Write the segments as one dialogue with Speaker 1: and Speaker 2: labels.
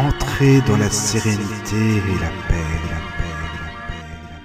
Speaker 1: Entrez dans la sérénité et la paix, la paix, la paix, la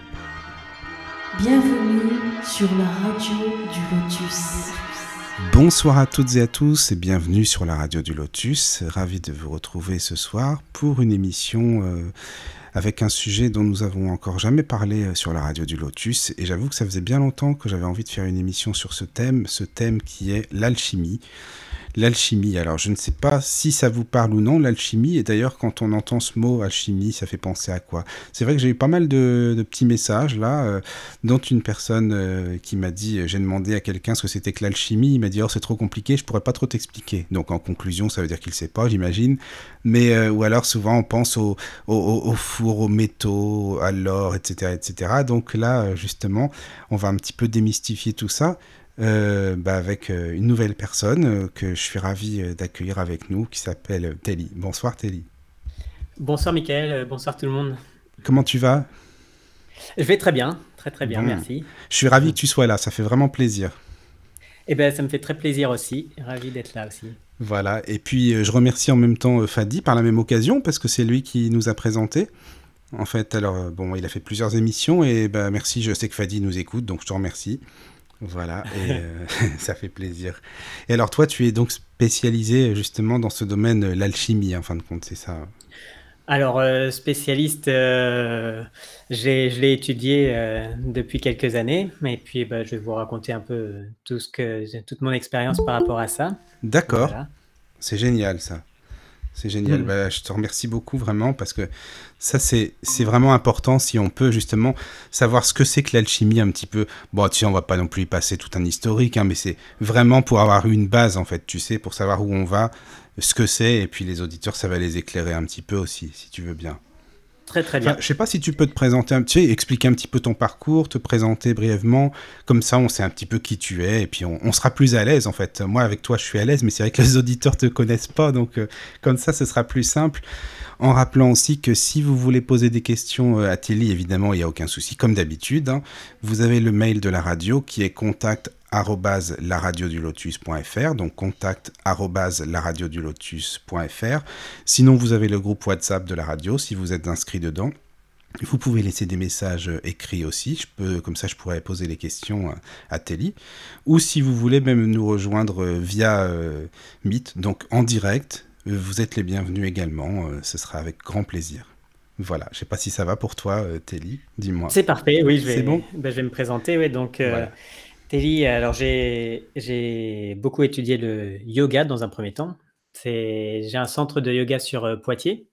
Speaker 2: Bienvenue sur la radio du Lotus.
Speaker 1: paix. Bonsoir à toutes et à tous et bienvenue sur la radio du Lotus. Ravi de vous retrouver ce soir pour une émission avec un sujet dont nous avons encore jamais parlé sur la radio du Lotus. Et j'avoue que ça faisait bien longtemps que j'avais envie de faire une émission sur ce thème qui est l'alchimie. L'alchimie, alors je ne sais pas si ça vous parle ou non, l'alchimie, et d'ailleurs quand on entend ce mot alchimie, ça fait penser à quoi? C'est vrai que j'ai eu pas mal de petits messages là, dont une personne qui m'a dit, j'ai demandé à quelqu'un ce que c'était que l'alchimie, il m'a dit oh c'est trop compliqué, je pourrais pas trop t'expliquer. Donc en conclusion, ça veut dire qu'il sait pas, j'imagine. Mais ou alors souvent on pense au four, aux métaux, à l'or, etc., etc. Donc là justement, on va un petit peu démystifier tout ça avec une nouvelle personne que je suis ravi d'accueillir avec nous, qui s'appelle Telly. Bonsoir Telly.
Speaker 3: Bonsoir Mickaël, bonsoir tout le monde.
Speaker 1: Comment tu vas?
Speaker 3: Je vais très bien, très bien,
Speaker 1: Bon,
Speaker 3: merci.
Speaker 1: je suis ravi que tu sois là, ça fait vraiment plaisir.
Speaker 3: Eh bien, ça me fait très plaisir aussi, ravi d'être là aussi.
Speaker 1: Voilà, et puis je remercie en même temps Fadi par la même occasion, parce que c'est lui qui nous a présenté. En fait, alors, bon, il a fait plusieurs émissions, et merci, je sais que Fadi nous écoute, donc je te remercie. Voilà, et ça fait plaisir. Et alors toi, tu es donc spécialisé justement dans ce domaine, l'alchimie, en fin de compte, c'est ça?
Speaker 3: Alors, spécialiste, je l'ai étudié depuis quelques années, et puis je vais vous raconter un peu toute mon expérience par rapport à ça.
Speaker 1: D'accord,
Speaker 3: Voilà.
Speaker 1: c'est génial ça. C'est génial. Je te remercie beaucoup vraiment parce que ça, c'est vraiment important si on peut justement savoir ce que c'est que l'alchimie un petit peu. Bon, tu sais, on va pas non plus y passer tout un historique, hein, mais c'est vraiment pour avoir une base en fait, tu sais, pour savoir où on va, ce que c'est, et puis les auditeurs, ça va les éclairer un petit peu aussi, si tu veux bien.
Speaker 3: Très très
Speaker 1: Enfin,
Speaker 3: bien.
Speaker 1: je sais pas si tu peux te présenter tu sais, expliquer un petit peu ton parcours, te présenter brièvement, comme ça on sait un petit peu qui tu es, et puis on sera plus à l'aise en fait. Moi avec toi je suis à l'aise, mais c'est vrai que les auditeurs te connaissent pas, donc comme ça ce sera plus simple. En rappelant aussi que si vous voulez poser des questions à Telly, évidemment il n'y a aucun souci, comme d'habitude, hein. Vous avez le mail de la radio qui est contact@laradiodulotus.fr, donc contact@laradiodulotus.fr. Sinon vous avez le groupe WhatsApp de la radio si vous êtes inscrit dedans. Vous pouvez laisser des messages écrits aussi, comme ça je pourrais poser les questions à Telly. Ou si vous voulez même nous rejoindre via Meet, donc en direct, vous êtes les bienvenus également, ce sera avec grand plaisir. Voilà, je sais pas si ça va pour toi, Telly, dis-moi.
Speaker 3: C'est parfait, oui,
Speaker 1: C'est bon?
Speaker 3: je vais me présenter. Ouais, donc,
Speaker 1: Voilà.
Speaker 3: Telly, alors j'ai beaucoup étudié le yoga dans un premier temps. J'ai un centre de yoga sur Poitiers.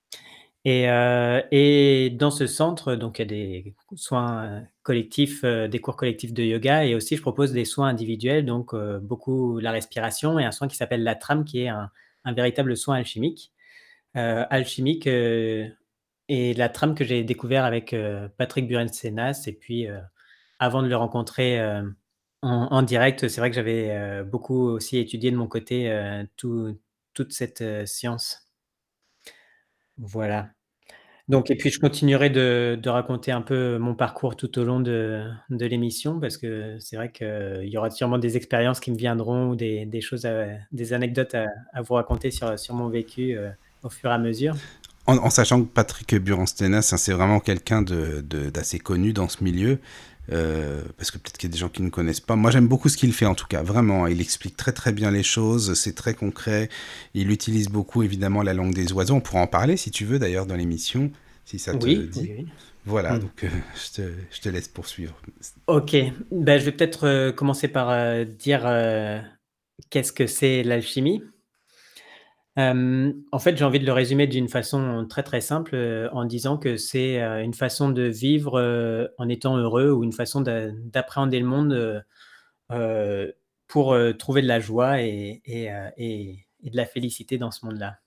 Speaker 3: Et dans ce centre, donc il y a des soins collectifs, des cours collectifs de yoga, et aussi je propose des soins individuels, donc beaucoup la respiration, et un soin qui s'appelle la trame, qui est un véritable soin alchimique. Alchimique, et la trame que j'ai découvert avec Patrick Burensenas, et puis avant de le rencontrer en direct, c'est vrai que j'avais beaucoup aussi étudié de mon côté toute cette science. Voilà. Donc, et puis je continuerai de raconter un peu mon parcours tout au long de l'émission, parce que c'est vrai qu'il y aura sûrement des expériences qui me viendront, ou des choses des anecdotes à vous raconter sur mon vécu, au fur et à mesure.
Speaker 1: En sachant que Patrick Burenstenas, hein, c'est vraiment quelqu'un d'assez connu dans ce milieu, parce que peut-être qu'il y a des gens qui ne connaissent pas. Moi, j'aime beaucoup ce qu'il fait en tout cas, vraiment. Il explique très très bien les choses, c'est très concret. Il utilise beaucoup évidemment la langue des oiseaux. On pourra en parler si tu veux d'ailleurs dans l'émission, si ça te
Speaker 3: Oui,
Speaker 1: dit.
Speaker 3: oui, oui.
Speaker 1: Voilà,
Speaker 3: Mmh.
Speaker 1: donc je te laisse poursuivre.
Speaker 3: OK. Je vais peut-être commencer par dire qu'est-ce que c'est l'alchimie? En fait, j'ai envie de le résumer d'une façon très, très simple, en disant que c'est une façon de vivre en étant heureux, ou une façon d'appréhender le monde pour trouver de la joie et de la félicité dans ce monde-là.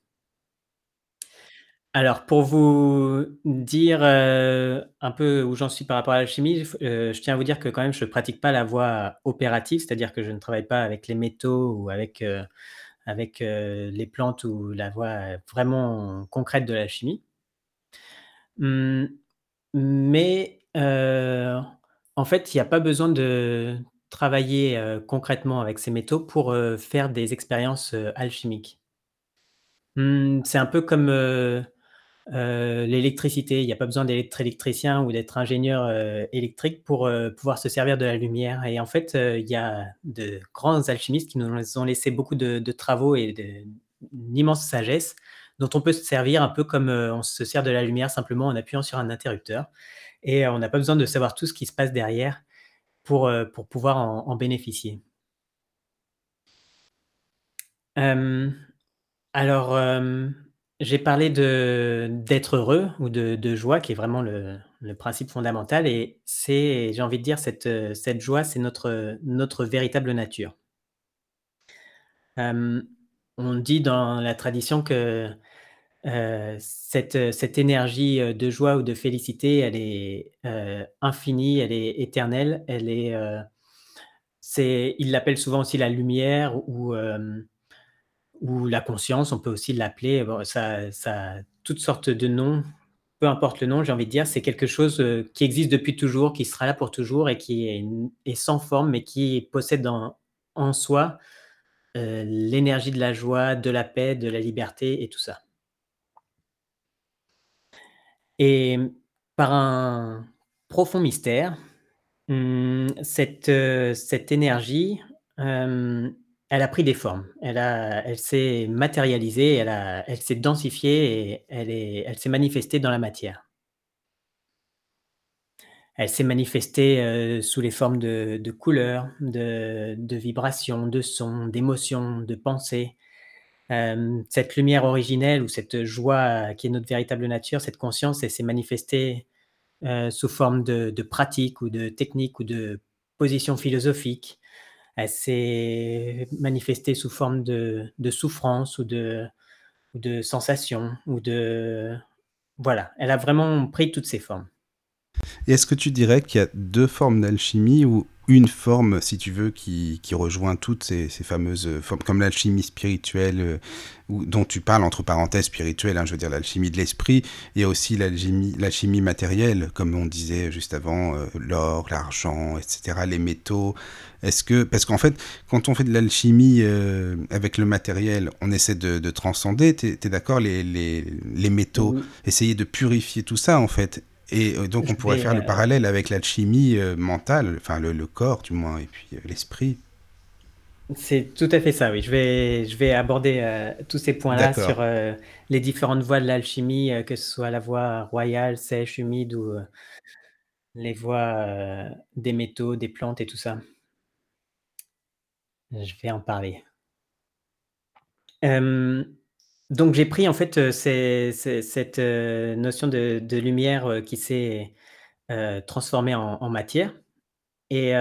Speaker 3: Alors, pour vous dire un peu où j'en suis par rapport à l'alchimie, je tiens à vous dire que quand même je ne pratique pas la voie opérative, c'est-à-dire que je ne travaille pas avec les métaux, ou avec les plantes, ou la voie vraiment concrète de l'alchimie. Mmh, mais en fait, il y a pas besoin de travailler concrètement avec ces métaux pour faire des expériences alchimiques. C'est un peu comme, l'électricité. Il y a pas besoin d'être électricien ou d'être ingénieur, électrique pour, pouvoir se servir de la lumière et en fait, il y a de grands alchimistes qui nous ont laissé beaucoup de travaux et une immense sagesse dont on peut se servir un peu comme, on se sert de la lumière simplement en appuyant sur un interrupteur et on n'a pas besoin de savoir tout ce qui se passe derrière pour pouvoir en bénéficier. Hem Alors, j'ai parlé d'être heureux ou de joie qui est vraiment le principe fondamental et c'est j'ai envie de dire cette joie, c'est notre véritable nature. Hem, on dit dans la tradition que, cette énergie, de joie ou de félicité, elle est, infinie, elle est éternelle, elle est, c'est ils l'appellent souvent aussi la lumière ou la conscience, on peut aussi l'appeler, bon ça a toutes sortes de noms, peu importe le nom, j'ai envie de dire, c'est quelque chose, qui existe depuis toujours, qui sera là pour toujours et qui est sans forme, mais qui possède en soi, l'énergie de la joie, de la paix, de la liberté et tout ça. Et par un profond mystère, cette énergie, hem, elle a pris des formes. Elle s'est matérialisée, elle s'est densifiée et elle s'est manifestée dans la matière. Elle s'est manifestée, sous les formes de couleurs, de vibrations, de sons, d'émotions, de pensées. Cette lumière originelle ou cette joie qui est notre véritable nature, cette conscience, elle s'est manifestée sous forme de pratiques ou de techniques ou de positions philosophiques. Elle s'est manifestée sous forme de souffrance ou de sensations ou de voilà, elle a vraiment pris toutes ces formes.
Speaker 1: Et est-ce que tu dirais qu'il y a deux formes d'alchimie ou une forme, si tu veux, qui rejoint toutes ces fameuses formes, comme l'alchimie spirituelle, dont tu parles, entre parenthèses, spirituelle, hein, je veux dire l'alchimie de l'esprit, et aussi l'alchimie matérielle, comme on disait juste avant, l'or, l'argent, etc., les métaux. Parce qu'en fait, quand on fait de l'alchimie avec le matériel, on essaie de transcender, t'es d'accord, les métaux,
Speaker 3: Oui,
Speaker 1: essayer de purifier tout ça, en fait. Et donc
Speaker 3: je
Speaker 1: on pourrait
Speaker 3: vais,
Speaker 1: faire le parallèle avec l'alchimie mentale, enfin le corps du moins, et puis l'esprit.
Speaker 3: c'est tout à fait ça, oui. Je vais aborder, tous ces points-là
Speaker 1: D'accord.
Speaker 3: sur, les différentes voies de l'alchimie, que ce soit la voie royale, sèche, humide ou, les voies, des métaux, des plantes et tout ça. Je vais en parler. Hem, donc j'ai pris en fait, cette, notion de lumière, qui s'est, transformée en matière et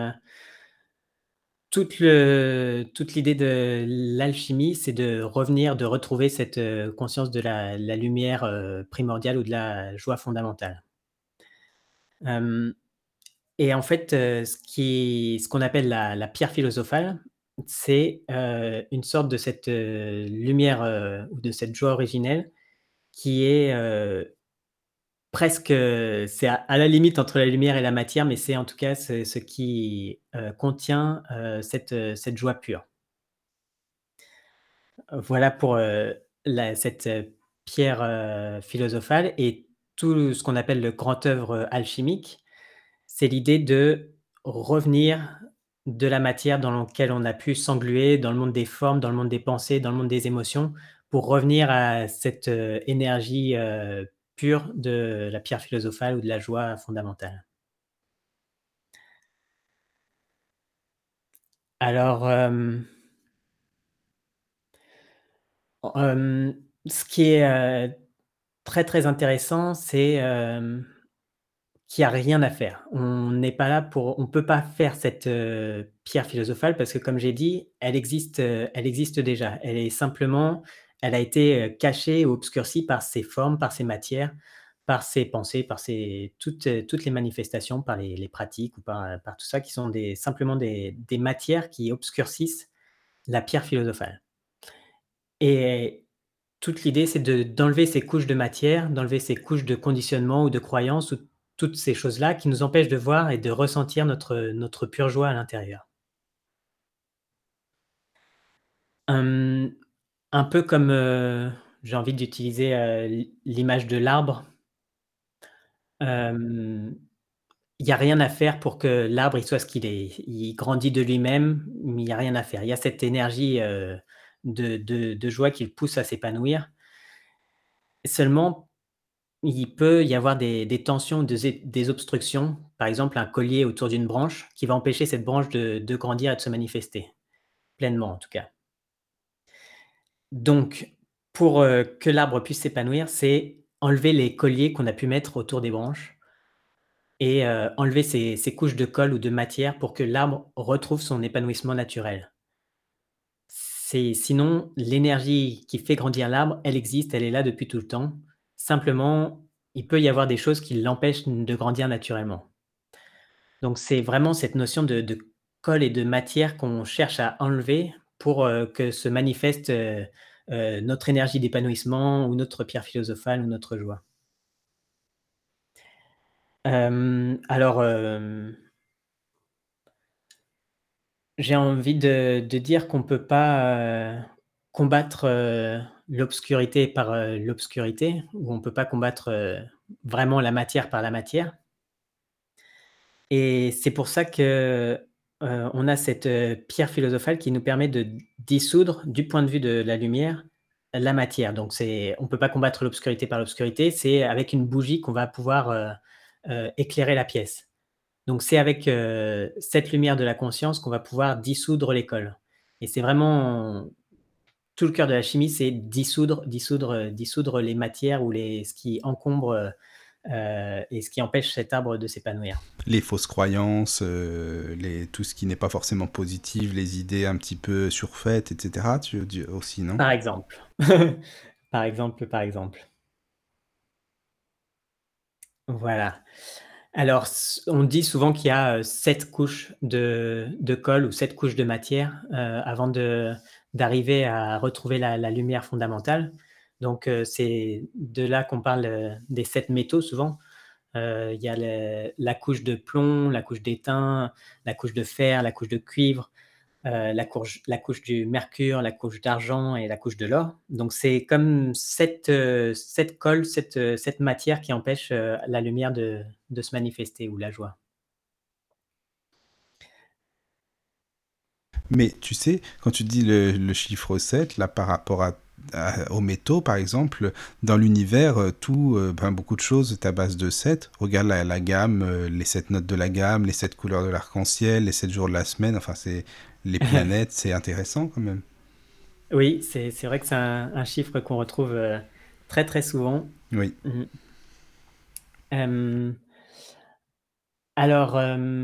Speaker 3: toute l'idée de l'alchimie, c'est de revenir, de retrouver cette, conscience de la lumière, primordiale ou de la joie fondamentale. Hem Et en fait, ce qu'on appelle la pierre philosophale, c'est, une sorte de cette, lumière, ou de cette joie originelle qui est, presque, c'est à la limite entre la lumière et la matière, mais c'est en tout cas ce qui, contient, cette joie pure. Voilà pour, cette, pierre, philosophale et tout ce qu'on appelle le grand œuvre alchimique. C'est l'idée de revenir de la matière dans laquelle on a pu s'engluer, dans le monde des formes, dans le monde des pensées, dans le monde des émotions, pour revenir à cette, énergie, pure de la pierre philosophale ou de la joie fondamentale. Alors, ce qui est, très, très intéressant, c'est, qu'il y a rien à faire. On peut pas faire cette, pierre philosophale parce que comme j'ai dit, elle existe déjà. Elle a été, cachée ou obscurcie par ses formes, par ses matières, par ses pensées, par ses toutes les manifestations, par les pratiques ou par tout ça qui sont simplement des matières qui obscurcissent la pierre philosophale et toute l'idée, c'est d'enlever ces couches de matière, d'enlever ces couches de conditionnement ou de croyances ou toutes ces choses-là qui nous empêchent de voir et de ressentir notre pure joie à l'intérieur. Hem, un peu comme, j'ai envie d'utiliser, l'image de l'arbre. Hem, il y a rien à faire pour que l'arbre, il soit ce qu'il est. Il grandit de lui-même, mais il y a rien à faire. Il y a cette énergie, de joie qui le pousse à s'épanouir. Seulement, il peut y avoir des tensions, des obstructions. Par exemple, un collier autour d'une branche qui va empêcher cette branche de grandir et de se manifester, pleinement en tout cas. Donc, pour, que l'arbre puisse s'épanouir, c'est enlever les colliers qu'on a pu mettre autour des branches et enlever ces couches de colle ou de matière pour que l'arbre retrouve son épanouissement naturel. C'est sinon, l'énergie qui fait grandir l'arbre, elle existe, elle est là depuis tout le temps. Simplement, il peut y avoir des choses qui l'empêchent de grandir naturellement. Donc c'est vraiment cette notion de colle et de matière qu'on cherche à enlever pour, que se manifeste, notre énergie d'épanouissement ou notre pierre philosophale ou notre joie. Alors, j'ai envie de dire qu'on peut pas, combattre, l'obscurité par, l'obscurité, ou on peut pas combattre, vraiment la matière par la matière. Et c'est pour ça que, on a cette, pierre philosophale qui nous permet de dissoudre, du point de vue de la lumière, la matière. Donc c'est on peut pas combattre l'obscurité par l'obscurité, c'est avec une bougie qu'on va pouvoir, éclairer la pièce. Donc c'est avec, cette lumière de la conscience qu'on va pouvoir dissoudre l'école. Et c'est vraiment tout le cœur de la chimie, c'est dissoudre les matières ou les ce qui encombre, et ce qui empêche cet arbre de s'épanouir.
Speaker 1: Les fausses croyances, tout ce qui n'est pas forcément positif, les idées un petit peu surfaites, etc. Tu veux dire aussi, non?
Speaker 3: Par exemple. Par exemple. Voilà. Alors on dit souvent qu'il y a, 7 couches de colle ou 7 couches de matière, avant d'arriver à retrouver la lumière fondamentale. Donc c'est de là qu'on parle, des 7 métaux souvent. Il y a la couche de plomb, la couche d'étain, la couche de fer, la couche de cuivre, la couche du mercure, la couche d'argent et la couche de l'or. Donc c'est comme cette colle, cette matière qui empêche, la lumière de se manifester ou la joie.
Speaker 1: Mais tu sais, quand tu dis le chiffre 7, là, par rapport aux métaux, par exemple, dans l'univers, beaucoup de choses est à base de 7. Regarde la gamme, les 7 notes de la gamme, les 7 couleurs de l'arc-en-ciel, les 7 jours de la semaine, enfin, c'est les planètes, c'est intéressant quand même.
Speaker 3: Oui, c'est vrai que c'est un chiffre qu'on retrouve, très, très souvent.
Speaker 1: Oui.
Speaker 3: Mmh. Hem, alors,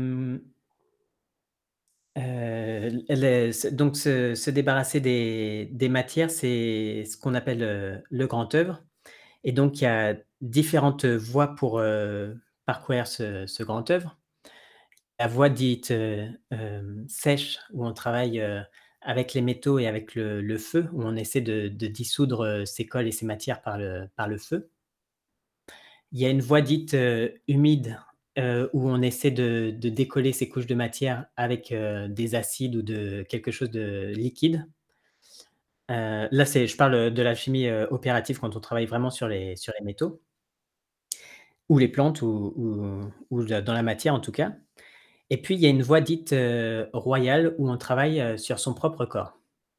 Speaker 3: donc se débarrasser des matières, c'est ce qu'on appelle, le grand œuvre. Et donc il y a différentes voies pour, parcourir ce grand œuvre. La voie dite, sèche, où on travaille, avec les métaux et avec le feu, où on essaie de dissoudre, ces cols et ces matières par le feu. Il y a une voie dite, humide, où on essaie de décoller ces couches de matière avec, des acides ou de quelque chose de liquide. Là, je parle, de la chimie, opérative quand on travaille vraiment sur les métaux ou les plantes ou dans la matière en tout cas. Et puis il y a une voie dite, royale où on travaille, sur son propre corps.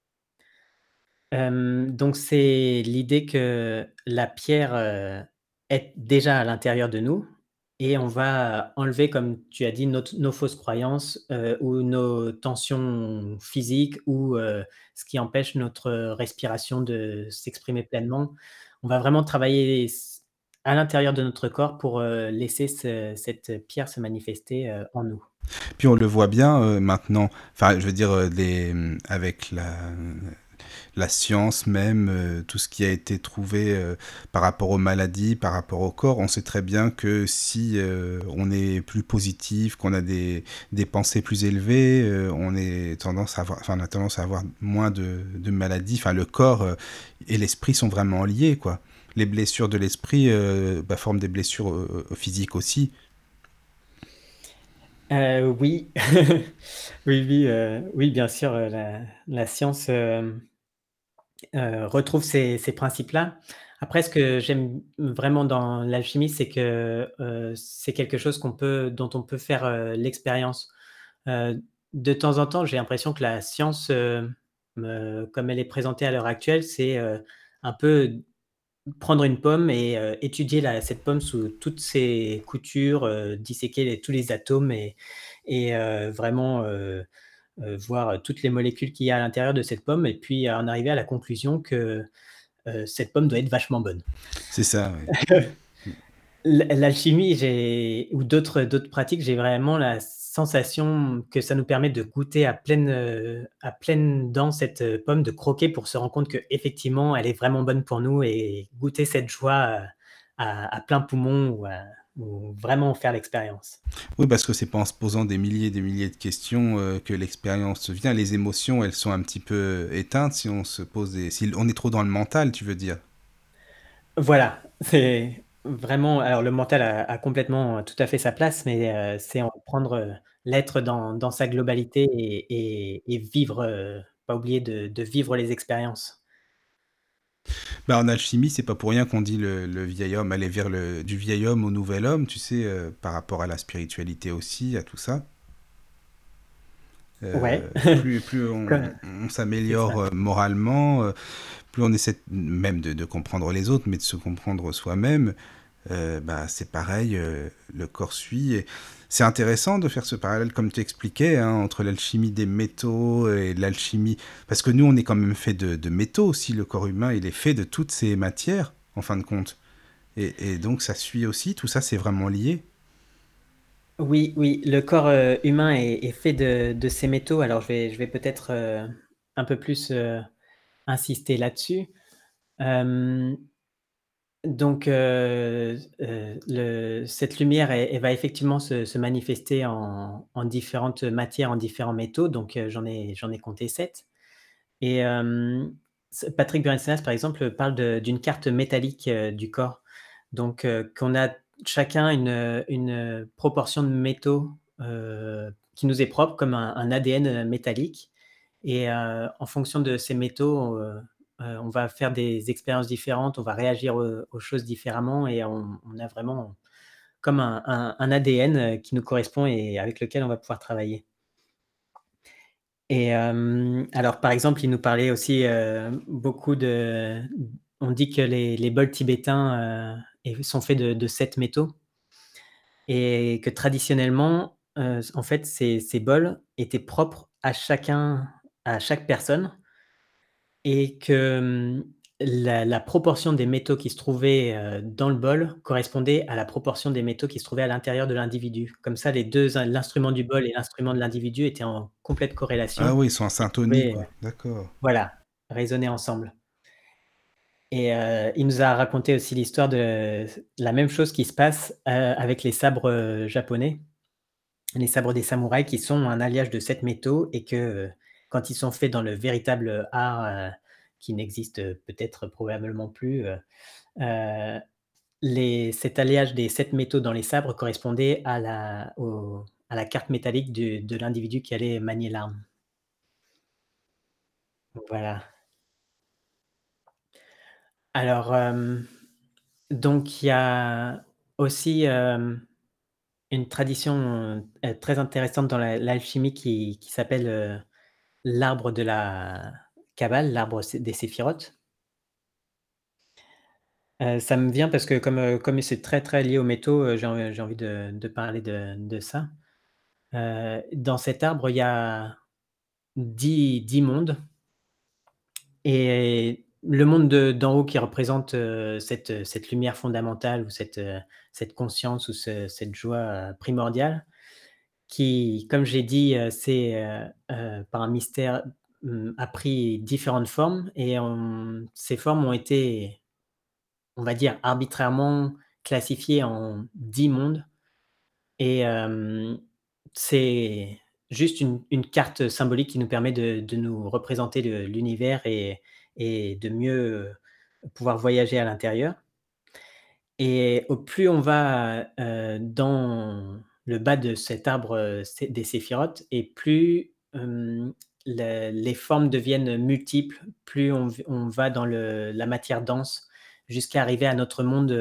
Speaker 3: Donc c'est l'idée que la pierre, est déjà à l'intérieur de nous et on va enlever, comme tu as dit, nos fausses croyances, ou nos tensions physiques ou, ce qui empêche notre respiration de s'exprimer pleinement. On va vraiment travailler à l'intérieur de notre corps pour, laisser cette pierre se manifester, en nous.
Speaker 1: Puis on le voit bien maintenant, enfin, je veux dire, avec la science même, tout ce qui a été trouvé par rapport aux maladies, par rapport au corps, on sait très bien que si on est plus positif, qu'on a des pensées plus élevées, on a tendance à avoir moins de maladies. Enfin, le corps et l'esprit sont vraiment liés, quoi. Les blessures de l'esprit forment des blessures physiques aussi.
Speaker 3: Oui. Oui, oui, oui, bien sûr, la science, retrouve ces principes-là. Après, ce que j'aime vraiment dans l'alchimie, c'est que, c'est quelque chose dont on peut faire, l'expérience. De temps en temps, j'ai l'impression que la science, comme elle est présentée à l'heure actuelle, c'est, un peu prendre une pomme et étudier cette pomme sous toutes ses coutures, disséquer tous les atomes et vraiment, voir toutes les molécules qu'il y a à l'intérieur de cette pomme et puis en arriver à la conclusion que, cette pomme doit être vachement bonne.
Speaker 1: C'est ça, oui.
Speaker 3: L'alchimie, j'ai ou d'autres pratiques, j'ai vraiment la sensation que ça nous permet de goûter à pleines dents cette, pomme, de croquer pour se rendre compte qu'effectivement elle est vraiment bonne pour nous et goûter cette joie, à plein poumon ou vraiment faire l'expérience.
Speaker 1: Oui, parce que c'est pas en se posant des milliers de questions que l'expérience vient. Les émotions, elles sont un petit peu éteintes si on se pose si on est trop dans le mental, tu veux dire.
Speaker 3: Voilà, c'est vraiment alors le mental a complètement, tout à fait sa place, mais c'est en prendre, l'être dans sa globalité et vivre, pas oublier de vivre les expériences.
Speaker 1: Bah, en alchimie, c'est pas pour rien qu'on dit le vieil homme aller vers du vieil homme au nouvel homme, tu sais, par rapport à la spiritualité aussi, à tout ça.
Speaker 3: Ouais,
Speaker 1: Plus
Speaker 3: co
Speaker 1: on
Speaker 3: c'est ça.
Speaker 1: s'améliore moralement, plus on essaie même de comprendre les autres, mais de se comprendre soi-même, bah, c'est pareil, le corps suit. Et c'est intéressant de faire ce parallèle, comme tu expliquais, hein, entre l'alchimie des métaux et l'alchimie. Parce que nous, on est quand même fait de métaux aussi. Le corps humain, il est fait de toutes ces matières, en fin de compte. Et donc, ça suit aussi. Tout ça, c'est vraiment lié.
Speaker 3: Oui, oui, le corps, humain est fait de ces métaux. Alors je vais peut-être, un peu plus, insister là-dessus. Hem Donc, cette lumière, elle va effectivement se manifester en différentes matières, en différents métaux, donc j'en ai compté 7 et Patrick Burinsons, par exemple, parle d'une carte métallique, du corps. Donc, qu'on a chacun une proportion de métaux, qui nous est propre, comme un ADN, métallique et en fonction de ces métaux, on va faire des expériences différentes, on va réagir aux choses différemment et on a vraiment comme un ADN, qui nous correspond et avec lequel on va pouvoir travailler. Et alors par exemple, il nous parlait aussi, beaucoup on dit que les bols tibétains, sont faits de 7 métaux et que traditionnellement, en fait ces bols étaient propres à chaque personne et que, la proportion des métaux qui se trouvaient, dans le bol correspondait à la proportion des métaux qui se trouvaient à l'intérieur de l'individu. Comme ça les 2, l'instrument du bol et l'instrument de l'individu étaient en complète
Speaker 1: Ah
Speaker 3: corrélation
Speaker 1: oui, ils sont en
Speaker 3: et
Speaker 1: syntonie,
Speaker 3: pouvaient,
Speaker 1: quoi. D'accord.
Speaker 3: voilà, résonner ensemble et il nous a raconté aussi l'histoire de la même chose qui se passe, avec les sabres, japonais. Les sabres des samouraïs qui sont un alliage de 7 métaux et que, quand ils sont faits dans le véritable art, qui n'existe, peut-être probablement plus, cet alliage des 7 métaux dans les sabres correspondait à la carte métallique de l'individu qui allait manier l'arme. Voilà. Alors, donc il y a aussi, une tradition, très intéressante dans l'alchimie qui s'appelle, l'arbre de la Kabbale, l'arbre des séphirotes. Ça me vient parce que comme c'est très, très lié aux métaux, j'ai envie de parler de ça. Dans cet arbre, il y a 10 mondes et le monde d'en haut qui représente, cette lumière fondamentale ou cette conscience ou cette joie, primordiale qui, comme j'ai dit, par un mystère, a pris différentes formes et ces formes ont été, on va dire, arbitrairement classifiées en 10 mondes et c'est juste une carte symbolique qui nous permet de nous représenter l'univers et de mieux, pouvoir voyager à l'intérieur et au plus on va, dans le bas de cet arbre, des séphirotes et plus, les formes deviennent multiples, plus on va dans la matière dense, jusqu'à arriver à notre monde,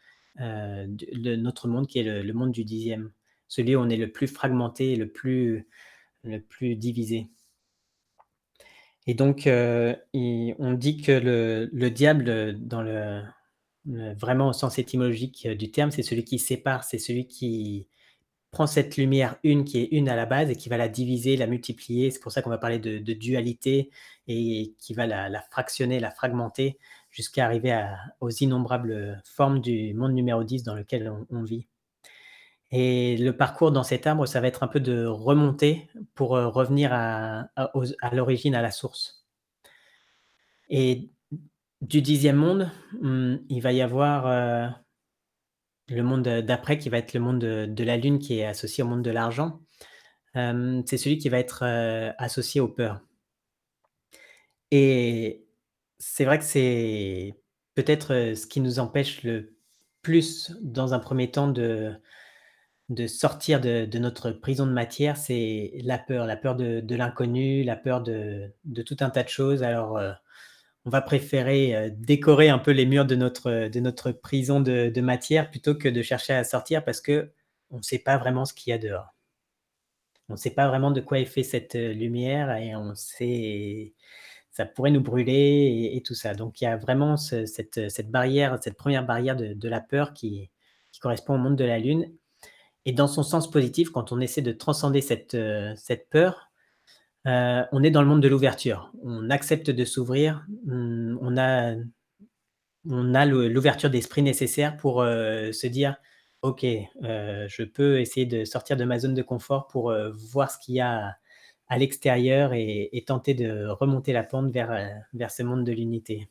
Speaker 3: notre monde qui est le monde du dixième, celui où on est le plus fragmenté, le plus divisé. Et donc, on dit que le diable, dans vraiment au sens étymologique du terme, c'est celui qui sépare, c'est celui qui prend cette lumière une qui est une à la base et qui va la diviser, la multiplier. C'est pour ça qu'on va parler de dualité et qui va la fractionner, la fragmenter jusqu'à arriver aux innombrables formes du monde numéro 10 dans lequel on vit. Et le parcours dans cet arbre, ça va être un peu de remonter pour, revenir à l'origine, à la source. Et du dixième monde, il va y avoir, le monde, d'après qui va être le monde de la lune qui est associé au monde de l'argent. C'est celui qui va être, associé aux peurs. Et c'est vrai que c'est peut-être, ce qui nous empêche le plus dans un premier temps de sortir de notre prison de matière, c'est la peur de l'inconnu, la peur de tout un tas de choses. Alors, on va préférer, décorer un peu les murs de notre prison de matière plutôt que de chercher à sortir parce qu'on ne sait pas vraiment ce qu'il y a dehors. On ne sait pas vraiment de quoi est fait cette, lumière et ça pourrait nous brûler et tout ça. Donc il y a vraiment cette barrière, cette première barrière de la peur qui correspond au monde de la lune et dans son sens positif, quand on essaie de transcender cette peur, on est dans le monde de l'ouverture. On accepte de s'ouvrir, on a l'ouverture d'esprit nécessaire pour, se dire: «OK, je peux essayer de sortir de ma zone de confort pour, voir ce qu'il y a à l'extérieur et tenter de remonter la pente vers ce monde de l'unité».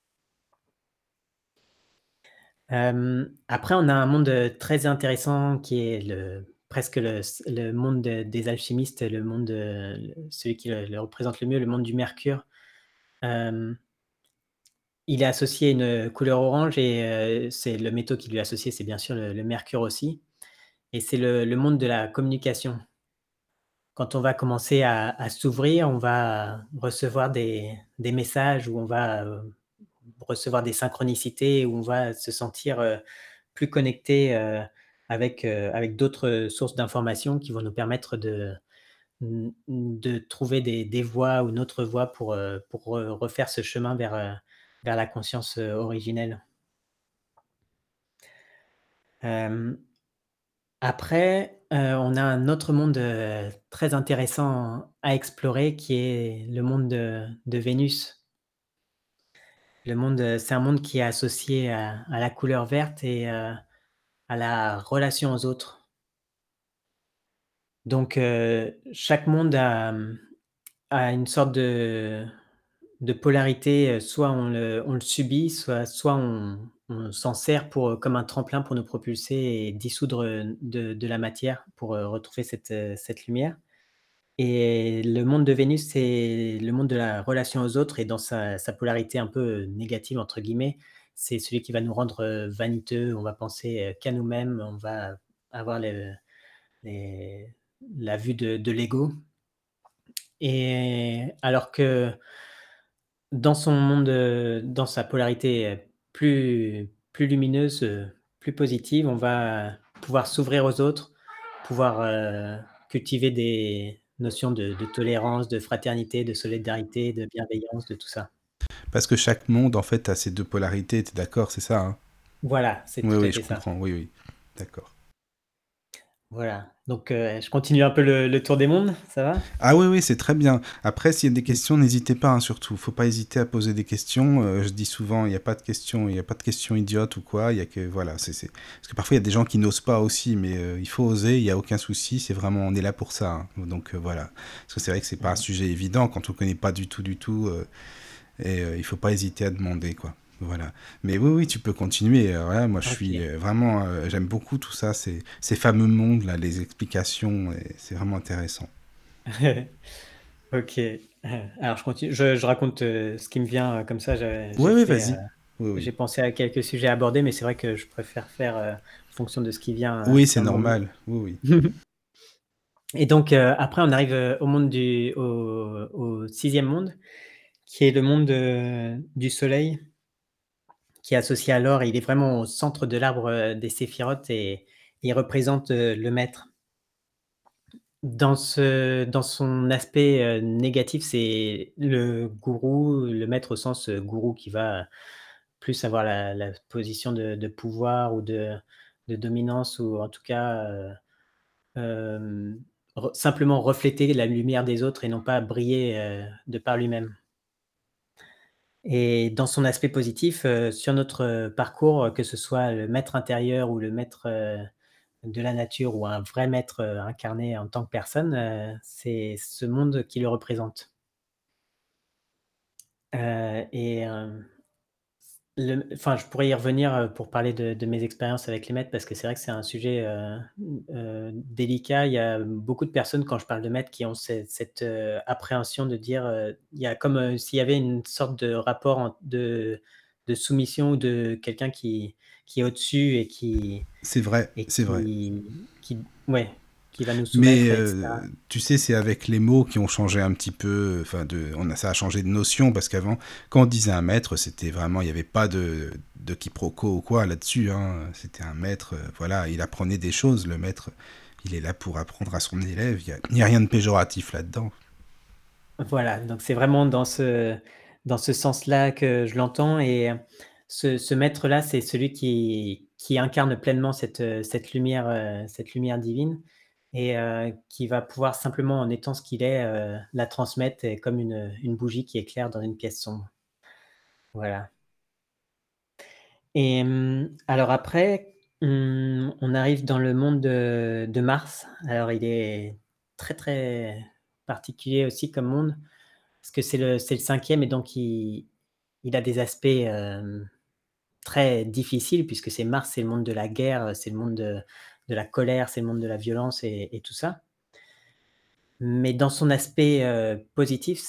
Speaker 3: Après on a un monde, très intéressant qui est presque le monde des alchimistes, le monde, celui qui le représente le mieux, le monde du mercure. Hem Il est associé à une couleur orange et c'est le métaux qui lui est associé, c'est bien sûr le mercure aussi et c'est le monde de la communication. Quand on va commencer à s'ouvrir, on va recevoir des messages où on va, recevoir des synchronicités, où on va se sentir, plus connecté, avec d'autres sources d'informations qui vont nous permettre de trouver des voies ou une autre voie pour refaire ce chemin vers la conscience, originelle. Hem, Après, on a un autre monde, très intéressant à explorer qui est le monde de Vénus. C'est un monde qui est associé à la couleur verte et à la relation aux autres. Donc chaque monde a une sorte de polarité, soit on le subit, soit on s'en sert comme un tremplin pour nous propulser et dissoudre, de la matière pour, retrouver cette lumière et le monde de Vénus, c'est le monde de la relation aux autres et dans sa polarité un peu, «négative» entre guillemets, c'est celui qui va nous rendre, vaniteux. On va penser, qu'à nous-mêmes, on va avoir les la vue de l'ego et alors que dans son monde, dans sa polarité, plus lumineuse, plus positive, on va pouvoir s'ouvrir aux autres, pouvoir, cultiver des notions de tolérance, de fraternité, de solidarité, de bienveillance, de tout ça.
Speaker 1: Parce que chaque monde, en fait, a ses deux polarités, t'es d'accord, c'est ça, hein?
Speaker 3: Voilà, c'est
Speaker 1: Oui,
Speaker 3: tout à
Speaker 1: oui, je
Speaker 3: fait ça.
Speaker 1: comprends, oui, oui. D'accord.
Speaker 3: Voilà, donc je continue un peu le tour des mondes, ça va?
Speaker 1: Ah oui, oui, c'est très bien. Après, s'il y a des questions, n'hésitez pas, hein, surtout. Faut pas hésiter à poser des questions. Je dis souvent, il n'y a pas de questions, il n'y a pas de questions idiotes ou quoi. Il y a que, voilà, Parce que parfois, il y a des gens qui n'osent pas aussi, mais il faut oser, il n'y a aucun souci. C'est vraiment, on est là pour ça, hein. Donc voilà. Parce que c'est vrai que c'est pas un
Speaker 3: Mmh.
Speaker 1: sujet évident quand on connaît pas du tout. Et il faut pas hésiter à demander, quoi. Voilà. Mais oui, oui, tu peux continuer. Voilà, moi, je suis
Speaker 3: OK.
Speaker 1: vraiment, j'aime beaucoup tout ça, ces fameux mondes là, les explications, et c'est vraiment intéressant.
Speaker 3: OK. Alors je continue, je raconte, ce qui me vient, comme ça,
Speaker 1: Oui, oui, vas-y. Oui, oui.
Speaker 3: j'ai pensé à quelques sujets à aborder, mais c'est vrai que je préfère faire, en fonction de ce qui vient,
Speaker 1: Oui, c'est
Speaker 3: sur le moment.
Speaker 1: normal. Oui, oui.
Speaker 3: Et donc après on arrive, au monde du au 6e monde, qui est le monde, du soleil, qui est associé à l'or. Il est vraiment au centre de l'arbre, des séphirotes et il représente, le maître. Dans son aspect, négatif, c'est le gourou, le maître au sens, gourou qui va plus avoir la position de pouvoir ou de dominance ou en tout cas, hem, simplement refléter la lumière des autres et non pas briller, de par lui-même. Et dans son aspect positif, sur notre, parcours, que ce soit le maître intérieur ou le maître, de la nature ou un vrai maître, incarné en tant que personne, c'est ce monde qui le représente. Et enfin, je pourrais y revenir, pour parler de mes expériences avec les maîtres parce que c'est vrai que c'est un sujet, délicat. Il y a beaucoup de personnes quand je parle de maîtres qui ont cette, appréhension de dire, il y a comme, s'il y avait une sorte de rapport de soumission ou de quelqu'un qui est au-dessus
Speaker 1: C'est vrai,
Speaker 3: et
Speaker 1: c'est vrai.
Speaker 3: qui ouais, qui va nous
Speaker 1: Mais
Speaker 3: soumettre et cetera.
Speaker 1: tu sais, c'est avec les mots qui ont changé un petit peu. Enfin, ça a changé de notion parce qu'avant, quand on disait un maître, c'était vraiment, il n'y avait pas de quiproquo ou quoi là-dessus. Hein. C'était un maître, voilà, il apprenait des choses. Le maître, il est là pour apprendre à son élève. Il y a rien de péjoratif là-dedans.
Speaker 3: Voilà, donc c'est vraiment dans ce sens-là que je l'entends et ce maître-là, c'est celui qui incarne pleinement cette lumière divine et qui va pouvoir simplement en étant ce qu'il est, la transmettre et comme une bougie qui éclaire dans une pièce sombre. Voilà. Et alors après, on arrive dans le monde de Mars. Alors il est très, très particulier aussi comme monde, parce que c'est le 5e et donc il a des aspects, très difficiles puisque c'est Mars, c'est le monde de la guerre, c'est le monde de la colère, c'est le monde de la violence et tout ça. Mais dans son aspect, positif,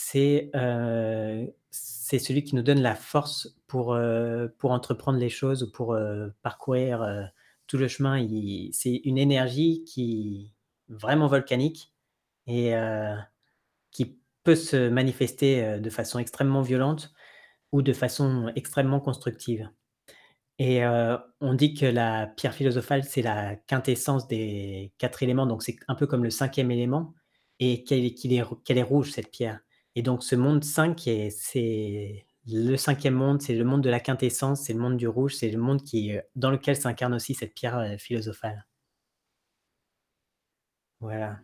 Speaker 3: c'est celui qui nous donne la force pour entreprendre les choses ou pour, parcourir, tout le chemin. Il C'est une énergie qui vraiment volcanique et qui peut se manifester, de façon extrêmement violente ou de façon extrêmement constructive. Et on dit que la pierre philosophale, c'est la quintessence des 4 éléments, donc c'est un peu comme le 5e élément et qu'elle est rouge cette pierre et donc ce monde 5 c'est le 5e monde, c'est le monde de la quintessence, c'est le monde du rouge, c'est le monde dans lequel s'incarne aussi cette pierre, philosophale. Voilà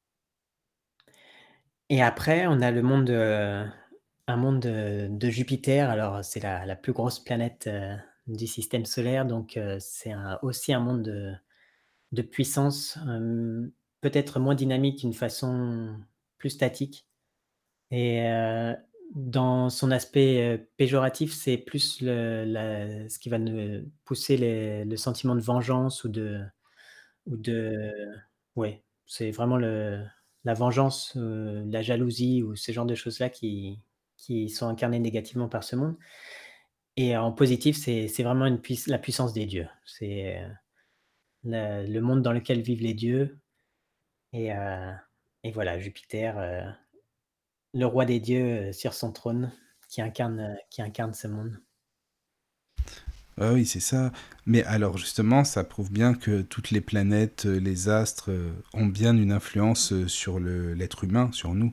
Speaker 3: et après on a le monde, un monde de Jupiter. Alors c'est la plus grosse planète, du système solaire donc c'est aussi un monde de puissance, peut-être moins dynamique, d'une façon plus statique et dans son aspect, péjoratif, c'est plus ce qui va nous pousser le sentiment de vengeance ou de ouais, c'est vraiment la vengeance, la jalousie ou ce genre de choses-là qui sont incarnées négativement par ce monde et en positif, c'est vraiment la puissance des dieux. C'est, le monde dans lequel vivent les dieux. Et voilà, Jupiter, le roi des dieux, sur son trône, qui incarne ce monde.
Speaker 1: Ah oui, c'est ça. Mais alors justement, ça prouve bien que toutes les planètes, les astres, ont bien une influence sur l'être humain, sur nous.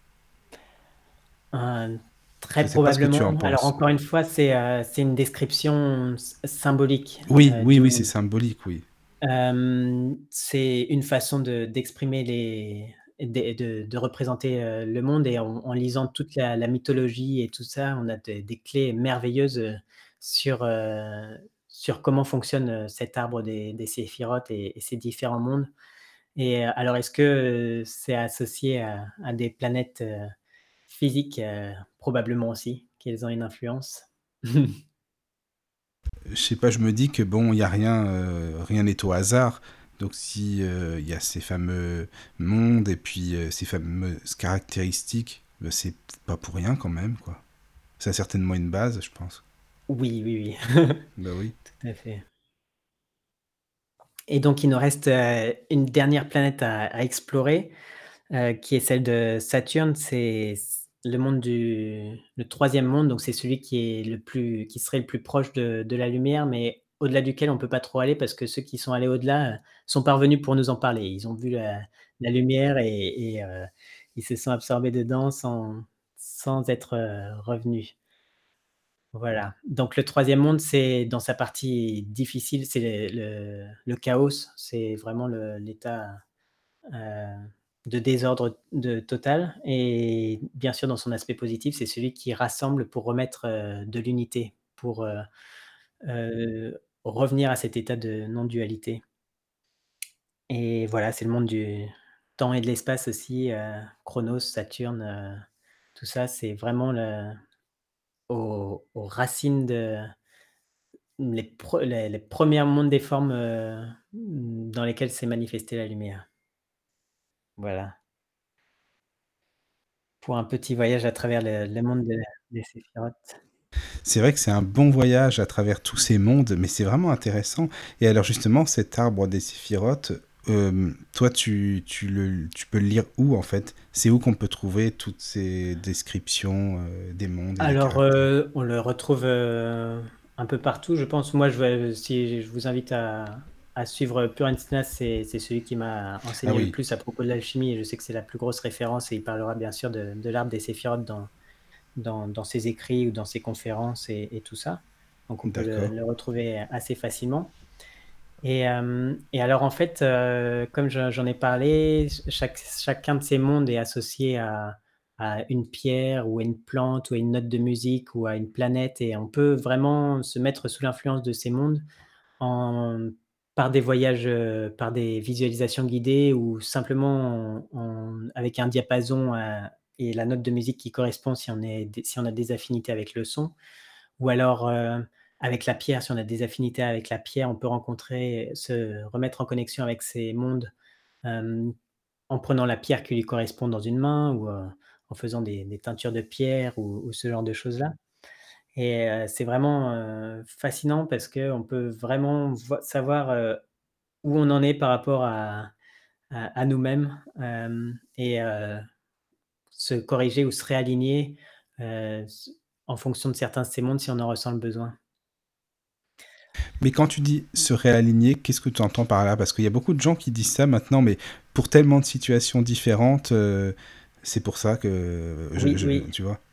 Speaker 3: Heu,
Speaker 1: Je
Speaker 3: Très
Speaker 1: sais pas ce que tu en
Speaker 3: probablement. Alors
Speaker 1: penses.
Speaker 3: encore une fois, c'est une description symbolique,
Speaker 1: Oui, oui,
Speaker 3: du
Speaker 1: oui, c'est
Speaker 3: monde.
Speaker 1: symbolique, oui.
Speaker 3: C'est une façon d'exprimer de représenter, le monde et en lisant toute la mythologie et tout ça, on a des clés merveilleuses, sur, sur comment fonctionne, cet arbre des séphirotes et ces différents mondes et alors est-ce que, c'est associé à des planètes, physiques? Probablement aussi, qu'elles ont une influence.
Speaker 1: Je sais pas, je me dis que bon, il y a rien, rien n'est au hasard. Donc si il y a ces fameux mondes et puis ces fameuses caractéristiques, ben, c'est pas pour rien quand même, quoi. Ça a certainement une base, je pense.
Speaker 3: Oui, oui, oui.
Speaker 1: Bah oui.
Speaker 3: Tout à fait. et donc il nous reste, une dernière planète à explorer, qui est celle de Saturne. C'est le monde le 3e monde, donc c'est celui qui serait le plus proche de la lumière, mais au-delà duquel on ne peut pas trop aller parce que ceux qui sont allés au-delà, sont pas revenus pour nous en parler. Ils ont vu la lumière et ils se sont absorbés dedans sans être, revenus. Voilà, donc le 3e monde, c'est dans sa partie difficile, c'est le chaos, c'est vraiment l'état, heu, de désordre de total, et bien sûr dans son aspect positif, c'est celui qui rassemble pour remettre, de l'unité, pour, revenir à cet état de non-dualité, et voilà, c'est le monde du temps et de l'espace aussi, Chronos, Saturne, tout ça, c'est vraiment aux racines de les 1ers mondes des formes, dans lesquels s'est manifestée la lumière. Voilà, pour un petit voyage à travers le monde des séphirotes.
Speaker 1: C'est vrai que c'est un bon voyage à travers tous ces mondes, mais c'est vraiment intéressant. Et alors justement, cet arbre des séphirotes, toi, tu peux le lire où en fait? C'est où qu'on peut trouver toutes ces descriptions des mondes et des
Speaker 3: Alors,
Speaker 1: caractères?
Speaker 3: on le retrouve, un peu partout, je pense. Moi, si je vous invite à suivre Pure Instincts, c'est celui qui m'a
Speaker 1: Ah
Speaker 3: enseigné le
Speaker 1: oui,
Speaker 3: plus à propos de l'alchimie, et je sais que c'est la plus grosse référence, et il parlera bien sûr de l'arbre des séphirotes dans ses écrits ou dans ses conférences et tout ça. Donc on peut
Speaker 1: d'accord.
Speaker 3: le retrouver assez facilement, et alors en fait, comme j'en ai parlé, chacun de ces mondes est associé à une pierre ou à une plante ou à une note de musique ou à une planète, et on peut vraiment se mettre sous l'influence de ces mondes en par des voyages, par des visualisations guidées, ou simplement avec un diapason, et la note de musique qui correspond si on a des affinités avec le son, ou alors, avec la pierre, si on a des affinités avec la pierre, on peut se remettre en connexion avec ces mondes, hem, en prenant la pierre qui lui correspond dans une main, ou, en faisant des teintures de pierre, ou ce genre de choses-là, et c'est vraiment, fascinant parce qu'on peut vraiment savoir, où on en est par rapport à nous-mêmes, et se corriger ou se réaligner, en fonction de certains de ces mondes si on en ressent le besoin.
Speaker 1: Mais quand tu dis se réaligner, qu'est-ce que tu entends par là? Parce qu'il y a beaucoup de gens qui disent ça maintenant, mais pour tellement de situations différentes, c'est pour ça que
Speaker 3: Oui, oui.
Speaker 1: tu vois?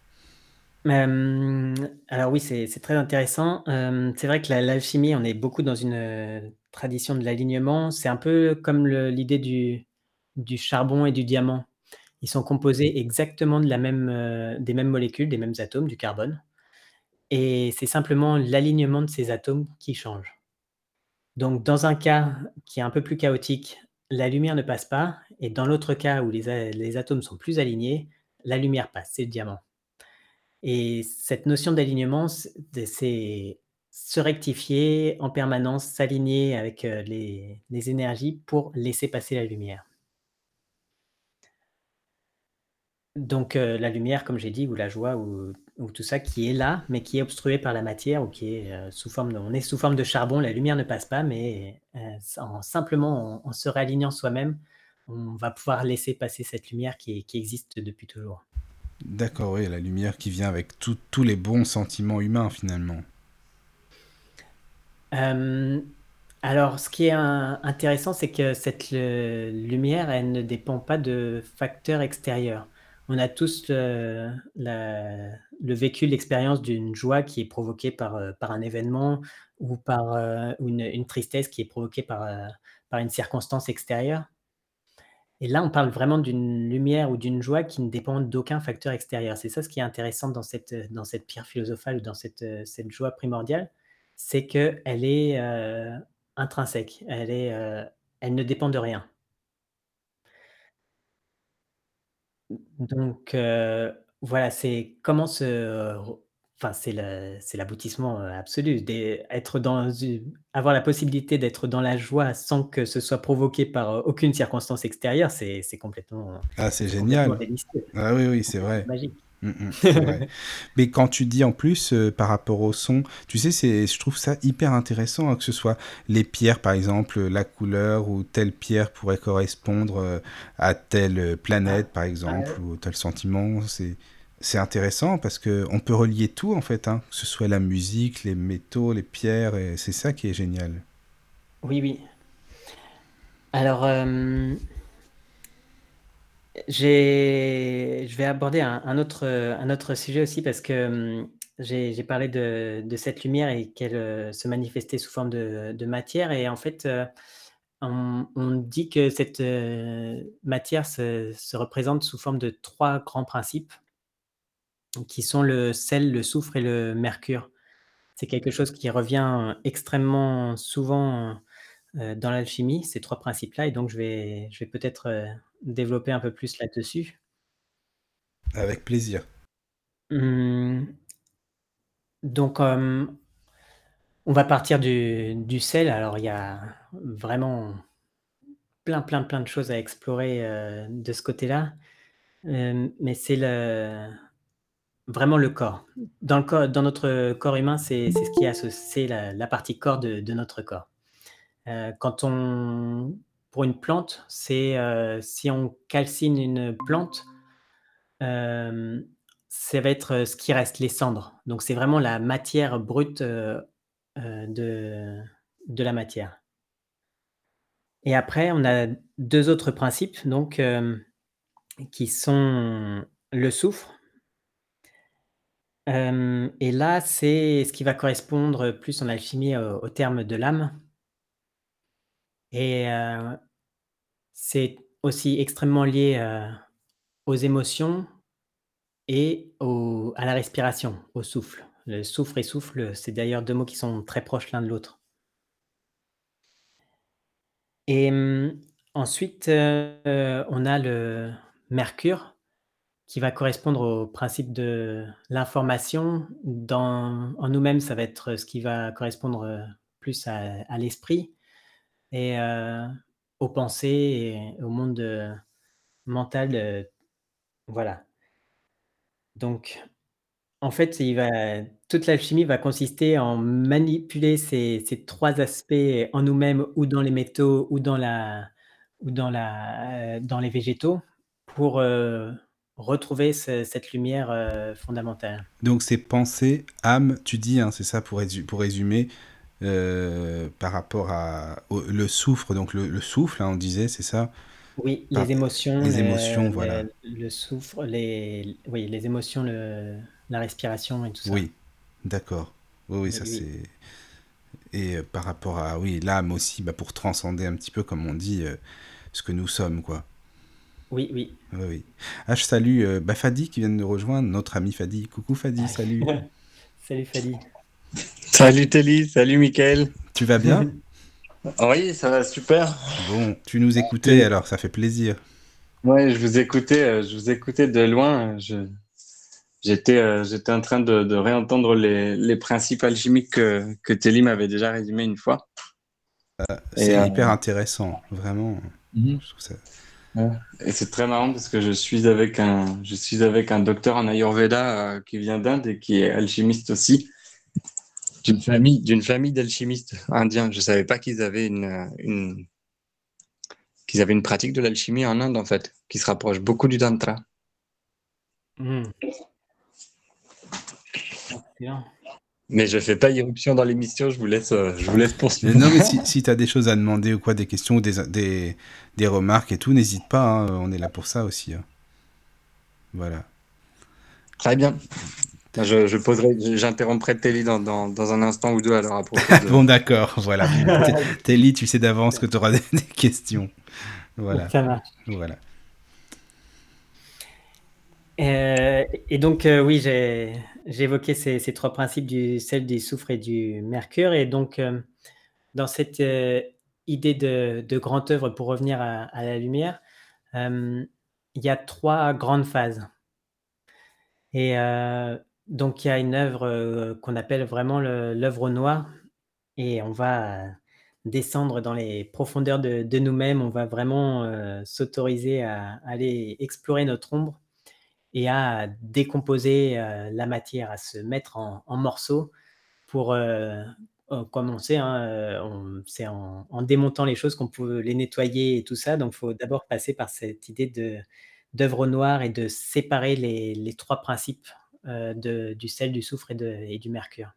Speaker 3: Alors oui, c'est très intéressant. C'est vrai que l'alchimie, on est beaucoup dans une, tradition de l'alignement. C'est un peu comme l'idée du charbon et du diamant. Ils sont composés exactement des mêmes molécules, des mêmes atomes, du carbone, et c'est simplement l'alignement de ces atomes qui change. Donc dans un cas qui est un peu plus chaotique, la lumière ne passe pas, et dans l'autre cas où les atomes sont plus alignés, la lumière passe, c'est le diamant. Et cette notion d'alignement, c'est se rectifier en permanence, s'aligner avec, les énergies pour laisser passer la lumière. Donc la lumière, comme j'ai dit, ou la joie, ou tout ça qui est là, mais qui est obstrué par la matière, ou qui est, on est sous forme de charbon, la lumière ne passe pas, mais en se réalignant soi-même, on va pouvoir laisser passer cette lumière qui existe depuis toujours.
Speaker 1: D'accord, oui, la lumière qui vient avec tous les bons sentiments humains finalement.
Speaker 3: Hem, alors ce qui est intéressant, c'est que cette, lumière, elle ne dépend pas de facteurs extérieurs. On a tous le vécu, l'expérience d'une joie qui est provoquée par un événement, ou ou une tristesse qui est provoquée par une circonstance extérieure, et là, on parle vraiment d'une lumière ou d'une joie qui ne dépend d'aucun facteur extérieur. C'est ça ce qui est intéressant dans cette pierre philosophale, ou dans cette joie primordiale, c'est qu'elle est, intrinsèque. Elle ne dépend de rien. Donc voilà, c'est comment enfin, c'est l'aboutissement, absolu, être dans avoir la possibilité d'être dans la joie sans que ce soit provoqué par, aucune circonstance extérieure,
Speaker 1: Ah, c'est
Speaker 3: c'est complètement
Speaker 1: génial.
Speaker 3: délicieux,
Speaker 1: Ah oui, oui,
Speaker 3: c'est
Speaker 1: c'est
Speaker 3: complètement
Speaker 1: vrai.
Speaker 3: magique.
Speaker 1: C'est vrai. Mais quand tu dis en plus par rapport au son, tu sais, je trouve ça hyper intéressant hein, que ce soit les pierres, par exemple, la couleur ou telle pierre pourrait correspondre à telle planète, par exemple, ou tel sentiment. C'est intéressant parce que on peut relier tout en fait, hein, que ce soit la musique, les métaux, les pierres, et c'est ça qui est génial.
Speaker 3: Oui, oui. Alors, je vais aborder un autre sujet aussi parce que j'ai parlé de cette lumière et qu'elle se manifestait sous forme de matière. Et en fait, on dit que cette matière se représente sous forme de trois grands principes qui sont le sel, le soufre et le mercure. C'est quelque chose qui revient extrêmement souvent dans l'alchimie, ces trois principes-là. Et donc je vais peut-être développer un peu plus là-dessus.
Speaker 1: Avec plaisir.
Speaker 3: Mmh, donc, on va partir du sel. Alors, il y a vraiment plein de choses à explorer, de ce côté-là, mais c'est vraiment le corps. Dans notre corps humain, c'est ce qui est c'est la partie corps de notre corps. Quand on Pour une plante, si on calcine une plante, hem, ça va être, ce qui reste, les cendres. Donc c'est vraiment la matière brute, de la matière. Et après, on a 2 autres principes donc, qui sont le soufre, et là, c'est ce qui va correspondre plus en alchimie au terme de l'âme. Et c'est aussi extrêmement lié, aux émotions et à la respiration, au souffle. Le soufre et souffle, c'est d'ailleurs 2 mots qui sont très proches l'un de l'autre. Et ensuite, on a le mercure qui va correspondre au principe de l'information. En nous-mêmes, ça va être ce qui va correspondre, plus à l'esprit et aux pensées et au monde, mental, voilà. Donc en fait, toute l'alchimie va consister en manipuler ces 3 aspects en nous-mêmes ou dans les métaux ou dans les végétaux pour, retrouver cette lumière, fondamentale.
Speaker 1: Donc c'est pensée, âme, tu dis, hein, c'est ça pour résumer, par rapport le soufre, donc le souffle, hein, on disait, c'est ça,
Speaker 3: Oui,
Speaker 1: par,
Speaker 3: les émotions,
Speaker 1: les émotions, voilà.
Speaker 3: le soufre, les émotions, la respiration et tout ça.
Speaker 1: Oui, d'accord. Oui, oui,
Speaker 3: Oui,
Speaker 1: ça
Speaker 3: oui.
Speaker 1: c'est. Et par rapport à, oui, l'âme aussi, bah, pour transcender un petit peu, comme on dit, ce que nous sommes, quoi.
Speaker 3: Oui, oui.
Speaker 1: Oui, oui. Ah, je salue bah, Fadi qui vient de nous rejoindre, notre ami Fadi. Coucou Fadi, salut.
Speaker 3: Salut Fadi.
Speaker 4: Salut Telly, salut Mickaël.
Speaker 1: Tu vas bien?
Speaker 4: Oui, ça va super.
Speaker 1: Bon, tu nous écoutais,
Speaker 4: Je-
Speaker 1: alors ça fait plaisir.
Speaker 4: Ouais, je vous écoutais de loin. J'étais en train de réentendre les principes alchimiques que Telly m'avait déjà résumé une fois. Et,
Speaker 1: C'est hyper intéressant, vraiment.
Speaker 4: Mhm.
Speaker 1: Je trouve ça.
Speaker 4: Ouais. Et c'est très marrant parce que je suis avec un docteur en Ayurveda qui vient d'Inde et qui est alchimiste aussi, d'une famille d'alchimistes indiens. Je savais pas qu'ils avaient une pratique de l'alchimie en Inde en fait, qui se rapproche beaucoup du tantra.
Speaker 3: Mmh. Excellent.
Speaker 4: Mais je fais pas irruption dans l'émission, je vous laisse poursuivre.
Speaker 1: Non, mais si tu as des choses à demander ou quoi, des questions ou des remarques et tout, n'hésite pas, hein, on est là pour ça aussi. Hein. Voilà.
Speaker 4: Très bien. J'interromprai Telly dans un instant ou deux alors à propos de.
Speaker 1: Bon, d'accord, voilà. Telly, tu sais d'avance que tu auras des questions. Voilà.
Speaker 3: Ça marche.
Speaker 1: Voilà.
Speaker 3: Et donc, oui, j'ai évoqué ces 3 principes du sel, du soufre et du mercure. Et donc, dans cette, idée de grande œuvre, pour revenir à la lumière, il y a 3 grandes phases. Et donc il y a une œuvre, qu'on appelle vraiment l'œuvre noire. Et on va descendre dans les profondeurs de nous-mêmes. On va vraiment, s'autoriser à aller explorer notre ombre. et à décomposer, la matière, à se mettre en morceaux pour, comme on sait, hein, c'est en démontant les choses qu'on peut les nettoyer et tout ça, donc il faut d'abord passer par cette idée d'œuvre au noir et de séparer les 3 principes, du sel, du soufre et du mercure.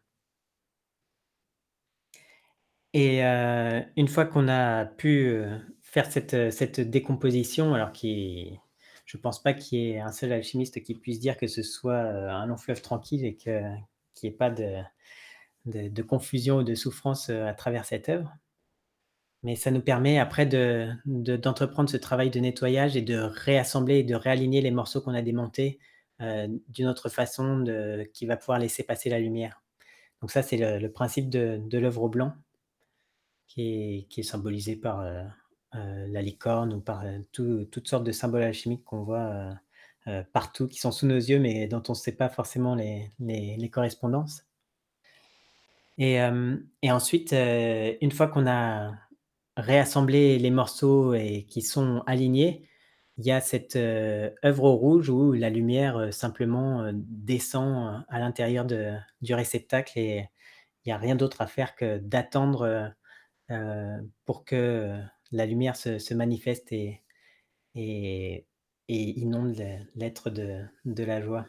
Speaker 3: Et une fois qu'on a pu, faire cette décomposition, alors je pense pas qu'il y ait un seul alchimiste qui puisse dire que ce soit, un long fleuve tranquille et qu'il y ait pas de confusion ou de souffrance, à travers cette œuvre. Mais ça nous permet après d'entreprendre ce travail de nettoyage et de réassembler et de réaligner les morceaux qu'on a démontés, d'une autre façon qui va pouvoir laisser passer la lumière. Donc ça, c'est le principe de l'œuvre au blanc qui est symbolisé par, la licorne ou par, toutes sortes de symboles alchimiques qu'on voit, partout, qui sont sous nos yeux, mais dont on ne sait pas forcément les correspondances. Et ensuite, une fois qu'on a réassemblé les morceaux et qu'ils sont alignés, il y a cette, œuvre au rouge où la lumière, simplement, descend, à l'intérieur du réceptacle et il y a rien d'autre à faire que d'attendre, pour que la lumière se manifeste et et inonde l'être de la joie.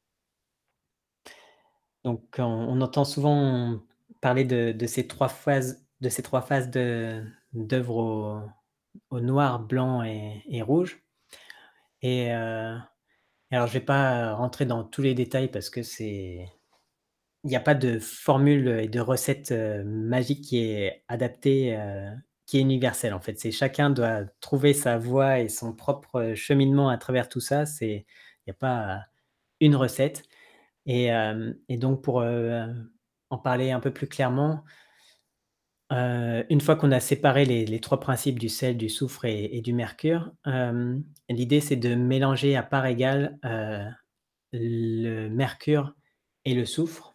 Speaker 3: Donc on entend souvent parler de ces 3 phases d'œuvre au noir, blanc et rouge et alors je vais pas rentrer dans tous les détails parce que il y a pas de formule et de recette, magique qui est adaptée, qui est universelle en fait. C'est chacun doit trouver sa voie et son propre, cheminement à travers tout ça. Il y a pas une recette et donc pour, en parler un peu plus clairement, une fois qu'on a séparé les 3 principes du sel, du soufre et du mercure, l'idée c'est de mélanger à parts égales, le mercure et le soufre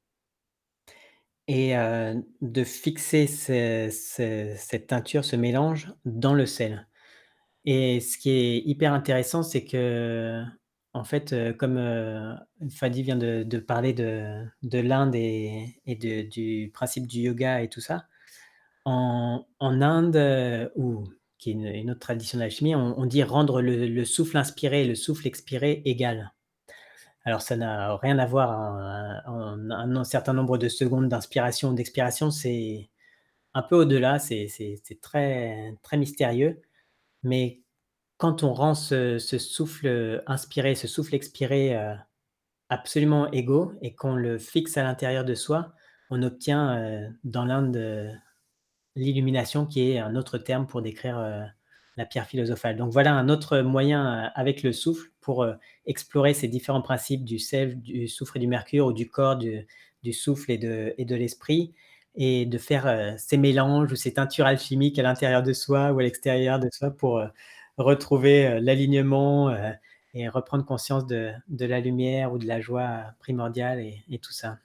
Speaker 3: et de fixer cette teinture, ce mélange dans le sel. Et ce qui est hyper intéressant, c'est qu'en fait, comme, Fadi vient de parler de l'Inde et du principe du yoga et tout ça. En Inde, ou qui est une autre tradition d'alchimie, on dit rendre le souffle inspiré et le souffle expiré égal. Alors ça n'a rien à voir, en un certain nombre de secondes d'inspiration ou d'expiration, c'est un peu au-delà, c'est très très mystérieux, mais quand on rend ce souffle, inspiré, ce souffle expiré, absolument égaux et qu'on le fixe à l'intérieur de soi, on obtient, dans l'Inde, l'illumination qui est un autre terme pour décrire, la pierre philosophale. Donc voilà un autre moyen, avec le souffle pour, explorer ces différents principes du sel, du soufre et du mercure ou du corps, du souffle et de l'esprit et de faire, ces mélanges ou ces teintures alchimiques à l'intérieur de soi ou à l'extérieur de soi pour, retrouver, l'alignement, et reprendre conscience de la lumière ou de la joie primordiale et tout ça.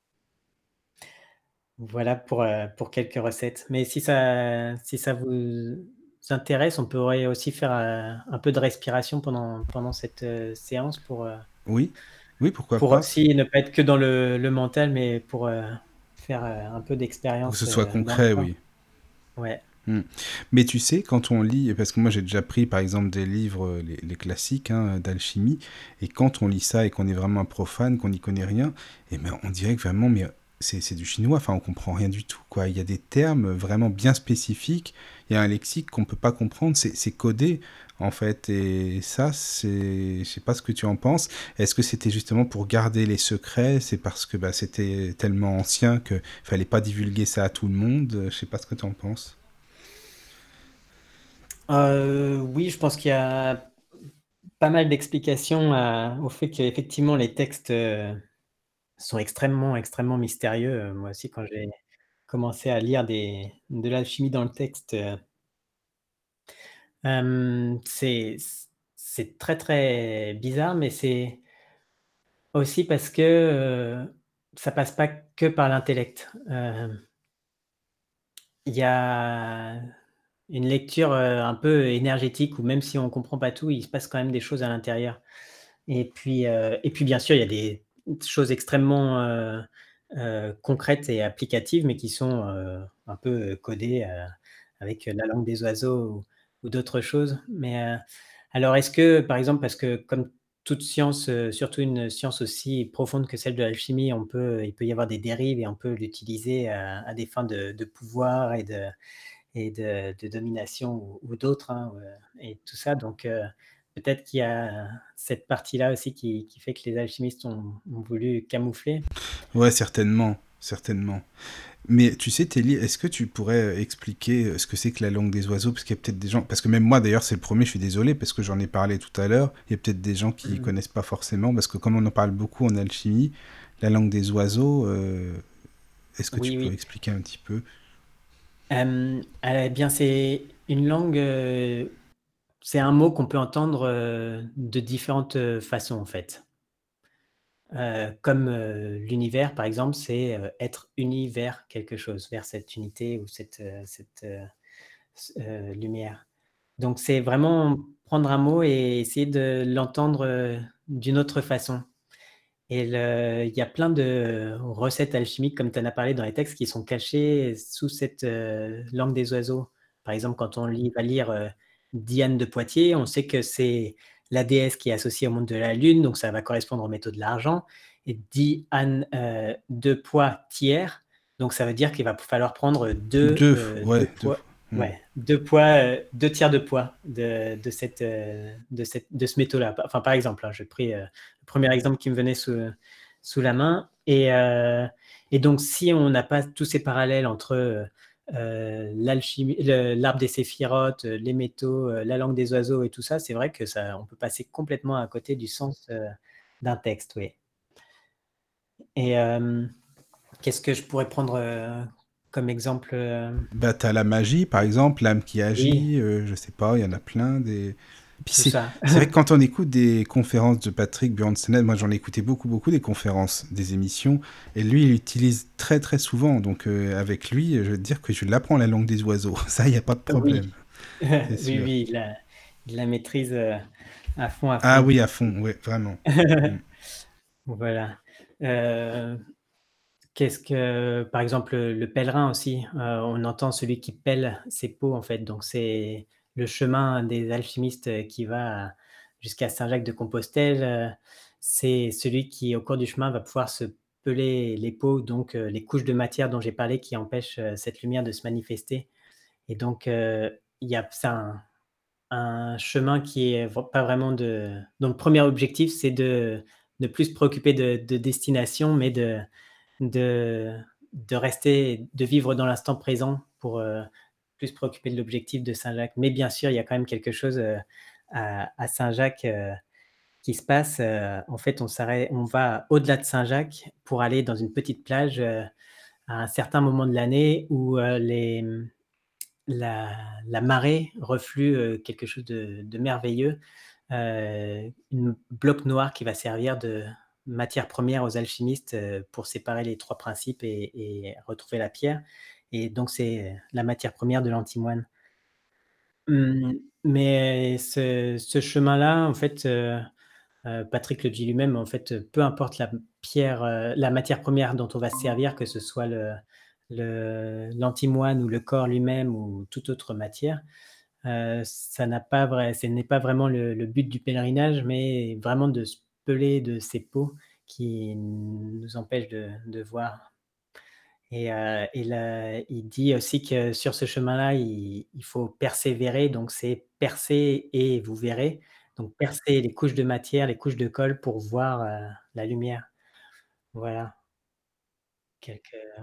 Speaker 3: Voilà pour quelques recettes. Mais si ça vous intéresse, on pourrait aussi faire, un peu de respiration pendant cette, séance
Speaker 1: Oui, oui, pourquoi
Speaker 3: pour
Speaker 1: pas,
Speaker 3: aussi ne pas être que dans le mental, mais pour, faire, un peu
Speaker 1: pour que ce
Speaker 3: d'expérience,
Speaker 1: soit
Speaker 3: dans le
Speaker 1: concret,
Speaker 3: corps.
Speaker 1: oui.
Speaker 3: Ouais.
Speaker 1: Mm. Mais tu sais, quand on lit, parce que moi j'ai déjà pris par exemple des livres, les classiques hein, d'alchimie, et quand on lit ça et qu'on est vraiment un profane, qu'on n'y connaît rien, et ben on dirait que vraiment, mais c'est du chinois, enfin on comprend rien du tout, quoi. Il y a des termes vraiment bien spécifiques, il y a un lexique qu'on peut pas comprendre, c'est codé en fait, et ça, je sais pas ce que tu en penses. Est-ce que c'était justement pour garder les secrets? C'est parce que bah, c'était tellement ancien que fallait pas divulguer ça à tout le monde? Je sais pas ce que tu en penses.
Speaker 3: Oui, je pense qu'il y a pas mal d'explications au fait qu'effectivement les textes, sont extrêmement, extrêmement mystérieux. Moi aussi quand j'ai commencé à lire de l'alchimie dans le texte, c'est très, très bizarre, mais c'est aussi parce que, ça passe pas que par l'intellect. Il y a une lecture, un peu énergétique où même si on comprend pas tout, il se passe quand même des choses à l'intérieur. Et puis bien sûr, il y a des choses extrêmement, concrètes et applicatives, mais qui sont, un peu, codées, avec la langue des oiseaux ou d'autres choses. Alors est-ce que, par exemple, parce que comme toute science, surtout une science aussi profonde que celle de l'alchimie, il peut y avoir des dérives et on peut l'utiliser à des fins de pouvoir et de domination ou d'autres, hein, et tout ça donc peut-être qu'il y a cette partie-là aussi qui fait que les alchimistes ont voulu camoufler.
Speaker 1: Ouais, certainement, certainement. Mais tu sais, Telly, est-ce que tu pourrais expliquer ce que c'est que la langue des oiseaux? Parce qu'il y a peut-être des gens, parce que même moi d'ailleurs c'est le premier, je suis désolé, parce que j'en ai parlé tout à l'heure, il y a peut-être des gens qui
Speaker 3: Mmh.
Speaker 1: connaissent pas forcément, parce que comme on en parle beaucoup en alchimie, la langue des oiseaux, est-ce que tu
Speaker 3: Oui,
Speaker 1: peux
Speaker 3: oui.
Speaker 1: expliquer un petit peu?
Speaker 3: Eh bien, c'est une langue, c'est un mot qu'on peut entendre, de différentes, façons, en fait. Comme, l'univers, par exemple, c'est, être uni vers quelque chose, vers cette unité ou lumière. Donc c'est vraiment prendre un mot et essayer de l'entendre, d'une autre façon. Il y a plein de recettes alchimiques, comme tu en as parlé dans les textes, qui sont cachées sous cette, langue des oiseaux. Par exemple, quand on va lire, Diane de Poitiers, on sait que c'est la déesse qui est associée au monde de la lune, donc ça va correspondre au métaux de l'argent et Diane, de Poitiers, donc ça veut dire qu'il va falloir prendre 2
Speaker 1: Deux, ouais,
Speaker 3: 2
Speaker 1: deux.
Speaker 3: poids,
Speaker 1: Hmm.
Speaker 3: ouais, 2 poids, 2 tiers de poids de ce métaux-là. Enfin, par exemple, hein, j'ai pris, le premier exemple qui me venait sous la main et donc si on n'a pas tous ces parallèles entre, l'alchimie, l'arbre des séphirotes, les métaux, la langue des oiseaux et tout ça, c'est vrai que ça on peut passer complètement à côté du sens, d'un texte, oui. Et qu'est-ce que je pourrais prendre, comme exemple,
Speaker 1: Bah, t'as la magie, par exemple, l'âme qui
Speaker 3: Oui,
Speaker 1: agit, je sais pas, il y en a plein. Puis
Speaker 3: tout ça.
Speaker 1: c'est vrai que quand on écoute des conférences de Patrick Bjornstad, moi j'en ai écouté beaucoup, beaucoup des conférences, des émissions, et lui il l'utilise très très souvent. Donc avec lui, je veux te dire que je l'apprends la langue des oiseaux. Ça, il n'y a pas de problème,
Speaker 3: Oui,
Speaker 1: c'est
Speaker 3: oui,
Speaker 1: sûr.
Speaker 3: oui, il la maîtrise, à fond, à
Speaker 1: Ah
Speaker 3: fond.
Speaker 1: oui, à fond, ouais, vraiment. Mm.
Speaker 3: Voilà. Heu, qu'est-ce que par exemple, le pèlerin aussi, on entend celui qui pèle ses peaux, en fait, donc c'est le chemin des alchimistes, qui va jusqu'à Saint-Jacques-de-Compostelle, c'est celui qui, au cours du chemin, va pouvoir se peler les peaux, donc les couches de matière dont j'ai parlé qui empêchent, cette lumière de se manifester et donc il y a c'est un chemin qui est pas vraiment de dont le premier objectif, c'est de ne plus se préoccuper de destination, mais de de rester, de vivre dans l'instant présent pour, plus se préoccuper de l'objectif de Saint-Jacques. Mais bien sûr, il y a quand même quelque chose, à Saint-Jacques, qui se passe, en fait, on va au-delà de Saint-Jacques pour aller dans une petite plage, à un certain moment de l'année où, la la marée reflue, quelque chose de merveilleux, une bloc noir qui va servir de matière première aux alchimistes, pour séparer les 3 principes et retrouver la pierre et donc c'est la matière première de l'antimoine. Mmh, mais ce chemin-là, en fait, Patrick le dit lui-même, en fait, peu importe la pierre, la matière première dont on va se servir, que ce soit l'antimoine ou le corps lui-même ou toute autre matière, ce n'est pas vraiment le but du pèlerinage, mais vraiment de se peler de ces peaux qui nous empêchent de voir et là, il dit aussi que sur ce chemin-là, il faut persévérer, donc c'est percer et vous verrez. Donc percer les couches de matière, les couches de colle pour voir, la lumière. Voilà, quelques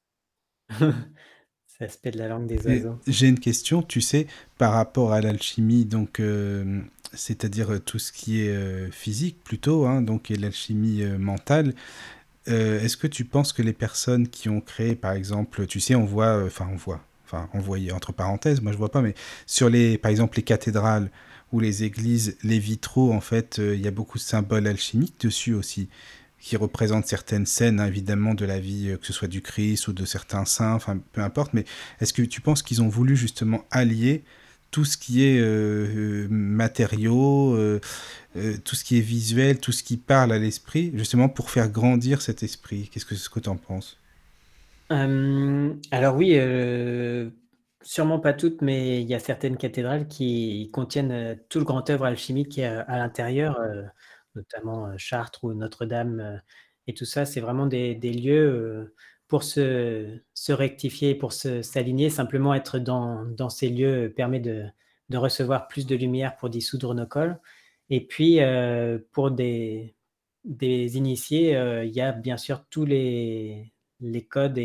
Speaker 3: aspects de la langue des
Speaker 1: Et
Speaker 3: oiseaux.
Speaker 1: j'ai une question, tu sais, par rapport à l'alchimie, donc c'est-à-dire tout ce qui est physique plutôt, hein, donc et l'alchimie mentale. Est-ce que tu penses que les personnes qui ont créé, par exemple, tu sais, on voyait entre parenthèses, moi je vois pas, mais sur les, par exemple, les cathédrales ou les églises, les vitraux, en fait, il y a beaucoup de symboles alchimiques dessus aussi, qui représentent certaines scènes, hein, évidemment, de la vie, que ce soit du Christ ou de certains saints, enfin, peu importe, mais est-ce que tu penses qu'ils ont voulu justement allier tout ce qui est matériaux, tout ce qui est visuel, tout ce qui parle à l'esprit, justement pour faire grandir cet esprit. Ce que tu en penses?
Speaker 3: Alors oui, sûrement pas toutes, mais il y a certaines cathédrales qui contiennent, tout le grand œuvre alchimique qui est, à l'intérieur, notamment, Chartres ou Notre-Dame, et tout ça. C'est vraiment des lieux, pour se rectifier, pour s'aligner. Simplement être dans ces lieux permet de recevoir plus de lumière pour dissoudre nos cols. Et puis, pour des initiés, il y a bien sûr tous les codes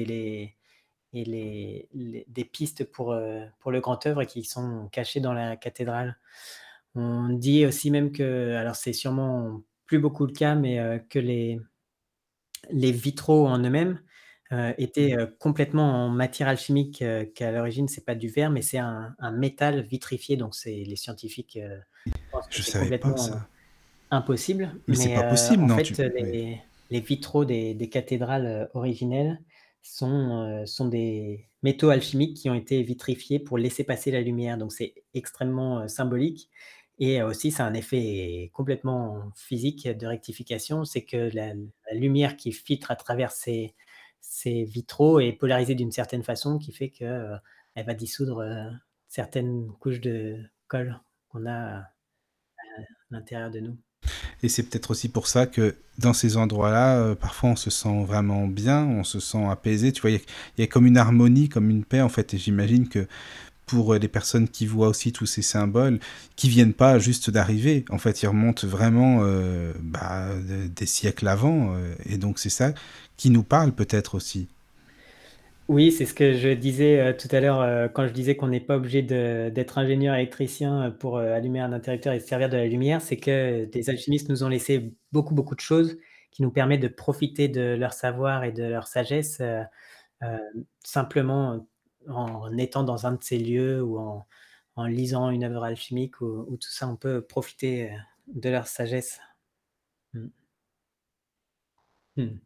Speaker 3: et des pistes pour le grand œuvre qui sont cachées dans la cathédrale. On dit aussi même que, alors c'est sûrement plus beaucoup le cas, mais que les vitraux en eux-mêmes, étaient, complètement en matière alchimique, qu'à l'origine c'est pas du verre, mais c'est un métal vitrifié. Donc c'est les scientifiques, pensent que
Speaker 1: Je
Speaker 3: c'est
Speaker 1: savais pas
Speaker 3: complètement
Speaker 1: ça.
Speaker 3: impossible,
Speaker 1: Mais c'est
Speaker 3: mais
Speaker 1: pas possible,
Speaker 3: en
Speaker 1: non,
Speaker 3: fait,
Speaker 1: oui.
Speaker 3: les vitraux des cathédrales, originelles sont des métaux alchimiques qui ont été vitrifiés pour laisser passer la lumière. Donc c'est extrêmement, symbolique, et aussi ça a un effet complètement physique de rectification. C'est que la lumière qui filtre à travers ces vitraux est polarisée d'une certaine façon, qui fait que, elle va dissoudre, certaines couches de colle qu'on a à l'intérieur de nous.
Speaker 1: Et c'est peut-être aussi pour ça que dans ces endroits-là, parfois on se sent vraiment bien, on se sent apaisé. Tu vois, il y a comme une harmonie, comme une paix en fait. Et j'imagine que pour les personnes qui voient aussi tous ces symboles, qui viennent pas juste d'arriver, en fait, ils remontent vraiment des siècles avant. Et donc c'est ça qui nous parle peut-être aussi.
Speaker 3: Oui, c'est ce que je disais, tout à l'heure, quand je disais qu'on n'est pas obligé d'être ingénieur électricien, pour, allumer un interrupteur et se servir de la lumière. C'est que des alchimistes nous ont laissé beaucoup, beaucoup de choses qui nous permettent de profiter de leur savoir et de leur sagesse, heu, simplement, en étant dans un de ces lieux, ou en lisant une œuvre alchimique, ou tout ça. On peut profiter, de leur sagesse. Mmh. Mmh.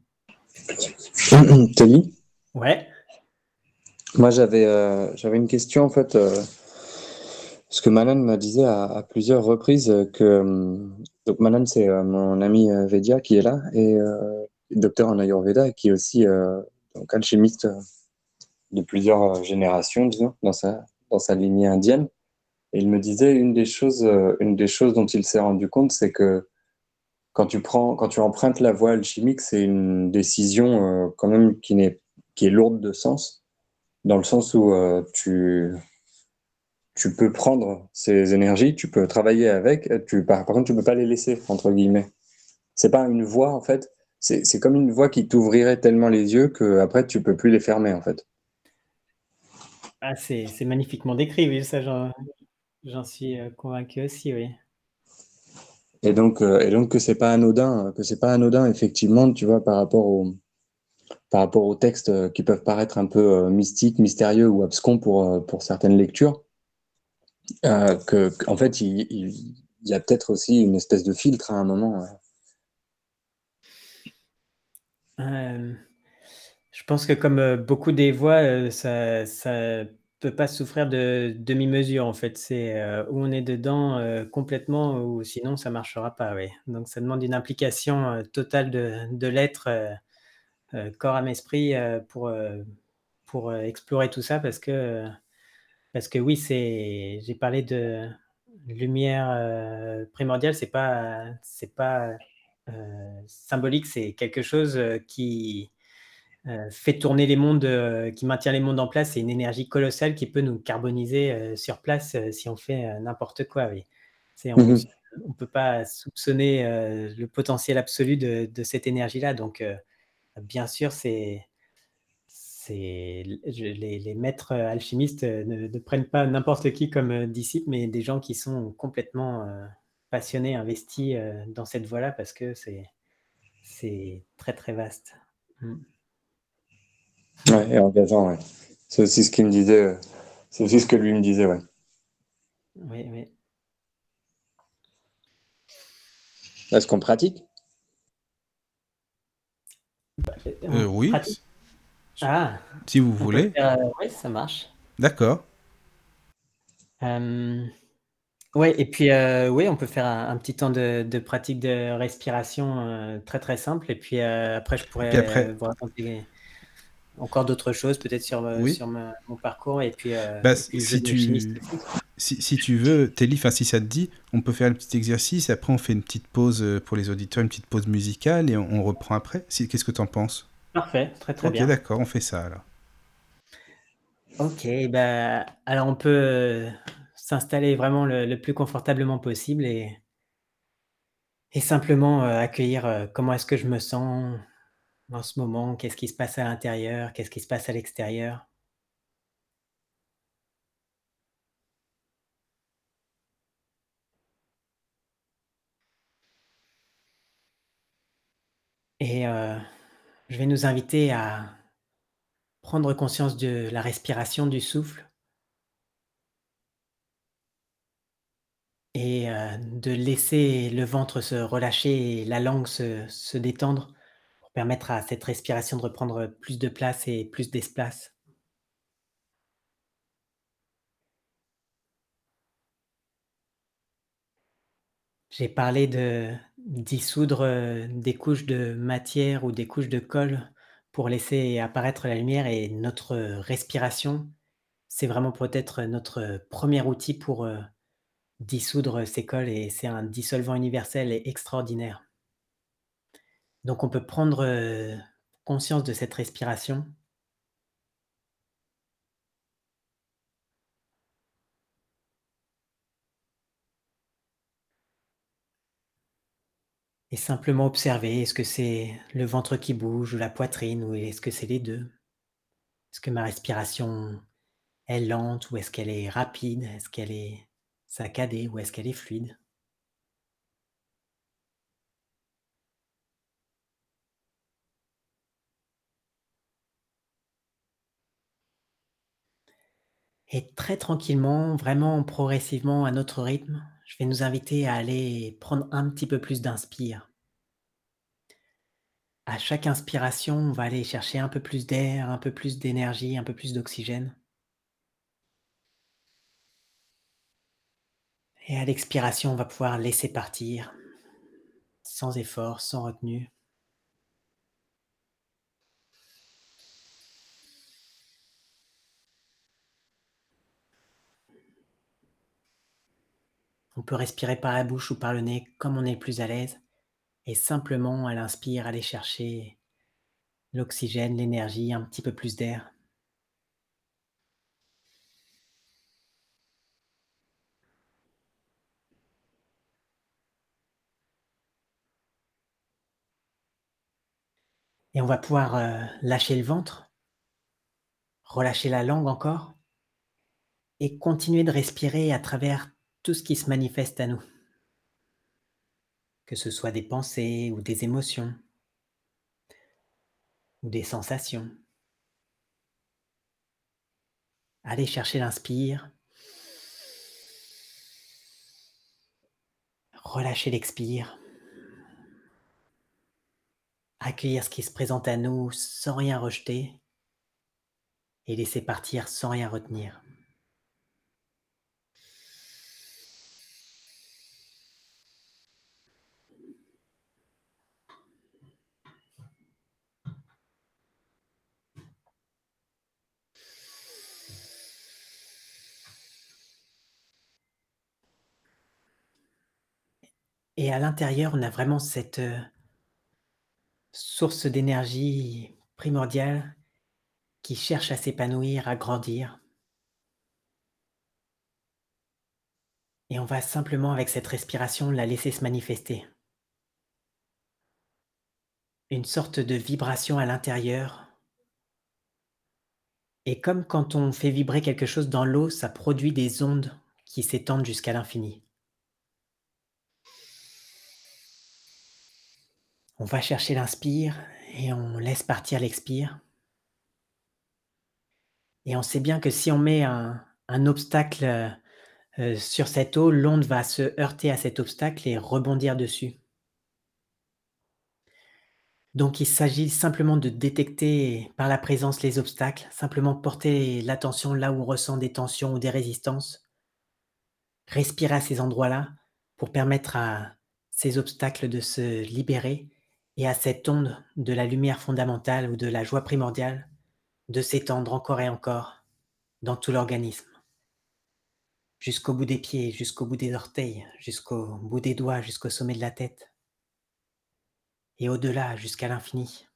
Speaker 4: Tony,
Speaker 3: Ouais.
Speaker 4: moi j'avais une question en fait, parce que Manan me disait à plusieurs reprises donc Manan c'est mon ami Vedia qui est là et docteur en Ayurveda et qui est aussi donc alchimiste de plusieurs générations, disons, dans sa lignée indienne. Et il me disait une des choses dont il s'est rendu compte, c'est que quand tu empruntes la voie alchimique, c'est une décision quand même qui est lourde de sens, dans le sens où tu peux prendre ces énergies, tu peux travailler avec, par contre, tu peux pas les laisser, entre guillemets. C'est pas une voie, en fait. C'est comme une voie qui t'ouvrirait tellement les yeux que après tu peux plus les fermer, en fait.
Speaker 3: Ah, c'est magnifiquement décrit, oui, ça j'en suis, convaincu aussi, oui.
Speaker 4: Et donc que c'est pas anodin, effectivement, tu vois, par rapport aux textes qui peuvent paraître un peu mystiques, mystérieux ou abscons pour certaines lectures, en fait, il y a peut-être aussi une espèce de filtre à un moment.
Speaker 3: Hem, je pense que comme, beaucoup des voix, ça peut pas souffrir de demi-mesure, en fait. C'est, ou on est dedans, complètement, ou sinon ça marchera pas, oui. Donc ça demande une implication, totale de l'être, corps, âme, esprit, pour, explorer tout ça, parce que oui, j'ai parlé de lumière, primordiale. C'est pas, symbolique. C'est quelque chose, qui fait tourner les mondes, qui maintient les mondes en place. C'est une énergie colossale qui peut nous carboniser, sur place, si on fait, n'importe quoi, oui. C'est
Speaker 4: Mhm.
Speaker 3: on peut pas soupçonner, le potentiel absolu de cette énergie-là. Donc, bien sûr, c'est les maîtres, alchimistes, ne prennent pas n'importe qui comme, disciple, mais des gens qui sont complètement, passionnés, investis, dans cette voie-là, parce que c'est très, très vaste. Mmh.
Speaker 4: Ouais, et engageant, ouais. C'est aussi ce qu'il me disait, c'est aussi ce que lui me disait, ouais.
Speaker 3: Oui, oui.
Speaker 4: Est-ce qu'on pratique?
Speaker 3: On
Speaker 1: Oui,
Speaker 3: pratique. Ah!
Speaker 1: si vous
Speaker 3: On peut
Speaker 1: voulez.
Speaker 3: faire, oui, ça marche.
Speaker 1: D'accord.
Speaker 3: Hem, ouais et puis, oui, on peut faire un petit temps de pratique de respiration, très, très simple et puis, après je
Speaker 1: Et puis
Speaker 3: pourrais,
Speaker 1: après,
Speaker 3: vous raconter encore d'autres choses peut-être
Speaker 1: oui,
Speaker 3: sur mon parcours
Speaker 1: bah,
Speaker 3: et puis le jeu
Speaker 1: si
Speaker 3: de l'alchimiste
Speaker 1: tu
Speaker 3: aussi.
Speaker 1: si tu veux, Telly, enfin si ça te dit, on peut faire le petit exercice et après on fait une petite pause pour les auditeurs, une petite pause musicale et on reprend après. Qu'est-ce que t'en penses?
Speaker 3: Parfait, très, très
Speaker 1: Ok,
Speaker 3: bien.
Speaker 1: d'accord, on fait ça alors.
Speaker 3: OK, bah, alors on peut, s'installer vraiment le plus confortablement possible et simplement, accueillir, comment est-ce que je me sens en ce moment? Qu'est-ce qui se passe à l'intérieur? Qu'est-ce qui se passe à l'extérieur? Et je vais nous inviter à prendre conscience de la respiration, du souffle et de laisser le ventre se relâcher et la langue se détendre pour permettre à cette respiration de reprendre plus de place et plus d'espace. J'ai parlé de dissoudre, des couches de matière ou des couches de colle pour laisser apparaître la lumière et notre respiration, c'est vraiment peut-être notre premier outil pour, dissoudre ces colles et c'est un dissolvant universel et extraordinaire. Donc on peut prendre, conscience de cette respiration et simplement observer, est-ce que c'est le ventre qui bouge ou la poitrine ou est-ce que c'est les 2? Est-ce que ma respiration est lente ou est-ce qu'elle est rapide? Est-ce qu'elle est saccadée ou est-ce qu'elle est fluide? Et très tranquillement, vraiment progressivement à notre rythme, je vais nous inviter à aller prendre un petit peu plus d'inspire. À chaque inspiration, on va aller chercher un peu plus d'air, un peu plus d'énergie, un peu plus d'oxygène. Et à l'expiration, on va pouvoir laisser partir, sans effort, sans retenue. On peut respirer par la bouche ou par le nez comme on est le plus à l'aise. Et simplement, à l'inspire, aller chercher l'oxygène, l'énergie, un petit peu plus d'air. Et on va pouvoir lâcher le ventre, relâcher la langue encore, et continuer de respirer à travers tout ce qui se manifeste à nous, que ce soit des pensées ou des émotions ou des sensations. Allez chercher l'inspire, relâcher l'expire, accueillir ce qui se présente à nous sans rien rejeter et laisser partir sans rien retenir. Et à l'intérieur, on a vraiment cette source d'énergie primordiale qui cherche à s'épanouir, à grandir. Et on va simplement, avec cette respiration, la laisser se manifester. Une sorte de vibration à l'intérieur. Et comme quand on fait vibrer quelque chose dans l'eau, ça produit des ondes qui s'étendent jusqu'à l'infini. On va chercher l'inspire et on laisse partir l'expire. Et on sait bien que si on met un obstacle, sur cette eau, l'onde va se heurter à cet obstacle et rebondir dessus. Donc il s'agit simplement de détecter par la présence les obstacles, simplement porter l'attention là où on ressent des tensions ou des résistances respirer à ces endroits-là pour permettre à ces obstacles de se libérer et à cette onde de la lumière fondamentale ou de la joie primordiale de s'étendre encore et encore dans tout l'organisme, jusqu'au bout des pieds, jusqu'au bout des orteils, jusqu'au bout des doigts, jusqu'au sommet de la tête et au-delà jusqu'à l'infini.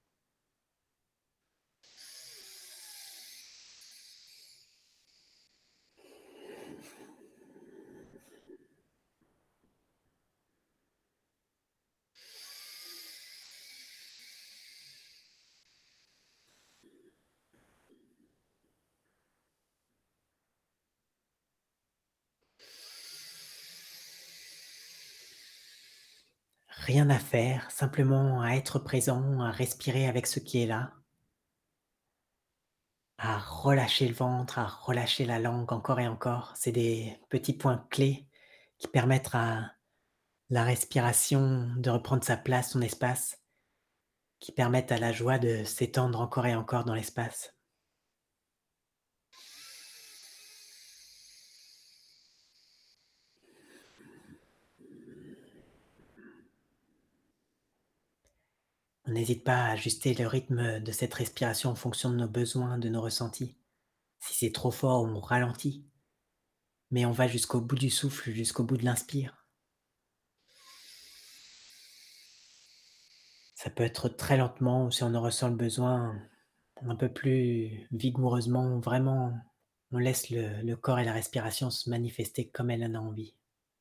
Speaker 3: Rien à faire, simplement à être présent, à respirer avec ce qui est là, à relâcher le ventre, à relâcher la langue encore et encore. C'est des petits points clés qui permettent à la respiration de reprendre sa place, son espace, qui permettent à la joie de s'étendre encore et encore dans l'espace. On n'hésite pas à ajuster le rythme de cette respiration en fonction de nos besoins, de nos ressentis. Si c'est trop fort, on ralentit, mais on va jusqu'au bout du souffle, jusqu'au bout de l'inspire. Ça peut être très lentement ou si on en ressent le besoin, un peu plus vigoureusement, vraiment, on laisse le corps et la respiration se manifester comme elle en a envie.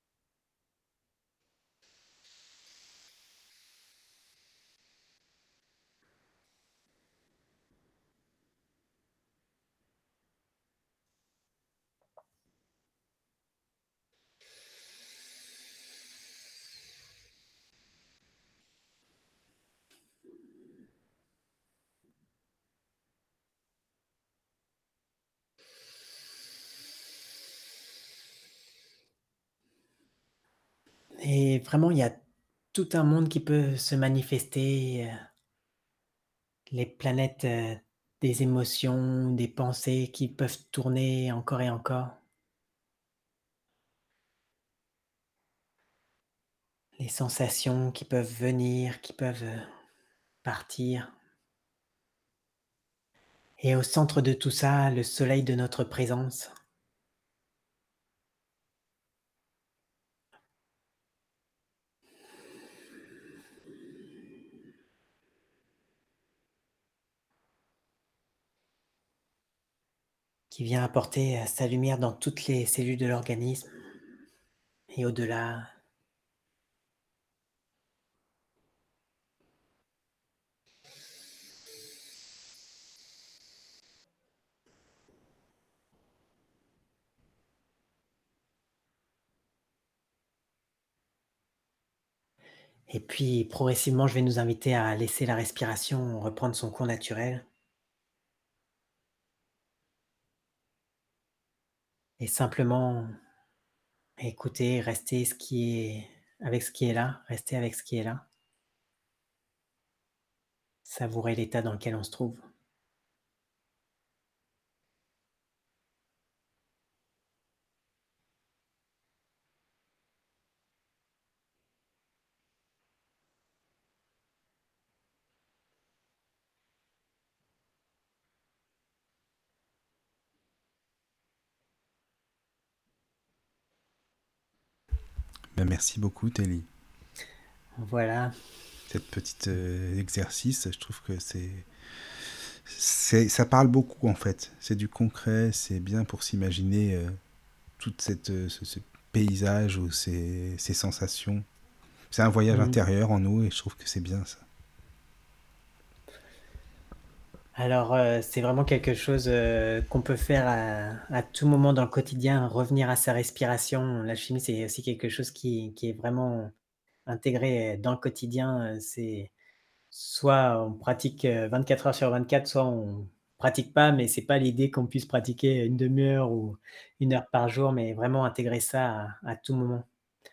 Speaker 3: Et vraiment, il y a tout un monde qui peut se manifester, les planètes, des émotions, des pensées qui peuvent tourner encore et encore, les sensations qui peuvent venir, qui peuvent, partir. Et au centre de tout ça, le soleil de notre présence qui vient apporter, sa lumière dans toutes les cellules de l'organisme et au-delà. Et puis progressivement, je vais nous inviter à laisser la respiration reprendre son cours naturel et simplement écouter, rester ce qui est avec ce qui est là, rester avec ce qui est là, savourer l'état dans lequel on se trouve.
Speaker 1: Ben, merci beaucoup, Telly.
Speaker 3: Voilà,
Speaker 1: Cette petite exercice, je trouve que ça parle beaucoup en fait. C'est du concret, c'est bien pour s'imaginer tout ce paysage ou ces sensations. C'est un voyage
Speaker 3: mmh.
Speaker 1: intérieur en nous et je trouve que c'est bien ça.
Speaker 3: Alors, c'est vraiment quelque chose, qu'on peut faire à tout moment dans le quotidien, revenir à sa respiration. La chimie, c'est aussi quelque chose qui est vraiment intégré dans le quotidien, c'est soit on pratique, 24 heures sur 24, soit on pratique pas, mais c'est pas l'idée qu'on puisse pratiquer une demi heure ou 1 heure par jour, mais vraiment intégrer ça à tout moment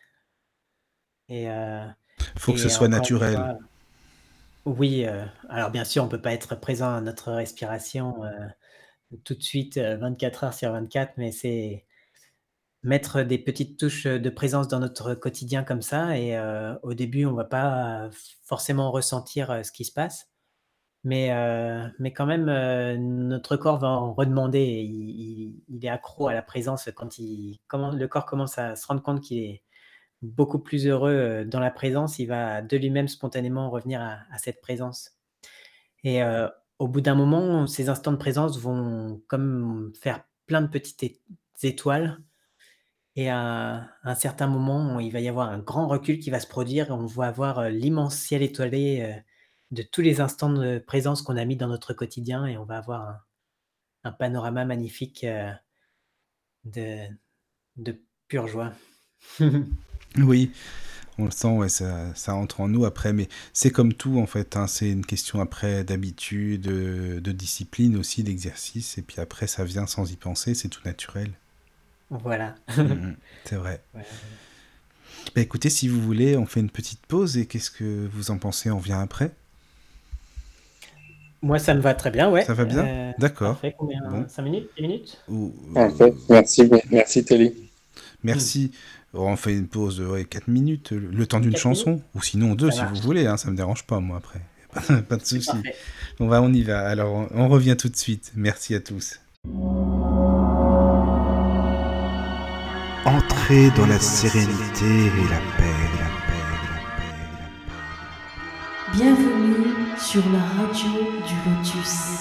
Speaker 3: et heu
Speaker 1: Faut que ce
Speaker 3: et
Speaker 1: soit
Speaker 3: encore une
Speaker 1: naturel.
Speaker 3: fois oui, alors bien sûr, on peut pas être présent à notre respiration, tout de suite, 24 heures sur 24, mettre des petites touches, de présence dans notre quotidien comme ça et au début, on va pas forcément ressentir, ce qui se passe, mais quand même, notre corps va en redemander et il est accro à la présence quand le corps commence à se rendre compte qu'il est beaucoup plus heureux, dans la présence, il va de lui-même spontanément revenir à cette présence et au bout d'un moment, ces instants de présence vont comme faire plein de petites étoiles et à un certain moment, il va y avoir un grand recul qui va se produire et on va avoir, l'immense ciel étoilé, de tous les instants de présence qu'on a mis dans notre quotidien et on va avoir un panorama magnifique, de de pure joie.
Speaker 1: Oui, on le sent, ouais, ça entre en nous après, mais c'est comme tout en fait, hein, c'est une question après d'habitude, de discipline aussi, d'exercice, et puis après ça vient sans y penser, c'est tout naturel.
Speaker 3: Voilà.
Speaker 1: C'est vrai.
Speaker 3: Ouais.
Speaker 1: Bah écoutez, si vous voulez, on fait une petite pause et qu'est-ce que vous en pensez? On vient après?
Speaker 3: Moi, ça me va très bien,
Speaker 1: Ça
Speaker 3: ouais,
Speaker 1: va bien? D'accord.
Speaker 3: parfait.
Speaker 1: Bon.
Speaker 3: Combien? 5 minutes? 10 minutes?
Speaker 1: Ou,
Speaker 4: Parfait. Merci, merci Telly.
Speaker 1: merci. On fait une pause de 4 minutes, le temps d'une
Speaker 3: 4 minutes?
Speaker 1: chanson, ou sinon 2
Speaker 3: Ça
Speaker 1: si vous
Speaker 3: marche,
Speaker 1: voulez, hein, ça me dérange pas moi après. Pas de
Speaker 3: c'est
Speaker 1: souci.
Speaker 3: parfait.
Speaker 1: On y va. Alors on revient tout de suite. Merci à tous. Entrez dans la sérénité et la paix, la paix, la paix, la paix.
Speaker 2: Bienvenue sur la radio du Lotus.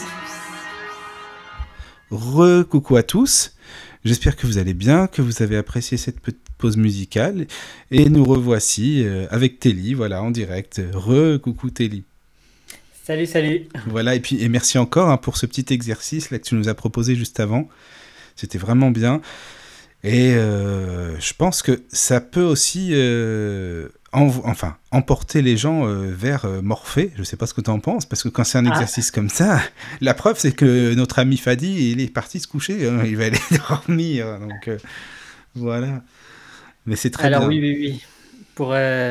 Speaker 1: Coucou à tous. J'espère que vous allez bien, que vous avez apprécié cette petite pause musicale. Et nous revoici avec Telly, voilà, en direct. Coucou Telly.
Speaker 3: Salut, salut.
Speaker 1: Voilà, et merci encore hein, pour ce petit exercice là que tu nous as proposé juste avant. C'était vraiment bien. Et je pense que ça peut aussi emporter les gens vers Morphée. Je ne sais pas ce que tu en penses, parce que quand c'est un
Speaker 3: Ah,
Speaker 1: exercice comme ça, la preuve c'est que notre ami Fadi, il est parti se coucher, hein, il va aller dormir. Donc voilà. Mais c'est très
Speaker 3: alors
Speaker 1: bien.
Speaker 3: oui, oui, oui. Pour,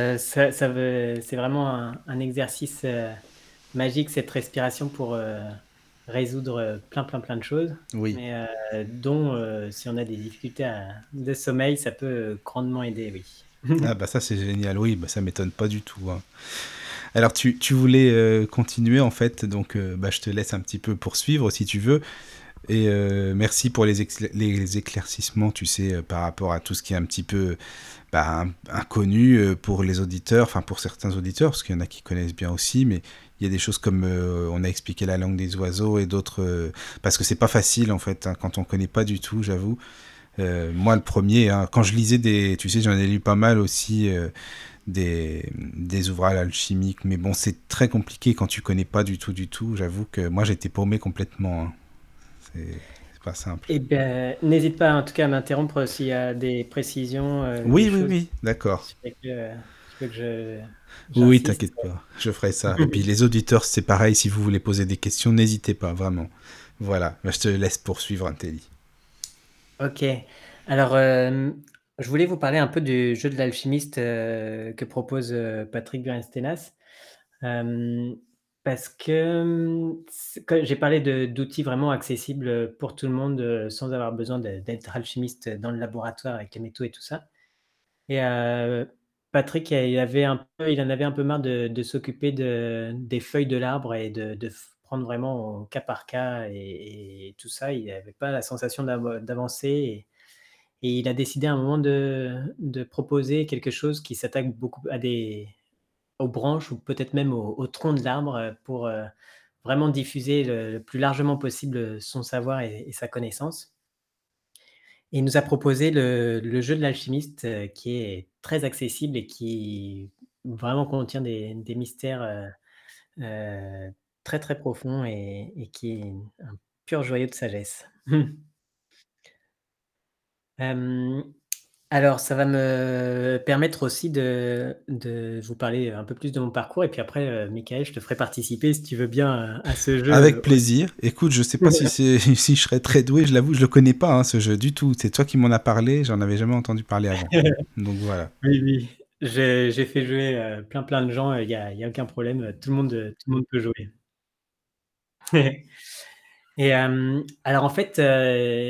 Speaker 3: c'est vraiment un exercice, magique, cette respiration pour, résoudre, plein, plein, plein de choses,
Speaker 1: Oui.
Speaker 3: mais dont, si on a des difficultés de sommeil, ça peut grandement aider, oui.
Speaker 1: Ah bah ça c'est génial, oui, bah ça m'étonne pas du tout. Hein. Alors tu voulais continuer en fait, donc bah, je te laisse un petit peu poursuivre si tu veux. Et merci pour les éclaircissements, tu sais, par rapport à tout ce qui est un petit peu inconnu pour les auditeurs, enfin pour certains auditeurs, parce qu'il y en a qui connaissent bien aussi, mais il y a des choses comme on a expliqué la langue des oiseaux et d'autres, parce que c'est pas facile en fait, hein, quand on connaît pas du tout, j'avoue. Moi le premier, hein, quand je lisais tu sais, j'en ai lu pas mal aussi. Des ouvrages alchimiques, mais bon, c'est très compliqué quand tu connais pas du tout. J'avoue que moi j'étais paumé complètement. Hein. C'est pas simple.
Speaker 3: Eh ben, n'hésite pas en tout cas à m'interrompre s'il y a des précisions, des
Speaker 1: Oui, oui,
Speaker 3: choses
Speaker 1: oui, d'accord.
Speaker 3: sur lesquelles, tu veux que
Speaker 1: Oui,
Speaker 3: j'insiste.
Speaker 1: t'inquiète pas, je ferai ça. Et puis les auditeurs, c'est pareil, si vous voulez poser des questions, n'hésitez pas, vraiment. Voilà, je te laisse poursuivre, Telly.
Speaker 3: OK. Alors, je voulais vous parler un peu du jeu de l'alchimiste, que propose, Patrick Bernstenas. Hem, Parce que, quand j'ai parlé d'outils vraiment accessibles, pour tout le monde, sans avoir besoin d'être alchimiste dans le laboratoire avec les métaux et tout ça. Et Patrick, il en avait un peu marre de s'occuper des feuilles de l'arbre et de prendre vraiment au cas par cas et tout ça. Il avait pas la sensation d'avancer et il a décidé à un moment de proposer quelque chose qui s'attaque beaucoup aux branches ou peut-être même au tronc de l'arbre, pour, vraiment diffuser le plus largement possible, son savoir et sa connaissance. Et il nous a proposé le jeu de l'alchimiste, qui est très accessible et qui vraiment contient des mystères, très, très profonds et qui est un pur joyau de sagesse. Hem, alors ça va me permettre aussi de vous parler un peu plus de mon parcours et puis après, Michael, je te ferai participer si tu veux bien, à ce
Speaker 1: Avec
Speaker 3: jeu, aussi.
Speaker 1: plaisir. Écoute, je sais pas si si je serais très doué, je l'avoue, je le connais pas, hein, ce jeu du tout. C'est toi qui m'en as parlé, j'en avais jamais entendu parler avant. Donc voilà.
Speaker 3: Oui, oui, j'ai fait jouer, plein, plein de gens, il y a aucun problème, tout le monde peut jouer. Et alors en fait,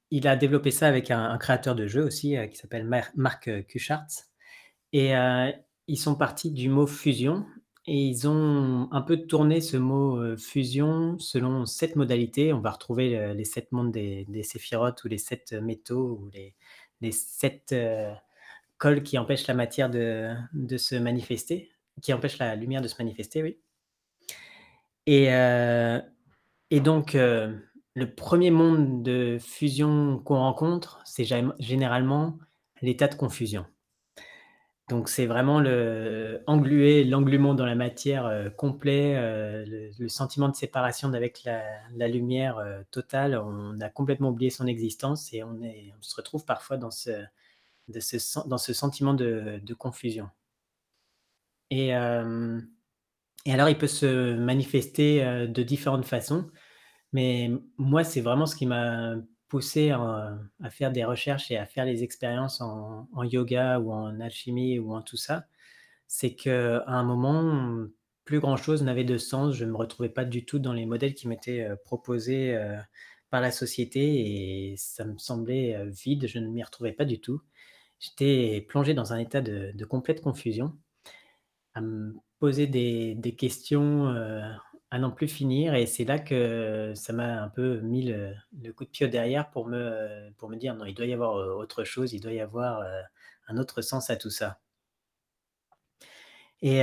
Speaker 3: il a développé ça avec un créateur de jeux aussi, qui s'appelle Mark Kuchartz et ils sont partis du mot fusion et ils ont un peu tourné ce mot, fusion selon 7 modalités. On va retrouver, les 7 mondes des séphirotes ou les 7 métaux ou les 7 cols qui empêchent la matière de se manifester, qui empêchent la lumière de se manifester, oui. Et heu et donc le premier monde de fusion qu'on rencontre, c'est généralement l'état de confusion. Donc c'est vraiment l'engluement dans la matière, complet, le sentiment de séparation d'avec la lumière, totale. On a complètement oublié son existence et on se retrouve parfois dans ce sentiment de confusion. Et hem et alors il peut se manifester, de différentes façons. Mais moi, c'est vraiment ce qui m'a poussé à faire des recherches et à faire les expériences en yoga ou en alchimie ou en tout ça. C'est qu'à un moment, plus grand chose n'avait de sens. Je ne me retrouvais pas du tout dans les modèles qui m'étaient, proposés, par la société et ça me semblait, vide. Je ne m'y retrouvais pas du tout. J'étais plongé dans un état de complète confusion à me poser des questions, à n'en plus finir et c'est là que ça m'a un peu mis le coup de pied au derrière pour me dire: «Non, il doit y avoir, autre chose, il doit y avoir, un autre sens à tout ça» et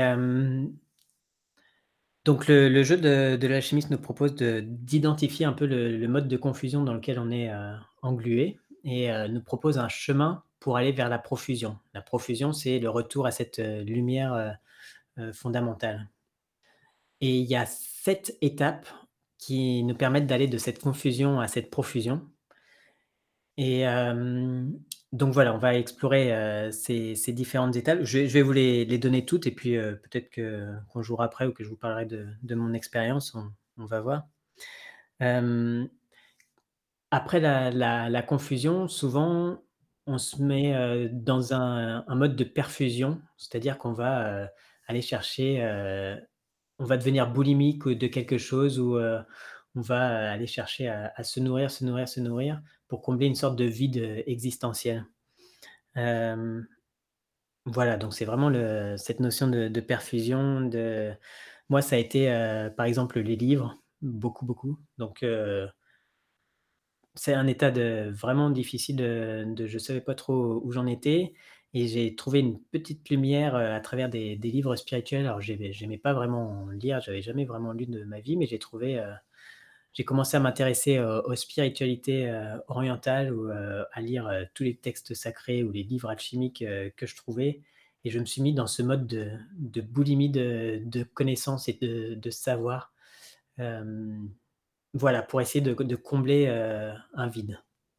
Speaker 3: donc le jeu de l'alchimiste nous propose d'identifier un peu le mode de confusion dans lequel on est, englué et nous propose un chemin pour aller vers la profusion. La profusion, c'est le retour à cette, lumière, fondamentale. Et il y a 7 étapes qui nous permettent d'aller de cette confusion à cette profusion et donc voilà, on va explorer, ces différentes étapes. Je vais vous les donner toutes et puis, peut-être qu'on jouera après ou que je vous parlerai de mon expérience, on va voir. Hem, Après la confusion, souvent, on se met, dans un mode de perfusion, c'est-à-dire qu'on va, aller chercher, on va devenir boulimique de quelque chose ou, on va aller chercher à se nourrir, se nourrir, se nourrir pour combler une sorte de vide, existentiel. Hem, voilà, donc c'est vraiment cette notion de perfusion, moi ça a été, par exemple, les livres, beaucoup, beaucoup. Donc c'est un état de vraiment difficile de je savais pas trop où j'en étais et j'ai trouvé une petite lumière, à travers des livres spirituels. Alors j'aimais pas vraiment lire, j'avais jamais vraiment lu de ma vie, mais j'ai commencé à m'intéresser, aux spiritualités, orientales ou, à lire, tous les textes sacrés ou les livres alchimiques, que je trouvais et je me suis mis dans ce mode de boulimie de connaissances et de savoir. Hem voilà, pour essayer de combler, un vide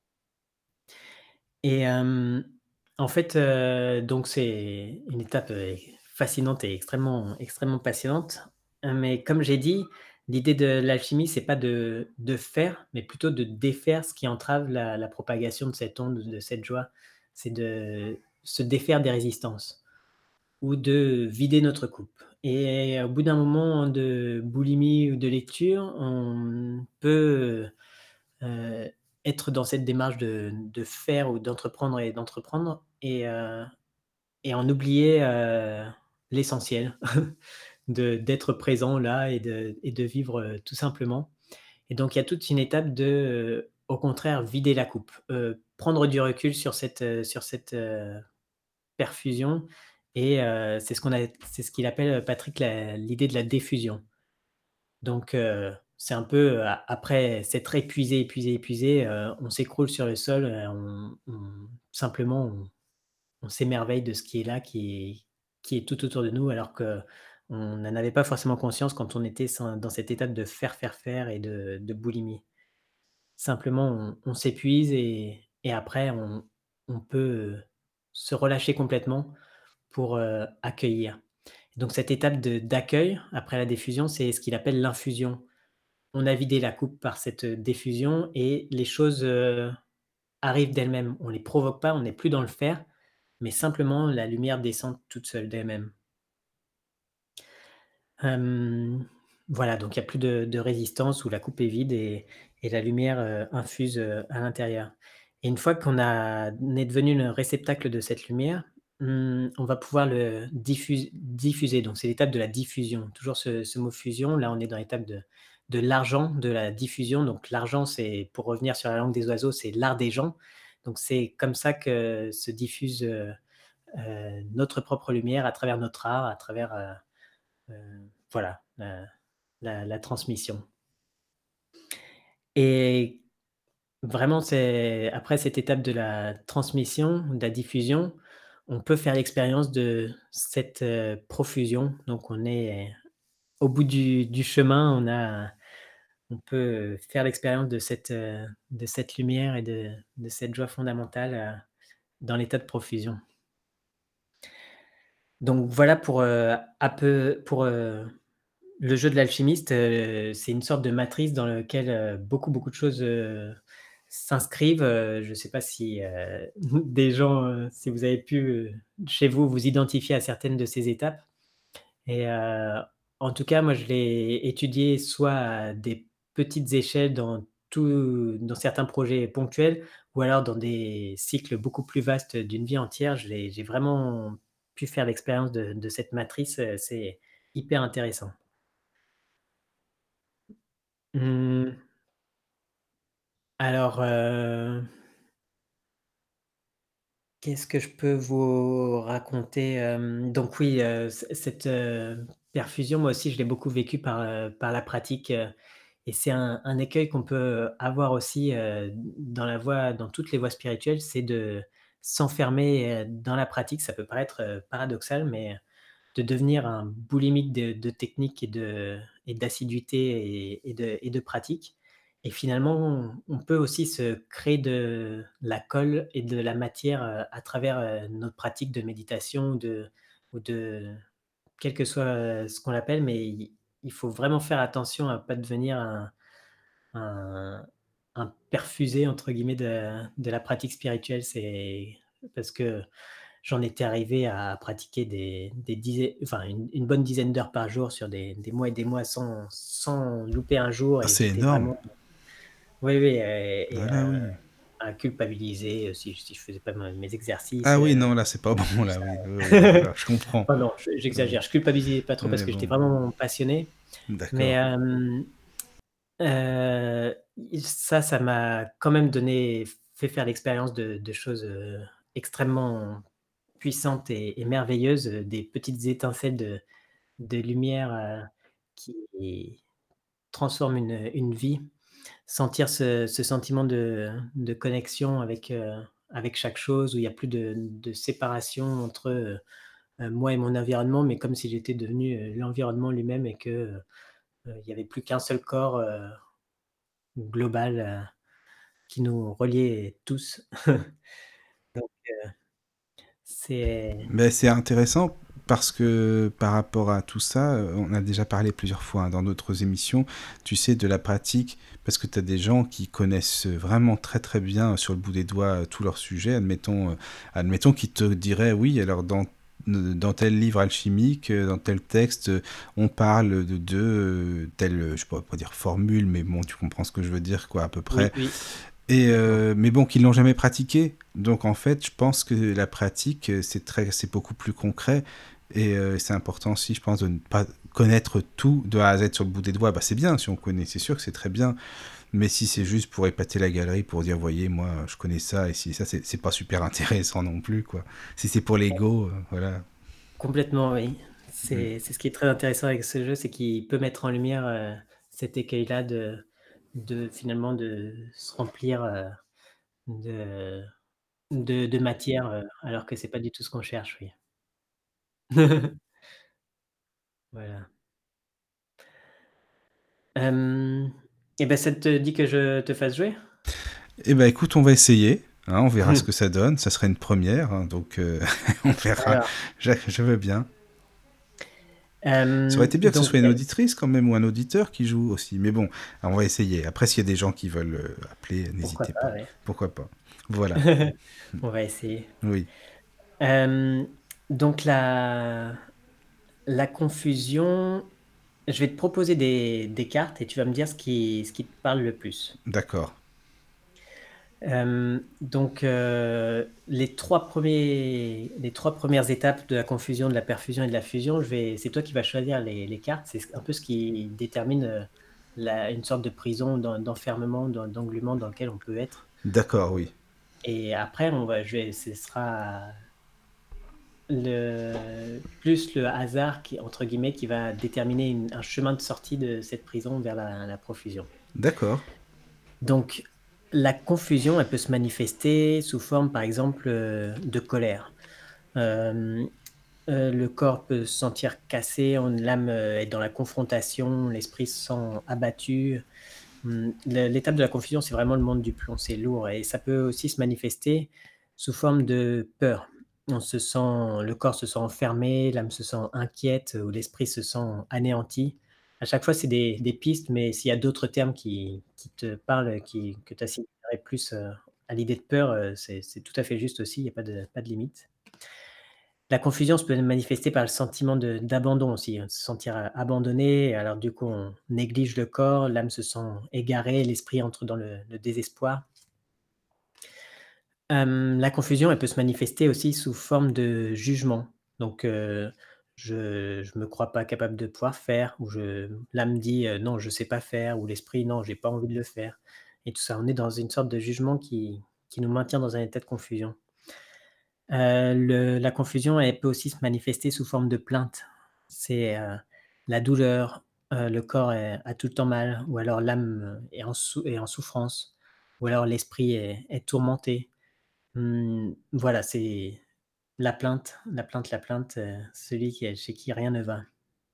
Speaker 3: et en fait, donc c'est une étape, fascinante et extrêmement passionnante, mais comme j'ai dit, l'idée de l'alchimie, c'est pas de faire, mais plutôt de défaire ce qui entrave la propagation de cette onde, de cette joie. C'est de se défaire des résistances ou de vider notre coupe et au bout d'un moment de boulimie ou de lecture, on peut Heu, être dans cette démarche de faire ou d'entreprendre et en oublier, l'essentiel, d'être présent là et de vivre, tout simplement et donc il y a toute une étape au contraire, vider la coupe, prendre du recul sur cette, perfusion et c'est ce qu'il appelle, Patrick, l'idée de la diffusion. Donc c'est un peu, après s'être épuisé, épuisé, épuisé, on s'écroule sur le sol, on s'émerveille de ce qui est là, qui est tout autour de nous alors qu'on n'en avait pas forcément conscience quand on était dans cette étape de faire, faire, faire et de boulimie. Simplement on s'épuise et après on peut, se relâcher complètement pour, accueillir. Donc cette étape d'accueil après la diffusion, c'est ce qu'il appelle l'infusion. On a vidé la coupe par cette, diffusion et les choses, arrivent d'elles-mêmes. On les provoque pas, on n'est plus dans le faire, mais simplement la lumière descend toute seule d'elle-même. Hem, Voilà, donc il y a plus de résistance où la coupe est vide et la lumière, infuse, à l'intérieur et une fois on est devenu le réceptacle de cette lumière, on va pouvoir le diffuser, donc c'est l'étape de la diffusion. Toujours ce mot fusion, là, on est dans l'étape de l'argent, de la diffusion, donc l'argent, c'est pour revenir sur la langue des oiseaux, c'est l'art des gens, donc c'est comme ça que se diffuse, notre propre lumière à travers notre art, à travers, voilà, la transmission et vraiment, c'est après cette étape de la transmission, de la diffusion, on peut faire l'expérience de cette, profusion. Donc on est au bout du chemin, on peut faire l'expérience de cette lumière et de cette joie fondamentale, dans l'état de profusion. Donc voilà pour, le jeu de l'alchimiste, c'est une sorte de matrice dans lequel, beaucoup de choses, s'inscrivent. Je ne sais pas si, des gens, si vous avez pu, chez vous, vous identifier à certaines de ces étapes et en tout cas, moi, je l'ai étudié soit à des petites échelles dans certains projets ponctuels ou alors dans des cycles beaucoup plus vastes d'une vie entière. J'ai vraiment pu faire l'expérience de cette matrice, c'est hyper intéressant. Mmh, alors, qu'est-ce que je peux vous raconter? Donc oui, cette, perfusion, moi aussi, je l'ai beaucoup vécu par la pratique, et c'est un écueil qu'on peut avoir aussi, dans toutes les voies spirituelles, c'est de s'enfermer, dans la pratique. Ça peut paraître, paradoxal, mais de devenir un boulimique de technique et d'assiduité et de pratique et finalement, on peut aussi se créer de la colle et de la matière, à travers, notre pratique de méditation ou de quel que soit, ce qu'on appelle, mais il faut vraiment faire attention à pas devenir un un «perfusé» entre guillemets de la pratique spirituelle. C'est parce que j'en étais arrivé à pratiquer des dizaines enfin une bonne dizaine d'heures par jour sur des mois et des mois sans louper un jour
Speaker 1: Ah,
Speaker 3: et
Speaker 1: c'est
Speaker 3: j'étais
Speaker 1: énorme.
Speaker 3: vraiment oui, oui,
Speaker 1: Ah là, oui.
Speaker 3: à culpabiliser, si je faisais pas mes exercices,
Speaker 1: Ah oui, non, là, c'est pas bon, là,
Speaker 3: ça
Speaker 1: oui. Oui, oui, d'accord, je comprends.
Speaker 3: oh non,
Speaker 1: Oui.
Speaker 3: j'exagère, je culpabilisais pas trop parce
Speaker 1: Mais
Speaker 3: que j'étais
Speaker 1: bon,
Speaker 3: vraiment passionné, mais
Speaker 1: d'accord.
Speaker 3: ça m'a quand même fait faire l'expérience de choses, extrêmement puissantes et merveilleuses, des petites étincelles de lumière, qui transforment une vie. Sentir ce sentiment de connexion avec chaque chose, où il y a plus de séparation entre, moi et mon environnement, mais comme si j'étais devenu, l'environnement lui-même et que, il y avait plus qu'un seul corps, global, qui nous reliait tous. Donc c'est
Speaker 1: Mais c'est intéressant parce que par rapport à tout ça, on a déjà parlé plusieurs fois hein, dans d'autres émissions, tu sais, de la pratique, parce que tu as des gens qui connaissent vraiment très très bien sur le bout des doigts tout leur sujet, admettons qu'ils te diraient, oui, alors dans tel livre alchimique, dans tel texte, on parle de telle, je ne pourrais pas dire formule, mais bon, tu comprends ce que je veux dire, quoi, à peu
Speaker 3: oui,
Speaker 1: près.
Speaker 3: oui,
Speaker 1: Et
Speaker 3: complètement.
Speaker 1: mais bon, qu'ils l'ont jamais pratiqué. Donc en fait, je pense que la pratique, c'est beaucoup plus concret. Et c'est important aussi, je pense, de ne pas connaître tout de A à Z sur le bout des doigts. Bah, c'est bien si on connaît, c'est sûr que c'est très bien. Mais si c'est juste pour épater la galerie, pour dire, voyez, moi, je connais ça, et si ça, c'est pas super intéressant non plus, quoi. Si c'est pour l'ego, voilà.
Speaker 3: Complètement, oui.
Speaker 1: Mm.
Speaker 3: C'est ce qui est très intéressant avec ce jeu, c'est qu'il peut mettre en lumière, cet écueil-là de finalement de se remplir, de de matière, alors que c'est pas du tout ce qu'on cherche, oui. Voilà. Hem et bah, ça te dit que je te fasse jouer?
Speaker 1: Eh ben, écoute, on va essayer. Hein, on verra ce que ça donne. Ça serait une première, hein, donc on verra.
Speaker 3: Alors,
Speaker 1: Je veux bien. Ça aurait été bien que ce
Speaker 3: donc
Speaker 1: soit une auditrice quand même ou un auditeur qui joue aussi. Mais bon, on va essayer. Après, s'il y a des gens qui veulent appeler,
Speaker 3: pourquoi
Speaker 1: n'hésitez
Speaker 3: pas,
Speaker 1: pas.
Speaker 3: ouais.
Speaker 1: Pourquoi pas. Voilà.
Speaker 3: On va essayer.
Speaker 1: Oui.
Speaker 3: Hem, donc la confusion, Je vais te proposer des cartes et tu vas me dire ce qui te parle le plus.
Speaker 1: D'accord.
Speaker 3: Donc, les trois premières étapes de la confusion, de la perfusion et de la fusion, c'est toi qui vas choisir les cartes. C'est un peu ce qui détermine, une sorte de prison, d'enfermement, d'englument dans lequel on peut être.
Speaker 1: D'accord, oui.
Speaker 3: Et après, ce sera le hasard qui, entre guillemets, qui va déterminer un chemin de sortie de cette prison vers la profusion.
Speaker 1: D'accord.
Speaker 3: Donc, la confusion, elle peut se manifester sous forme, par exemple, de colère. Hem, le corps peut se sentir cassé, l'âme, est dans la confrontation, l'esprit se sent abattu. L'étape de la confusion, c'est vraiment le monde du plomb, c'est lourd et ça peut aussi se manifester sous forme de peur. Le corps se sent enfermé, l'âme se sent inquiète ou l'esprit se sent anéanti. À chaque fois, c'est des pistes, mais s'il y a d'autres termes qui te parlent, que tu assimilerais plus, à l'idée de peur, c'est tout à fait juste aussi, il y a pas de limite. La confusion se peut manifester par le sentiment d'abandon aussi, se sentir, abandonné. Alors du coup, on néglige le corps, l'âme se sent égarée, l'esprit entre dans le désespoir. La confusion, elle peut se manifester aussi sous forme de jugement. Donc, je me crois pas capable de pouvoir faire ou l'âme dit: «Non, je sais pas faire» ou l'esprit: «Non, j'ai pas envie de le faire» et tout ça. On est dans une sorte de jugement qui nous maintient dans un état de confusion. La confusion, elle peut aussi se manifester sous forme de plainte. C'est, la douleur, le corps a tout le temps mal ou alors l'âme, est en souffrance ou alors l'esprit est tourmenté. Voilà, c'est la plainte, celui chez qui rien ne va.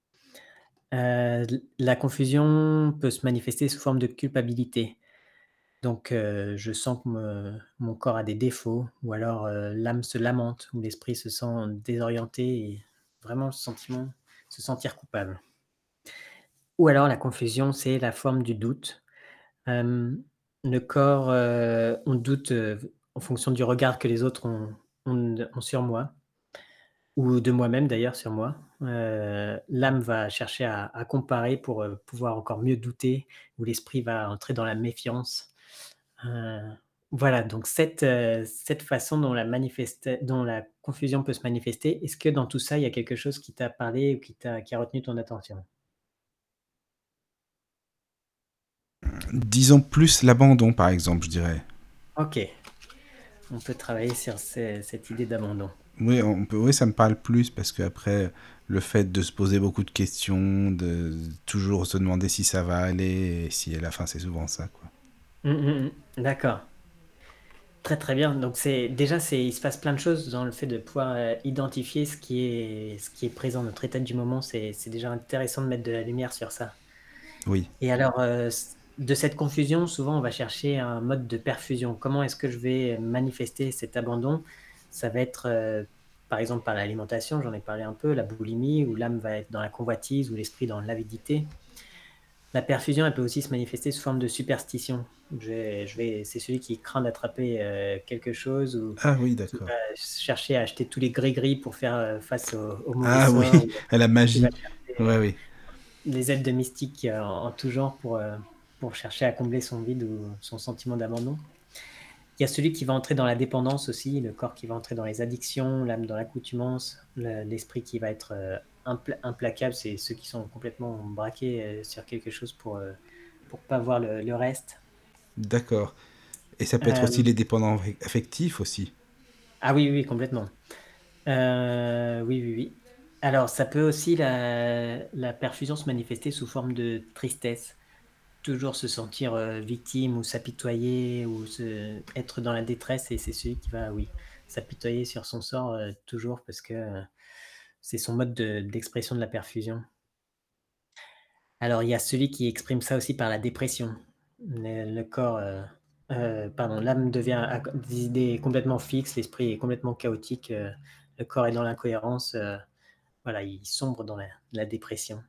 Speaker 3: La confusion peut se manifester sous forme de culpabilité. Donc, je sens que mon corps a des défauts ou alors, l'âme se lamente ou l'esprit se sent désorienté et vraiment le sentiment se sentir coupable. Ou alors la confusion, c'est la forme du doute. Hem, le corps, on doute, en fonction du regard que les autres ont sur moi ou de moi-même d'ailleurs sur moi. L'âme va chercher à comparer pour, pouvoir encore mieux douter ou l'esprit va entrer dans la méfiance. Heu, voilà, donc cette façon dont la confusion peut se manifester, est-ce que dans tout ça, il y a quelque chose qui t'a parlé ou qui a retenu ton attention?
Speaker 1: Disons plus l'abandon, par exemple, je dirais.
Speaker 3: OK, on peut travailler sur cette idée d'abandon.
Speaker 1: Oui, oui, ça me parle plus parce que après, le fait de se poser beaucoup de questions, de toujours se demander si ça va aller, et si à la fin c'est souvent ça, quoi.
Speaker 3: D'accord. Très, très bien. Donc il se passe plein de choses dans le fait de pouvoir, identifier ce qui est présent, notre état du moment. C'est déjà intéressant de mettre de la lumière sur ça.
Speaker 1: Oui,
Speaker 3: Et alors, de cette confusion, souvent, on va chercher un mode de perfusion. Comment est-ce que je vais manifester cet abandon? Ça va être, par exemple, par l'alimentation, j'en ai parlé un peu, la boulimie, où l'âme va être dans la convoitise ou l'esprit dans l'avidité. La perfusion, elle peut aussi se manifester sous forme de superstition. C'est celui qui craint d'attraper, quelque chose ou
Speaker 1: ah oui,
Speaker 3: qui va
Speaker 1: d'accord.
Speaker 3: chercher à acheter tous les gris-gris pour faire, face au mauvais
Speaker 1: Ah oui,
Speaker 3: sort ou
Speaker 1: à la
Speaker 3: qui va
Speaker 1: magie.
Speaker 3: chercher,
Speaker 1: Ouais, oui.
Speaker 3: les aides de mystique, en tout genre pour chercher à combler son vide ou son sentiment d'abandon. Il y a celui qui va entrer dans la dépendance aussi, le corps qui va entrer dans les addictions, l'âme dans l'accoutumance, l'esprit qui va être, implacable, c'est ceux qui sont complètement braqués, sur quelque chose pour pas voir le reste.
Speaker 1: D'accord. Et ça peut être aussi
Speaker 3: Hem,
Speaker 1: les dépendants affectifs aussi.
Speaker 3: ah oui, oui, oui, complètement. Oui, oui, oui. Alors ça peut aussi la perfusion se manifester sous forme de tristesse. Toujours se sentir, victime ou s'apitoyer ou être dans la détresse et c'est celui qui va, oui, s'apitoyer sur son sort, toujours parce que, c'est son mode d'expression de la perfusion. Alors il y a celui qui exprime ça aussi par la dépression. Le corps, pardon, l'âme devient des idées complètement fixes, l'esprit est complètement chaotique, le corps est dans l'incohérence, voilà, il sombre dans la dépression.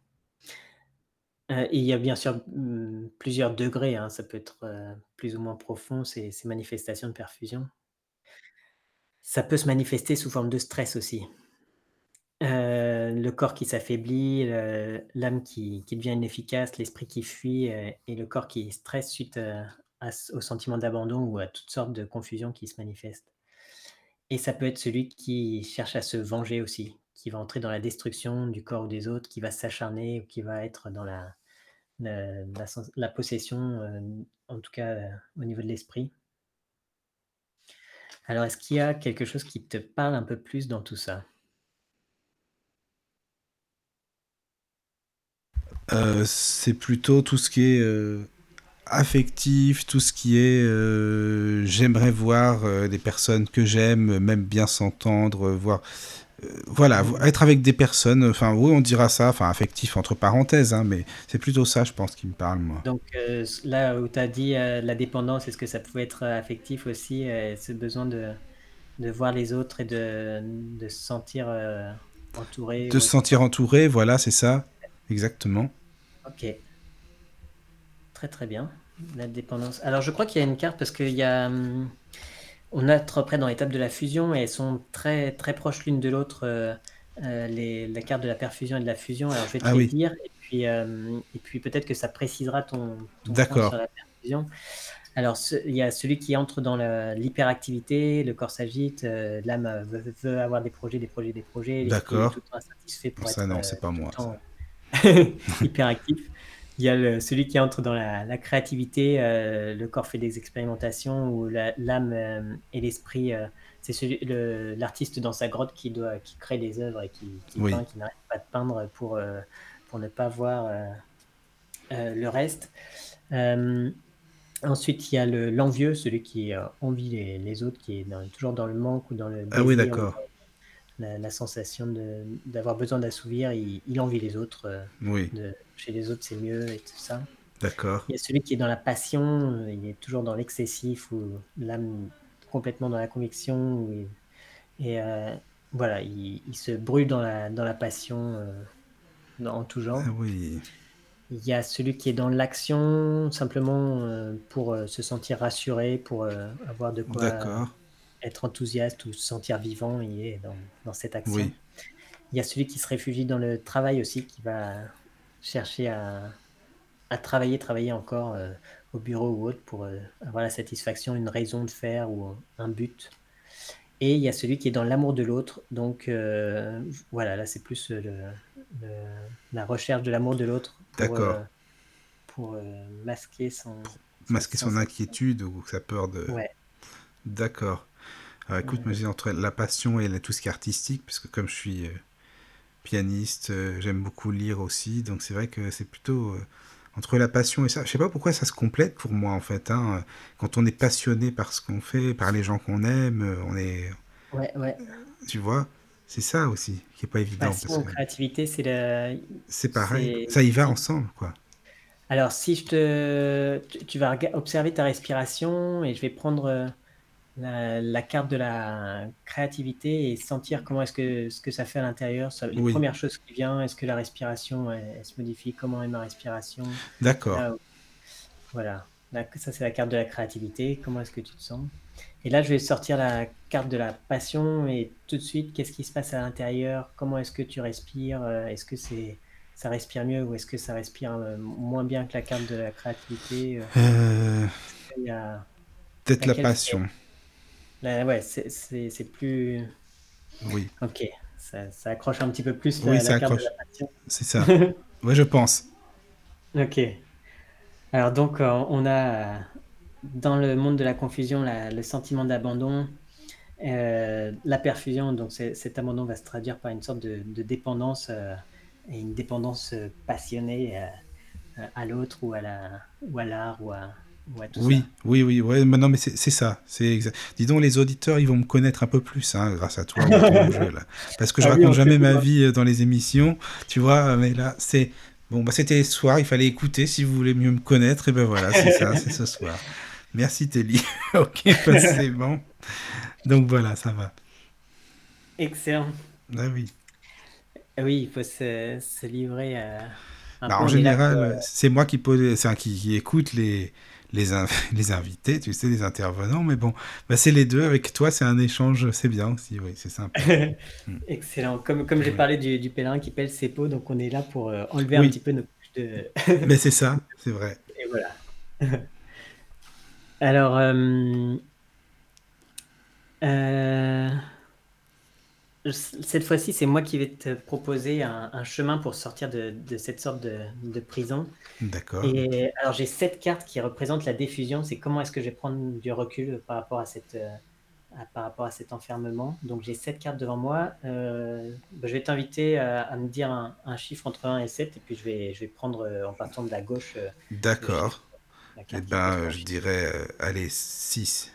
Speaker 3: Et il y a bien sûr, plusieurs degrés, hein, ça peut être, plus ou moins profond ces manifestations de perfusion. Ça peut se manifester sous forme de stress aussi. Le corps qui s'affaiblit, l'âme qui devient inefficace, l'esprit qui fuit, et le corps qui stresse suite, au sentiment d'abandon ou à toutes sortes de confusions qui se manifestent. Et ça peut être celui qui cherche à se venger aussi, qui va entrer dans la destruction du corps ou des autres, qui va s'acharner ou qui va être dans la possession, en tout cas, au niveau de l'esprit. Alors est-ce qu'il y a quelque chose qui te parle un peu plus dans tout ça?
Speaker 1: C'est plutôt tout ce qui est affectif, tout ce qui est j'aimerais voir les personnes que j'aime, même bien s'entendre, voir voilà,
Speaker 3: Mmh.
Speaker 1: être avec des personnes, enfin oui on dira ça, enfin affectif entre parenthèses, hein, mais c'est plutôt ça je pense qui me parle moi.
Speaker 3: Donc, là où tu as dit, la dépendance, est-ce que ça pouvait être, affectif aussi, ce besoin de voir les autres et de se sentir, entouré
Speaker 1: De
Speaker 3: ou
Speaker 1: se
Speaker 3: être
Speaker 1: sentir entouré, voilà c'est ça, exactement.
Speaker 3: OK, très, très bien. La dépendance. Alors je crois qu'il y a une carte parce qu'il y a, on est à peu près dans l'étape de la fusion et elles sont très, très proches l'une de l'autre, la carte de la perfusion et de la fusion. Alors je vais te
Speaker 1: Ah
Speaker 3: les
Speaker 1: oui,
Speaker 3: dire et puis peut-être que ça précisera ton point
Speaker 1: d'accord,
Speaker 3: sur la perfusion. Alors il y a celui qui entre dans l'hyperactivité, le corps s'agite, l'âme, veut avoir des projets, des projets, des projets, l'esprit est
Speaker 1: d'accord.
Speaker 3: tout le temps insatisfait
Speaker 1: Bon
Speaker 3: pour
Speaker 1: ça
Speaker 3: être,
Speaker 1: non, c'est pas
Speaker 3: tout le
Speaker 1: moi ça.
Speaker 3: temps hyperactif. Il y a celui qui entre dans la créativité, le corps fait des expérimentations où l'âme, et l'esprit, c'est l'artiste dans sa grotte qui crée des œuvres et qui
Speaker 1: Oui,
Speaker 3: peint, qui n'arrête pas de peindre pour ne pas voir, le reste. Hem Ensuite, il y a l'envieux, celui qui, envie les autres, qui est toujours dans le manque ou dans le
Speaker 1: ah oui
Speaker 3: désir ou
Speaker 1: d'accord,
Speaker 3: dans la sensation d'avoir besoin d'assouvir. Il envie les autres,
Speaker 1: oui,
Speaker 3: chez les autres, c'est mieux et tout ça.
Speaker 1: d'accord,
Speaker 3: Il y a celui qui est dans la passion, il est toujours dans l'excessif ou l'âme complètement dans la conviction ou voilà, il se brûle dans la passion, en tout
Speaker 1: ah
Speaker 3: genre.
Speaker 1: oui,
Speaker 3: Il y a celui qui est dans l'action simplement, pour, se sentir rassuré, pour, avoir de quoi
Speaker 1: d'accord,
Speaker 3: être enthousiaste ou se sentir vivant, il est dans cette
Speaker 1: oui,
Speaker 3: action. Il y a celui qui se réfugie dans le travail aussi, qui va chercher à travailler encore, au bureau ou autre pour, avoir la satisfaction, une raison de faire ou un but. Et il y a celui qui est dans l'amour de l'autre, donc voilà, là, c'est plus, la recherche de l'amour de l'autre
Speaker 1: d'accord.
Speaker 3: pour, masquer sa
Speaker 1: Masquer son
Speaker 3: sensation.
Speaker 1: inquiétude ou sa peur de...
Speaker 3: Ouais,
Speaker 1: D'accord. Alors écoute, moi
Speaker 3: ouais,
Speaker 1: j'ai entre la passion et tout ce qui est artistique, puisque comme je suis pianiste, j'aime beaucoup lire aussi, donc c'est vrai que c'est plutôt entre la passion et ça. Je sais pas pourquoi ça se complète pour moi en fait. Hein. Quand on est passionné par ce qu'on fait, par les gens qu'on aime, on est,
Speaker 3: ouais, ouais.
Speaker 1: tu vois, c'est ça aussi qui est pas évident
Speaker 3: Passion
Speaker 1: parce
Speaker 3: ou
Speaker 1: que
Speaker 3: créativité,
Speaker 1: c'est pareil,
Speaker 3: c'est
Speaker 1: ça y va
Speaker 3: si
Speaker 1: ensemble quoi.
Speaker 3: alors si tu vas observer ta respiration et je vais prendre, la carte de la créativité et sentir comment est-ce que ce que ça fait à l'intérieur, les
Speaker 1: Oui,
Speaker 3: premières choses qui viennent, est-ce que la respiration, elle se modifie? Comment est ma respiration?
Speaker 1: d'accord.
Speaker 3: Là, voilà, là, ça c'est la carte de la créativité, comment est-ce que tu te sens? Et là, je vais sortir la carte de la passion et tout de suite, qu'est-ce qui se passe à l'intérieur? Comment est-ce que tu respires? Est-ce que ça respire mieux ou est-ce que ça respire, moins bien que la carte de la créativité?
Speaker 1: Euh,
Speaker 3: Il y a
Speaker 1: Peut-être la
Speaker 3: laquelle
Speaker 1: passion.
Speaker 3: ouais, c'est plus
Speaker 1: Oui,
Speaker 3: OK, ça accroche un petit peu plus
Speaker 1: oui,
Speaker 3: la
Speaker 1: ça
Speaker 3: carte de
Speaker 1: accroche.
Speaker 3: la passion.
Speaker 1: C'est ça. Ouais, je pense.
Speaker 3: OK. Alors donc, on a, dans le monde de la confusion, le sentiment d'abandon, la perfusion, donc cet abandon va se traduire par une sorte de dépendance, et une dépendance, passionnée, à l'autre ou à l'art ou à tout
Speaker 1: Oui,
Speaker 3: ça.
Speaker 1: oui, oui, ouais, mais non, mais c'est ça, c'est exact. Dis donc, les auditeurs, ils vont me connaître un peu plus, hein, grâce à toi ou à ton jeu, là. Parce que je
Speaker 3: Ah oui,
Speaker 1: raconte
Speaker 3: on sait
Speaker 1: jamais
Speaker 3: tout,
Speaker 1: ma
Speaker 3: hein.
Speaker 1: vie dans les émissions, tu vois, mais là, c'est... Bon, bah, c'était ce soir, il fallait écouter si vous voulez mieux me connaître, et ben voilà, c'est ça, c'est ce soir. Merci, Telly. Ok, bah, c'est bon. Donc voilà, ça va.
Speaker 3: Excellent.
Speaker 1: Ah oui.
Speaker 3: Oui, il faut se livrer, un
Speaker 1: Bah,
Speaker 3: peu,
Speaker 1: en
Speaker 3: on est là pour,
Speaker 1: général, c'est moi qui pose, enfin, qui écoute les invités, tu sais, les intervenants. Mais bon, bah, c'est les deux. Avec toi, c'est un échange, c'est bien aussi, oui, c'est sympa. Mm.
Speaker 3: Excellent. Comme j'ai
Speaker 1: Oui,
Speaker 3: parlé du pèlerin qui pèle ses peaux, donc on est là pour enlever un
Speaker 1: oui,
Speaker 3: petit peu nos couches de.
Speaker 1: mais c'est ça, c'est vrai.
Speaker 3: Et voilà. Alors, euh, cette fois-ci, c'est moi qui vais te proposer un chemin pour sortir de cette sorte de prison.
Speaker 1: D'accord,
Speaker 3: Et alors, j'ai 7 cartes qui représentent la diffusion. C'est comment est-ce que je vais prendre du recul par rapport à par rapport à cet enfermement. Donc, j'ai 7 cartes devant moi. Bah, je vais t'inviter à me dire un chiffre entre 1 et 7, et puis je vais prendre, en partant de la gauche, le chiffre,
Speaker 1: d'accord.
Speaker 3: la
Speaker 1: Eh
Speaker 3: carte qui
Speaker 1: ben,
Speaker 3: correspond au
Speaker 1: je
Speaker 3: chiffre
Speaker 1: dirais, allez, 6.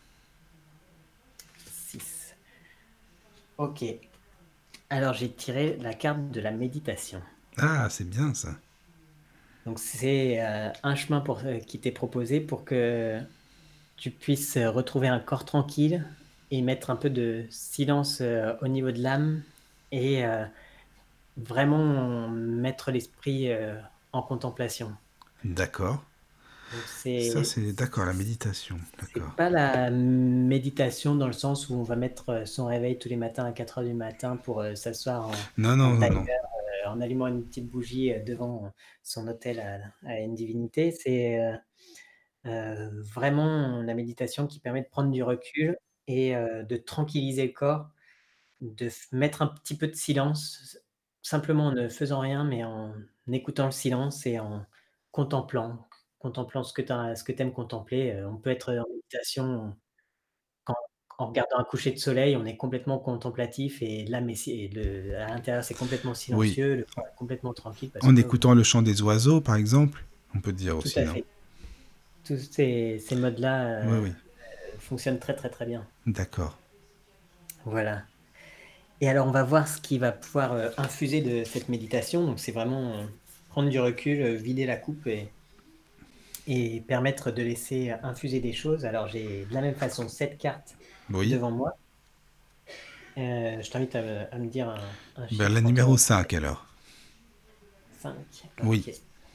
Speaker 3: 6. Ok. Alors, j'ai tiré la carte de la méditation.
Speaker 1: Ah, c'est bien ça.
Speaker 3: Donc, c'est un chemin qui t'est proposé pour que tu puisses retrouver un corps tranquille et mettre un peu de silence au niveau de l'âme, et vraiment mettre l'esprit en contemplation.
Speaker 1: D'accord.
Speaker 3: Donc
Speaker 1: Ça, c'est d'accord, la méditation.
Speaker 3: c'est
Speaker 1: D'accord.
Speaker 3: pas la méditation dans le sens où on va mettre son réveil tous les matins à 4 heures du matin pour s'asseoir
Speaker 1: Non,
Speaker 3: en
Speaker 1: non, non,
Speaker 3: timer,
Speaker 1: non.
Speaker 3: en allumant une petite bougie devant son autel à une divinité. C'est vraiment la méditation qui permet de prendre du recul et de tranquilliser le corps, de mettre un petit peu de silence, simplement en ne faisant rien, mais en écoutant le silence et en contemplant, contemplant ce que tu aimes contempler. On peut être en méditation quand en regardant un coucher de soleil, on est complètement contemplatif, et l'âme à l'intérieur, c'est complètement
Speaker 1: Oui.
Speaker 3: silencieux, le corps est complètement tranquille parce
Speaker 1: En
Speaker 3: que
Speaker 1: écoutant le chant des oiseaux, par exemple, on peut dire
Speaker 3: tout
Speaker 1: aussi,
Speaker 3: à
Speaker 1: non?
Speaker 3: fait. Tous ces
Speaker 1: Oui,
Speaker 3: modes-là
Speaker 1: oui.
Speaker 3: fonctionnent très, très, très bien.
Speaker 1: D'accord.
Speaker 3: Voilà. Et alors, on va voir ce qui va pouvoir infuser de cette méditation. Donc, c'est vraiment prendre du recul, vider la coupe, et permettre de laisser infuser des choses. Alors, j'ai de la même façon 7 cartes
Speaker 1: Oui.
Speaker 3: devant moi. Je t'invite à me dire un
Speaker 1: Ben, la
Speaker 3: chiffre
Speaker 1: numéro
Speaker 3: entre
Speaker 1: 5 alors.
Speaker 3: 5.
Speaker 1: Oui.
Speaker 3: Ok.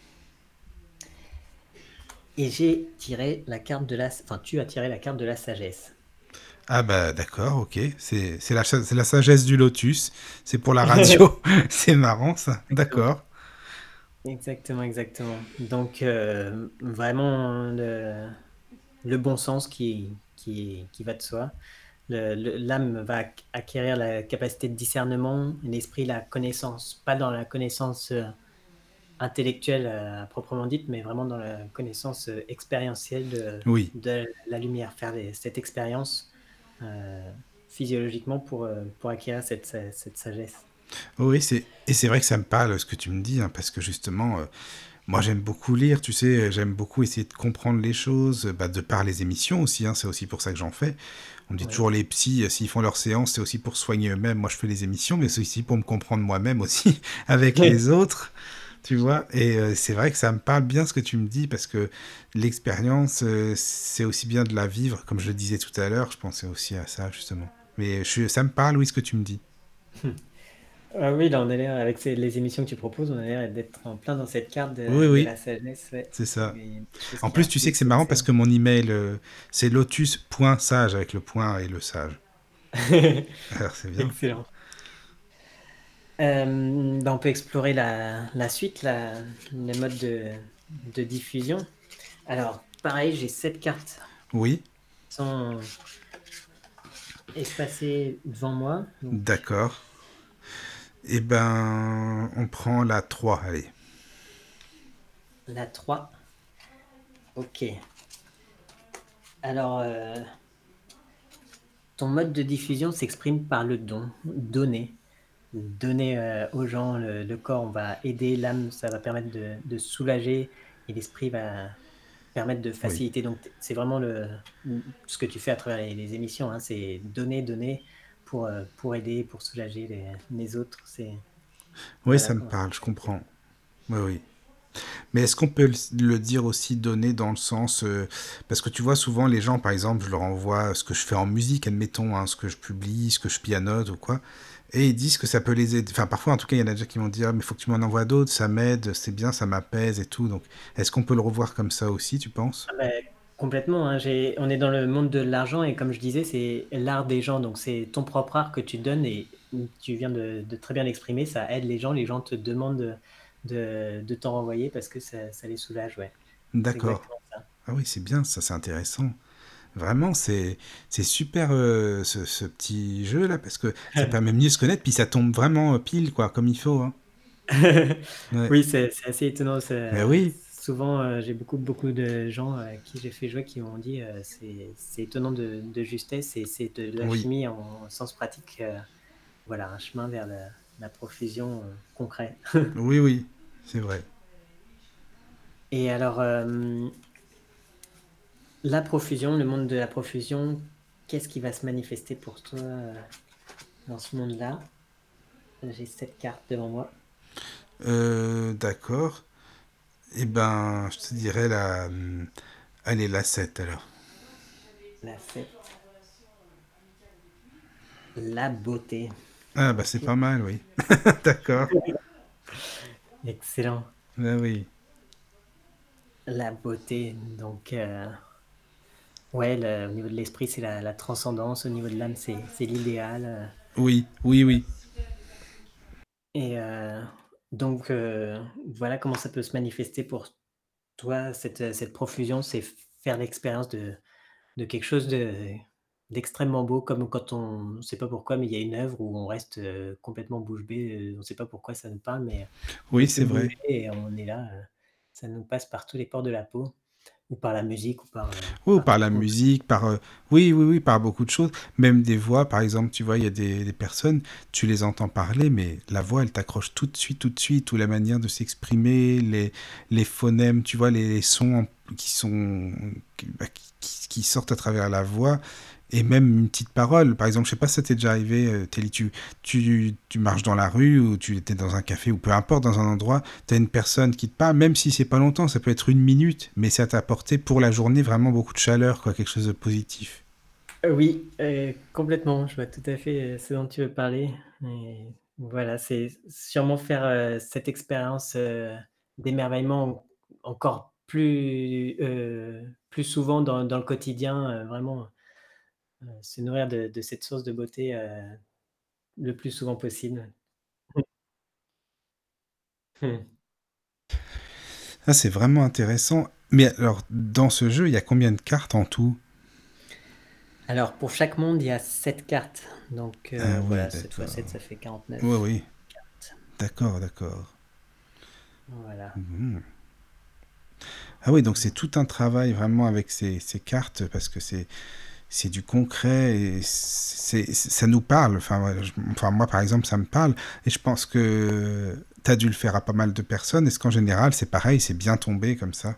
Speaker 3: Et j'ai tiré la carte enfin, tu as tiré la carte de la sagesse.
Speaker 1: Ah bah d'accord, ok. C'est la sagesse du lotus. C'est pour la radio. C'est marrant ça.
Speaker 3: Exactement.
Speaker 1: D'accord.
Speaker 3: Exactement, exactement. Donc, vraiment le bon sens qui va de soi. L'âme va acquérir la capacité de discernement, et l'esprit la connaissance, pas dans la connaissance intellectuelle à proprement dite, mais vraiment dans la connaissance expérientielle
Speaker 1: Oui.
Speaker 3: de la lumière, faire cette expérience euh, physiologiquement pour acquérir cette sagesse.
Speaker 1: Oui, et c'est vrai que ça me parle ce que tu me dis, hein, parce que justement, moi j'aime beaucoup lire, tu sais, j'aime beaucoup essayer de comprendre les choses, bah, de par les émissions aussi, hein, c'est aussi pour ça que j'en fais. On dit
Speaker 3: Oui.
Speaker 1: toujours les psys, s'ils font leurs séances, c'est aussi pour soigner eux-mêmes. Moi je fais les émissions, mais c'est aussi pour me comprendre moi-même aussi, avec les autres. Tu vois, et c'est vrai que ça me parle bien ce que tu me dis, parce que l'expérience, c'est aussi bien de la vivre, comme je le disais tout à l'heure, je pensais aussi à ça, justement. Mais ça me parle, oui, ce que tu me dis.
Speaker 3: Ah oui, là on a l'air, avec les émissions que tu proposes, on a l'air d'être en plein dans cette carte
Speaker 1: Oui,
Speaker 3: de
Speaker 1: oui,
Speaker 3: la sagesse. Ouais.
Speaker 1: c'est ça.
Speaker 3: Il y a des choses
Speaker 1: En
Speaker 3: qui
Speaker 1: plus, tu sais que
Speaker 3: infusent,
Speaker 1: c'est
Speaker 3: c'est
Speaker 1: marrant parce
Speaker 3: excellent.
Speaker 1: que mon email, c'est lotus.sage avec le point et le sage. Alors, c'est bien.
Speaker 3: Excellent. On peut explorer la suite, les modes de diffusion. Alors, pareil, j'ai 7 cartes
Speaker 1: Oui,
Speaker 3: qui sont espacées devant moi. Donc,
Speaker 1: d'accord. Eh ben, on prend la 3 allez.
Speaker 3: la 3. Ok. Alors, ton mode de diffusion s'exprime par le don, donner. Donner aux gens le corps, on va aider l'âme, ça va permettre de soulager, et l'esprit va permettre de
Speaker 1: Oui.
Speaker 3: faciliter. Donc, c'est vraiment ce que tu fais à travers les émissions, hein, c'est donner, donner pour aider, pour soulager les autres.
Speaker 1: Oui, ça
Speaker 3: Voilà
Speaker 1: me
Speaker 3: comment ça
Speaker 1: parle, je
Speaker 3: s'exprime.
Speaker 1: comprends. Oui, oui. Mais est-ce qu'on peut le dire aussi donner dans le sens... parce que tu vois, souvent les gens, par exemple, je leur envoie ce que je fais en musique, admettons, hein, ce que je publie, ce que je pianote ou quoi, et ils disent que ça peut les aider. Enfin, parfois, en tout cas, il y en a déjà qui vont dire, mais il faut que tu m'en envoies d'autres, ça m'aide, c'est bien, ça m'apaise et tout. Donc, est-ce qu'on peut le revoir comme ça aussi, tu penses?
Speaker 3: Ah bah, complètement, hein, on est dans le monde de l'argent et comme je disais, c'est l'art des gens, donc c'est ton propre art que tu donnes et tu viens de très bien l'exprimer, ça aide les gens te demandent de t'en renvoyer parce que ça les soulage, ouais. C'est
Speaker 1: D'accord.
Speaker 3: exactement ça.
Speaker 1: Ah oui, c'est bien, ça, c'est intéressant. Vraiment, c'est super ce petit jeu là parce que ça permet de mieux se connaître puis ça tombe vraiment pile quoi comme il faut hein. Ouais.
Speaker 3: Oui, c'est assez étonnant.
Speaker 1: Mais oui,
Speaker 3: Souvent, j'ai beaucoup de gens à qui j'ai fait jouer qui m'ont dit c'est étonnant de justesse et c'est de
Speaker 1: oui,
Speaker 3: l'alchimie en sens pratique. Voilà, un chemin vers la profusion concret.
Speaker 1: oui, oui, c'est vrai.
Speaker 3: Et alors, la profusion, le monde de la profusion, qu'est-ce qui va se manifester pour toi dans ce monde-là? J'ai cette carte devant moi.
Speaker 1: D'accord. Eh ben, je te dirais allez la 7 alors.
Speaker 3: La fête, la beauté.
Speaker 1: Ah bah c'est
Speaker 3: Ok,
Speaker 1: pas mal, oui. D'accord.
Speaker 3: excellent.
Speaker 1: Ah oui.
Speaker 3: La beauté, donc ouais, au niveau de l'esprit, c'est la transcendance, au niveau de l'âme, c'est l'idéal.
Speaker 1: Oui, oui, oui.
Speaker 3: Et donc voilà comment ça peut se manifester pour toi, cette profusion, c'est faire l'expérience de quelque chose d'extrêmement beau, comme quand on ne sait pas pourquoi, mais il y a une œuvre où on reste complètement bouche bée, on ne sait pas pourquoi ça nous parle, mais on
Speaker 1: Oui,
Speaker 3: fait que
Speaker 1: c'est
Speaker 3: bouger
Speaker 1: vrai.
Speaker 3: et on est là, ça nous passe par tous les pores de la peau, ou par la musique, ou
Speaker 1: Oui, ou
Speaker 3: par
Speaker 1: par la
Speaker 3: tout.
Speaker 1: musique, par... oui, oui, oui, par beaucoup de choses. Même des voix, par exemple, tu vois, il y a des personnes, tu les entends parler, mais la voix, elle t'accroche tout de suite, ou la manière de s'exprimer, les phonèmes, tu vois, les sons qui sont... qui sortent à travers la voix, et même une petite parole. Par exemple, je sais pas si ça t'est déjà arrivé, Telly, tu marches dans la rue, ou tu étais dans un café, ou peu importe, dans un endroit, tu as une personne qui te parle, même si c'est pas longtemps, ça peut être une minute, mais ça t'a apporté pour la journée vraiment beaucoup de chaleur, quoi, quelque chose de positif.
Speaker 3: Oui, complètement, je vois tout à fait, ce dont tu veux parler et voilà, c'est sûrement faire, cette expérience, d'émerveillement encore plus souvent dans le quotidien, vraiment, se nourrir de cette source de beauté, le plus souvent possible. Mmh.
Speaker 1: Ah, c'est vraiment intéressant. Mais alors, dans ce jeu, il y a combien de cartes en tout?
Speaker 3: Alors pour chaque monde, il y a 7 cartes, donc
Speaker 1: Ah oui,
Speaker 3: voilà, 7 fois 7,
Speaker 1: d'accord.
Speaker 3: ça fait
Speaker 1: Oui,
Speaker 3: 49
Speaker 1: oui,
Speaker 3: cartes.
Speaker 1: d'accord, d'accord.
Speaker 3: Voilà.
Speaker 1: Mhm. Ah oui, donc c'est tout un travail vraiment avec ces cartes, parce que c'est du concret et ça nous parle. Enfin, enfin, moi, par exemple, ça me parle. Et je pense que tu as dû le faire à pas mal de personnes. Est-ce qu'en général, c'est pareil, c'est bien tombé comme ça?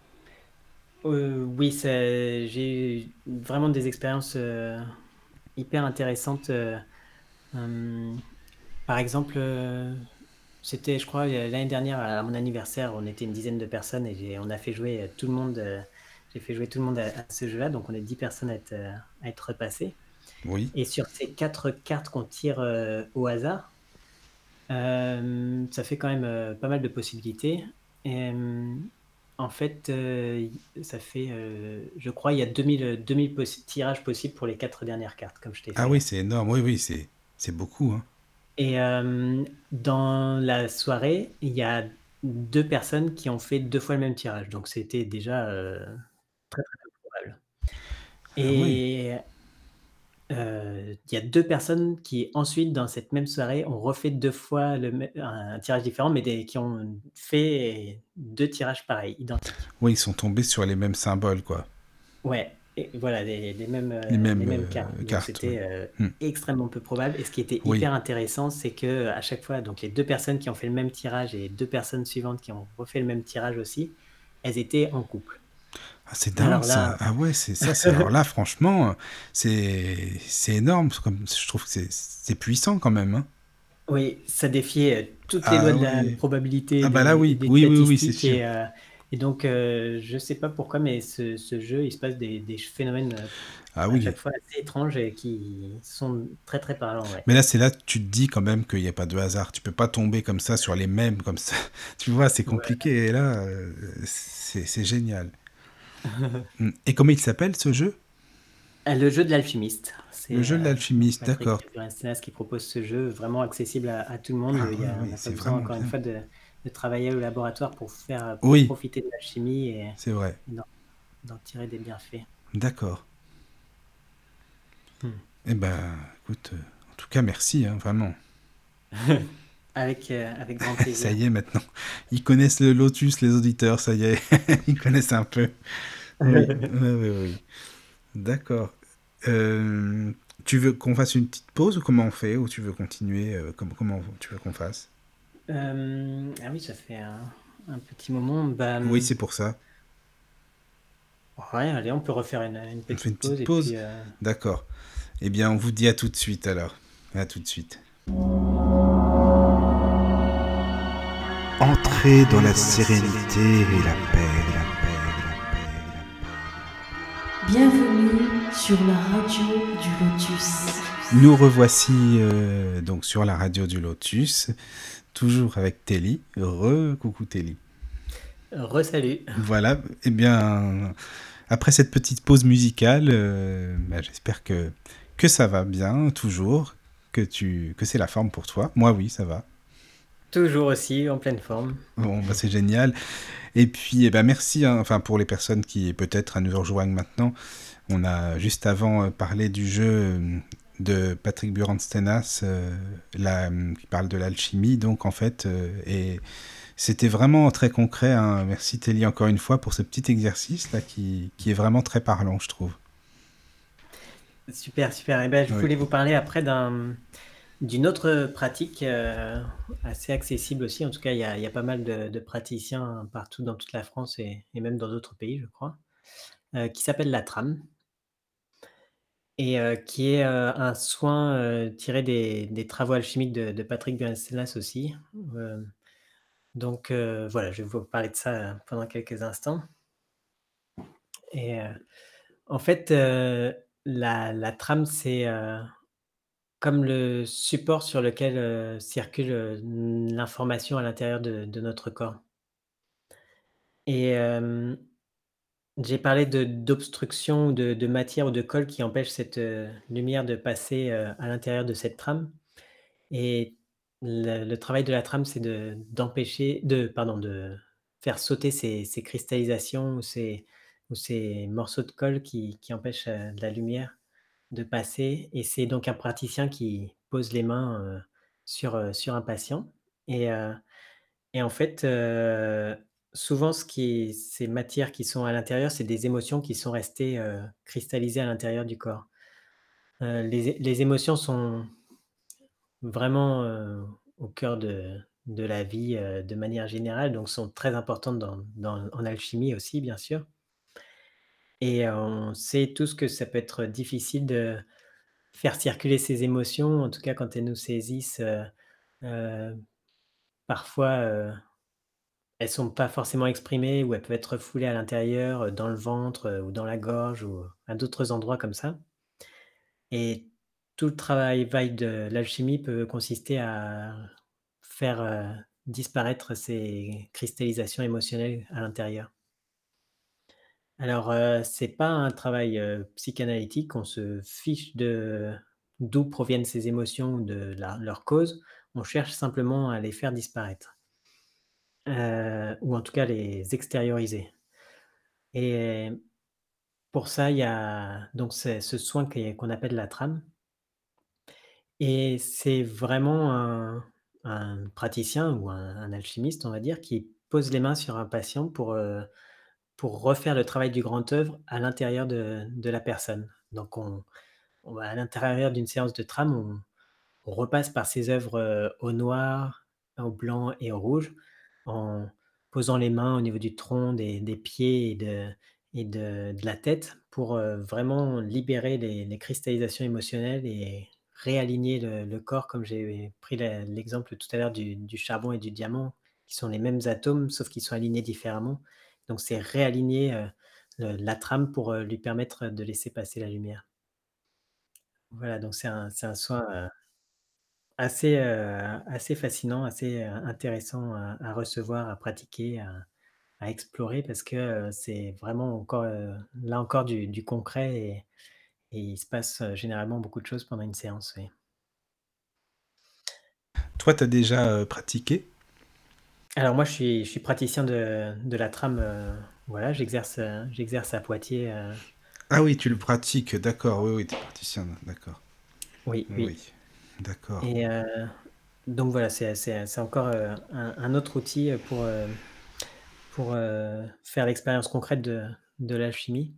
Speaker 3: Oui, j'ai eu vraiment des expériences, hyper intéressantes, hem, par exemple, c'était je crois, l'année dernière à mon anniversaire, on était une dizaine de personnes et on a fait jouer, tout le monde, j'ai fait jouer tout le monde à ce jeu-là, donc on est 10 personnes à être repassées
Speaker 1: Oui.
Speaker 3: et sur ces 4 cartes qu'on tire, au hasard, ça fait quand même, pas mal de possibilités et en fait, ça fait, je crois, il y a 2000 tirages possibles pour les 4 dernières cartes, comme je t'ai
Speaker 1: Ah
Speaker 3: fait
Speaker 1: oui,
Speaker 3: là
Speaker 1: c'est énorme. Oui, oui, c'est beaucoup, hein.
Speaker 3: et dans la soirée, il y a 2 personnes qui ont fait 2 fois le même tirage, donc c'était déjà, très, très peu probable
Speaker 1: Ah oui.
Speaker 3: et il y a 2 personnes qui ensuite, dans cette même soirée, ont refait 2 fois le mê un tirage différent, mais qui ont fait 2 tirages pareils, identiques.
Speaker 1: Oui, ils sont tombés sur les mêmes symboles, quoi.
Speaker 3: Ouais et voilà
Speaker 1: Les mêmes
Speaker 3: les mêmes cartes, donc
Speaker 1: cartes, oui.
Speaker 3: c'était,
Speaker 1: Hmm.
Speaker 3: extrêmement peu probable et ce qui était
Speaker 1: Oui.
Speaker 3: hyper intéressant, c'est qu'à chaque fois, donc les 2 personnes qui ont fait le même tirage et les 2 personnes suivantes qui ont refait le même tirage aussi, elles étaient en couple.
Speaker 1: Ah, c'est dingue
Speaker 3: Alors là
Speaker 1: ça. Ah ouais, c'est ça. C'est alors là, franchement, c'est énorme. Comme je trouve que c'est puissant quand même, hein.
Speaker 3: Oui, ça défiait, toutes les lois
Speaker 1: Ah
Speaker 3: de la
Speaker 1: oui.
Speaker 3: probabilité
Speaker 1: Ah bah là
Speaker 3: et
Speaker 1: oui,
Speaker 3: des
Speaker 1: oui, oui, oui, c'est
Speaker 3: statistiques
Speaker 1: sûr.
Speaker 3: et donc je sais pas pourquoi, mais ce jeu, il se passe des phénomènes,
Speaker 1: Ah
Speaker 3: à chaque
Speaker 1: oui.
Speaker 3: fois assez étranges et qui sont très, très parlants, ouais.
Speaker 1: Mais là, c'est là que tu te dis quand même qu'il n'y a pas de hasard. Tu peux pas tomber comme ça sur les mêmes, comme ça. Tu vois, c'est
Speaker 3: Ouais.
Speaker 1: compliqué. Et là, c'est génial. Et comment il s'appelle ce jeu?
Speaker 3: Le jeu de l'alchimiste,
Speaker 1: Le
Speaker 3: c'est,
Speaker 1: jeu de
Speaker 3: donc
Speaker 1: l'alchimiste,
Speaker 3: Patrick
Speaker 1: d'accord.
Speaker 3: Burinssenas qui propose ce jeu vraiment accessible à tout le monde.
Speaker 1: Ah oui,
Speaker 3: On
Speaker 1: oui,
Speaker 3: n'a pas
Speaker 1: c'est
Speaker 3: besoin
Speaker 1: vraiment
Speaker 3: encore une
Speaker 1: bien.
Speaker 3: fois de travailler au laboratoire pour
Speaker 1: Oui,
Speaker 3: profiter de l'alchimie
Speaker 1: c'est vrai.
Speaker 3: et d'en tirer des bienfaits.
Speaker 1: D'accord.
Speaker 3: Mmh.
Speaker 1: Eh ben, écoute, en tout cas, merci, hein, vraiment.
Speaker 3: Avec grand
Speaker 1: Ça
Speaker 3: plaisir.
Speaker 1: y est, maintenant. Ils connaissent le Lotus, les auditeurs, ça y est. Ils connaissent un peu. Oui, oui, oui, oui. D'accord. Euh, Tu veux qu'on fasse une petite pause ou comment on fait? Ou tu veux continuer comment tu veux qu'on fasse?
Speaker 3: Ah oui, ça fait un petit moment. Bah,
Speaker 1: Oui, c'est pour ça.
Speaker 3: ouais, allez, on peut refaire une
Speaker 1: On fait une
Speaker 3: petite
Speaker 1: petite
Speaker 3: pause et
Speaker 1: pause?
Speaker 3: puis
Speaker 1: D'accord. Eh bien, on vous dit à tout de suite alors. À tout de suite. Entrez dans la sérénité et la paix, la paix, la paix, la
Speaker 2: Bienvenue sur la radio du Lotus.
Speaker 1: paix. Nous revoici donc sur la radio du Lotus, toujours avec Telly. Coucou Telly.
Speaker 3: re-salut.
Speaker 1: Voilà, eh bien, après cette petite pause musicale, bah, j'espère que ça va bien, toujours, que c'est la forme pour toi. Moi, oui, ça va.
Speaker 3: Toujours aussi en pleine forme.
Speaker 1: Bon, bah, c'est génial. Et puis, eh ben, merci, hein, enfin, pour les personnes qui peut-être nous rejoignent maintenant. On a juste avant parlé du jeu de Patrick Buranstenas, qui parle de l'alchimie, donc en fait, et c'était vraiment très concret, hein. Merci Telly encore une fois pour ce petit exercice là qui est vraiment très parlant, je trouve.
Speaker 3: Super, super. Et ben, je
Speaker 1: Oui.
Speaker 3: voulais vous parler après d'une autre pratique assez accessible aussi. En tout cas, il y a pas mal de praticiens partout dans toute la France et même dans d'autres pays, je crois, qui s'appelle la trame et qui est un soin tiré des travaux alchimiques de Patrick Buenstelas aussi. Euh, Donc voilà, je vais vous parler de ça, pendant quelques instants et en fait, la trame, c'est, comme le support sur lequel, circule, l'information à l'intérieur de notre corps et j'ai parlé d'obstruction ou de matière ou de colle qui empêche cette, lumière de passer, à l'intérieur de cette trame et le travail de la trame, c'est d'empêcher de faire sauter ces cristallisations ou ces morceaux de colle qui empêchent, la lumière de passer et c'est donc un praticien qui pose les mains, sur un patient et heu et en fait, souvent ces matières qui sont à l'intérieur, c'est des émotions qui sont restées, cristallisées à l'intérieur du corps. Les émotions sont vraiment, au cœur de la vie, de manière générale, donc sont très importantes en alchimie aussi, bien sûr et on sait tous que ça peut être difficile de faire circuler ces émotions, en tout cas quand elles nous saisissent, heu, parfois, elles sont pas forcément exprimées ou elles peuvent être refoulées à l'intérieur, dans le ventre, ou dans la gorge ou à d'autres endroits comme ça et tout le travail de l'alchimie peut consister à faire, disparaître ces cristallisations émotionnelles à l'intérieur. Alors, c'est pas un travail, psychanalytique, on se fiche de d'où proviennent ces émotions ou de leur cause. On cherche simplement à les faire disparaître, ou en tout cas les extérioriser et pour ça, il y a donc ce soin qu'on appelle la trame et c'est vraiment un praticien ou un alchimiste, on va dire, qui pose les mains sur un patient pour refaire le travail du grand œuvre à l'intérieur de la personne. Donc on va à l'intérieur d'une séance de trame, on repasse par ses œuvres, au noir, au blanc et au rouge, en posant les mains au niveau du tronc, des pieds et de la tête pour, vraiment libérer les cristallisations émotionnelles et réaligner le corps comme j'ai pris l'exemple tout à l'heure du charbon et du diamant, qui sont les mêmes atomes, sauf qu'ils sont alignés différemment. Donc c'est réaligner, la trame pour, lui permettre de laisser passer la lumière. Voilà, donc c'est un soin, assez fascinant, assez, intéressant à recevoir, à pratiquer, à explorer parce que, c'est vraiment encore, là encore du concret et il se passe, généralement beaucoup de choses pendant une séance, oui.
Speaker 1: Toi, tu as déjà pratiqué?
Speaker 3: Alors moi je suis praticien de la trame, voilà, j'exerce à Poitiers,
Speaker 1: Ah oui, tu le pratiques, d'accord, oui, oui, tu es praticien, d'accord.
Speaker 3: oui,
Speaker 1: Oui,
Speaker 3: oui
Speaker 1: oui, d'accord.
Speaker 3: et donc voilà, c'est encore, un autre outil, pour faire l'expérience concrète de l'alchimie.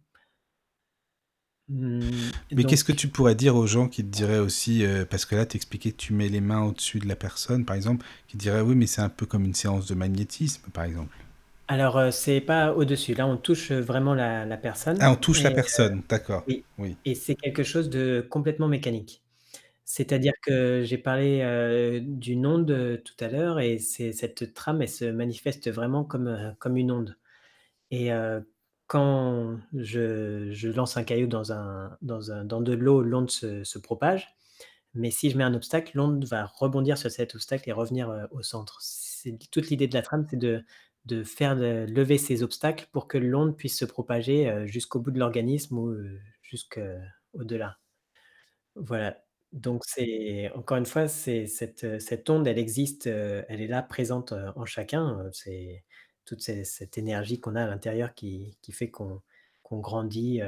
Speaker 1: Mais qu'est-ce que
Speaker 3: Donc
Speaker 1: tu pourrais dire aux gens qui te diraient aussi, parce que là, tu expliquais que tu mets les mains au-dessus de la personne, par exemple, qui diraient oui, mais c'est un peu comme une séance de magnétisme, par exemple.
Speaker 3: alors, c'est pas au-dessus, là on touche, vraiment la
Speaker 1: Ah,
Speaker 3: personne
Speaker 1: on touche la
Speaker 3: et
Speaker 1: personne, d'accord.
Speaker 3: oui
Speaker 1: Oui.
Speaker 3: et c'est quelque chose de complètement mécanique. C'est-à-dire que j'ai parlé, d'une onde, tout à l'heure et cette trame, elle se manifeste vraiment comme une onde et quand je lance un caillou dans de l'eau, l'onde se propage, mais si je mets un obstacle, l'onde va rebondir sur cet obstacle et revenir, au centre. C'est toute l'idée de la trame, c'est de faire lever ces obstacles pour que l'onde puisse se propager, jusqu'au bout de l'organisme ou, jusqu'au-delà. Voilà, donc c'est encore une fois, c'est cette onde, elle existe, elle est là, présente, en chacun, c'est toute cette énergie qu'on a à l'intérieur qui fait qu'on grandit,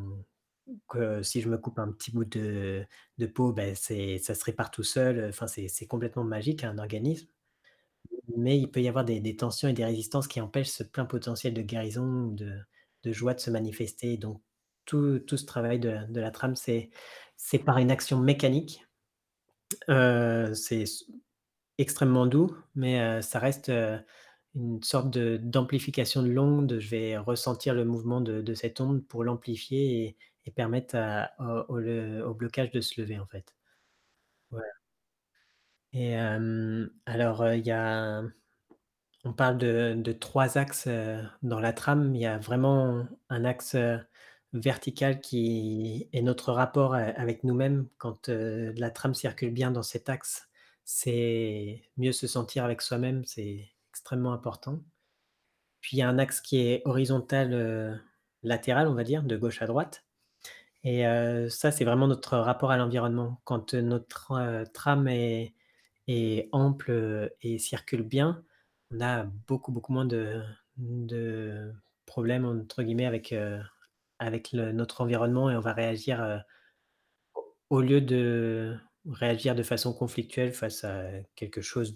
Speaker 3: que si je me coupe un petit bout de peau, beh, ça se répare tout seul, enfin c'est complètement magique, un organisme, mais il peut y avoir des tensions et des résistances qui empêchent ce plein potentiel de guérison ou de joie de se manifester. Donc tout ce travail de la trame, c'est par une action mécanique, c'est extrêmement doux, mais ça reste, une sorte d'amplification de l'onde. Je vais ressentir le mouvement de cette onde pour l'amplifier et permettre au blocage de se lever, en fait. Voilà et alors, il y a on parle de 3 axes, dans la trame. Il y a vraiment un axe, vertical qui est notre rapport avec nous-mêmes. Quand, la trame circule bien dans cet axe, c'est mieux se sentir avec soi-même, c'est extrêmement important. Puis il y a un axe qui est horizontal, latéral, on va dire, de gauche à droite et ça, c'est vraiment notre rapport à l'environnement. Quand, notre, trame est ample, et circule bien, on a beaucoup, beaucoup moins de «problèmes» entre guillemets avec notre environnement et on va réagir, au lieu de réagir de façon conflictuelle face à quelque chose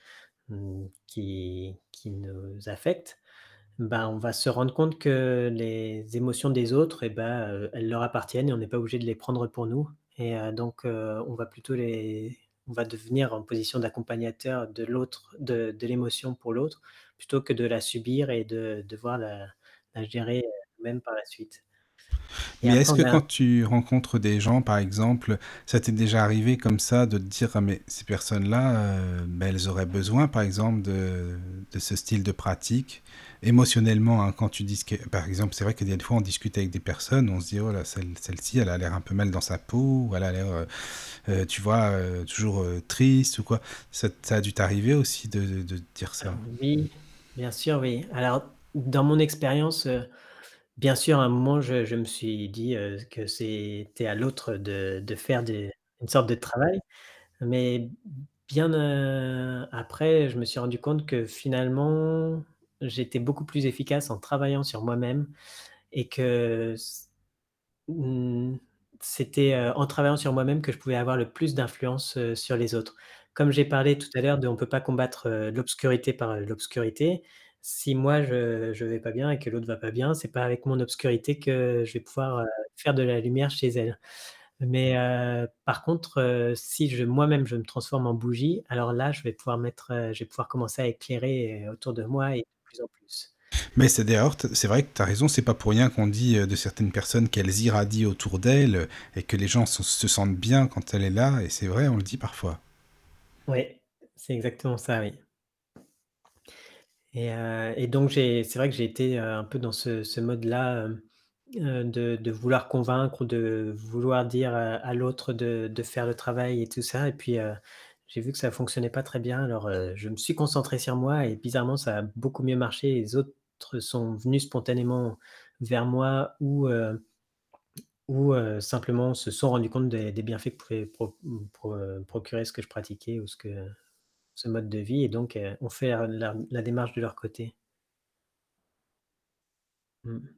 Speaker 3: qui nous affecte, ben, on va se rendre compte que les émotions des autres et bah, elles leur appartiennent et on n'est pas obligé de les prendre pour nous et donc on va plutôt on va devenir en position d'accompagnateur de l'autre, de l'émotion pour l'autre, plutôt que de la subir et de devoir la gérer, nous-mêmes par la suite et
Speaker 1: Mais
Speaker 3: après
Speaker 1: est-ce
Speaker 3: on
Speaker 1: que
Speaker 3: a
Speaker 1: quand tu rencontres des gens, par exemple, ça t'est déjà arrivé comme ça de te dire, ah mais ces personnes-là, ben, elles auraient besoin, par exemple, de ce style de pratique, émotionnellement, hein, quand tu dis que, par exemple, c'est vrai qu'il y a des fois, on discute avec des personnes, on se dit, oh là, celle-ci, elle a l'air un peu mal dans sa peau, ou elle a l'air, tu vois, toujours triste ou quoi. Ça a dû t'arriver aussi de te dire ça.
Speaker 3: alors oui, bien sûr, oui. Alors dans mon expérience, bien sûr, à un moment, je me suis dit, que c'était à l'autre de faire une sorte de travail, mais bien, après, je me suis rendu compte que finalement, j'étais beaucoup plus efficace en travaillant sur moi-même et que Mmh, c'était, en travaillant sur moi-même que je pouvais avoir le plus d'influence, sur les autres. Comme j'ai parlé tout à l'heure de on peut pas combattre, l'obscurité par, l'obscurité. Si moi je vais pas bien et que l'autre va pas bien, c'est pas avec mon obscurité que je vais pouvoir, faire de la lumière chez elle. Mais, par contre, si moi-même je me transforme en bougie, alors là je vais pouvoir commencer à éclairer, autour de moi et de plus en plus.
Speaker 1: Mais c'est d'ailleurs, c'est vrai que tu as raison, c'est pas pour rien qu'on dit de certaines personnes qu'elles irradient autour d'elles et que les gens se sentent bien quand elle est là, et c'est vrai, on le dit parfois.
Speaker 3: Oui, c'est exactement ça, oui. Et donc c'est vrai que j'ai été, un peu dans ce mode-là, de vouloir convaincre ou de vouloir dire à l'autre de faire le travail et tout ça et puis, j'ai vu que ça fonctionnait pas très bien alors, je me suis concentré sur moi et bizarrement ça a beaucoup mieux marché. Les autres sont venus spontanément vers moi ou simplement se sont rendus compte des bienfaits que pouvait procurer ce que je pratiquais ou ce mode de vie et donc, ont fait la démarche de leur côté. Mmh.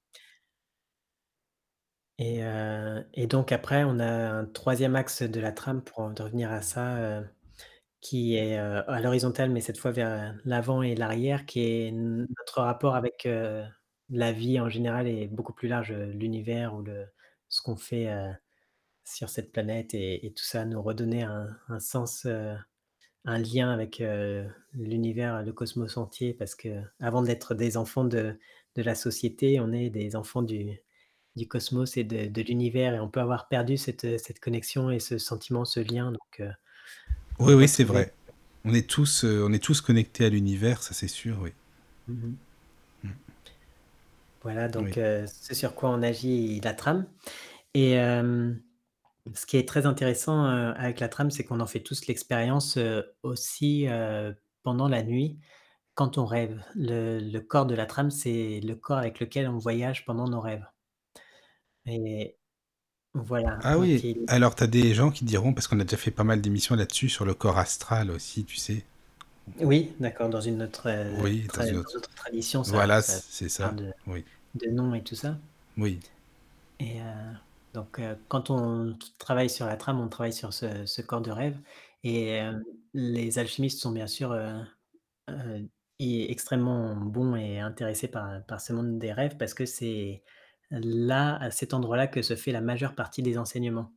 Speaker 3: Et donc après, on a un troisième axe de la trame pour en revenir à ça, qui est, à l'horizontale, mais cette fois vers l'avant et l'arrière, qui est notre rapport avec, la vie en général et beaucoup plus large, l'univers ou ce qu'on fait, sur cette planète et tout ça, nous redonner un sens, un lien avec, l'univers, le cosmos entier parce qu'avant d'être des enfants de la société, on est des enfants du cosmos et de l'univers et on peut avoir perdu cette connexion et ce sentiment, ce lien donc
Speaker 1: Oui, oui, c'est
Speaker 3: retrouver
Speaker 1: vrai. On est tous connectés à l'univers, ça c'est sûr, oui.
Speaker 3: mmh mh. Voilà
Speaker 1: Oui.
Speaker 3: donc ce sur quoi on agit la trame et ce qui est très intéressant, avec la trame, c'est qu'on en fait tous l'expérience, aussi, pendant la nuit quand on rêve. Le corps de la trame, c'est le corps avec lequel on voyage pendant nos rêves et voilà
Speaker 1: Ah
Speaker 3: donc
Speaker 1: oui,
Speaker 3: il
Speaker 1: alors tu as des gens qui diront, parce qu'on a déjà fait pas mal d'émissions là-dessus, sur le corps astral aussi, tu sais.
Speaker 3: oui, d'accord, dans une autre,
Speaker 1: Oui, dans une
Speaker 3: dans
Speaker 1: autre.
Speaker 3: d'autres traditions, ça
Speaker 1: Voilà,
Speaker 3: ça
Speaker 1: c'est ça.
Speaker 3: parle
Speaker 1: Oui,
Speaker 3: de noms et tout ça
Speaker 1: oui.
Speaker 3: et donc quand on travaille sur la trame, on travaille sur ce corps de rêve et les alchimistes sont bien sûr, heu, extrêmement bons et intéressés par ce monde des rêves parce que c'est là, à cet endroit-là, que se fait la majeure partie des enseignements.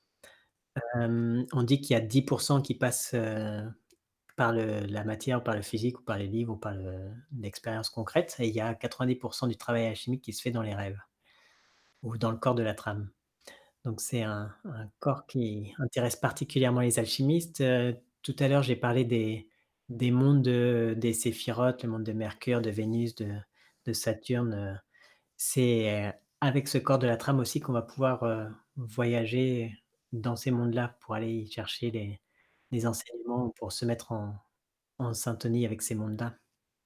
Speaker 3: On dit qu'il y a 10 qui passent, par la matière ou par le physique ou par les livres ou par l'expérience concrète et il y a 90 du travail alchimique qui se fait dans les rêves ou dans le corps de la trame. Donc c'est un corps qui intéresse particulièrement les alchimistes. Tout à l'heure, j'ai parlé des mondes, des séphirotes, le monde de Mercure, de Vénus, de Saturne, c'est, avec ce corps de la trame aussi qu'on va pouvoir, voyager dans ces mondes-là pour aller y chercher les enseignements, pour se mettre en syntonie avec ces mondes-là.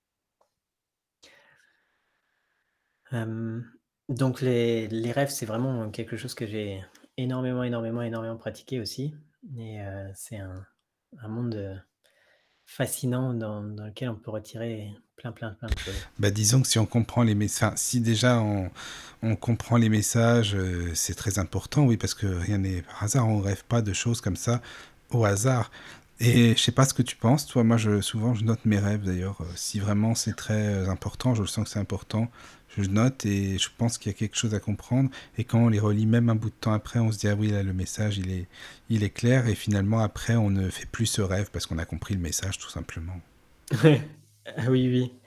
Speaker 3: Hem, donc les rêves, c'est vraiment quelque chose que j'ai énormément, énormément, énormément pratiqué aussi et c'est un monde, fascinant dans lequel on peut retirer plein, plein, plein de choses.
Speaker 1: Bah, disons que si on comprend les messages, si déjà on comprend les messages, c'est très important, oui, parce que rien n'est par hasard, on rêve pas de choses comme ça au hasard. Et je sais pas ce que tu penses, toi, moi souvent je note mes rêves d'ailleurs, si vraiment c'est très important, je le sens que c'est important, je note et je pense qu'il y a quelque chose à comprendre, et quand on les relit même un bout de temps après, on se dit ah oui là le message il est clair, et finalement après on ne fait plus ce rêve parce qu'on a compris le message tout simplement.
Speaker 3: Ah oui, oui.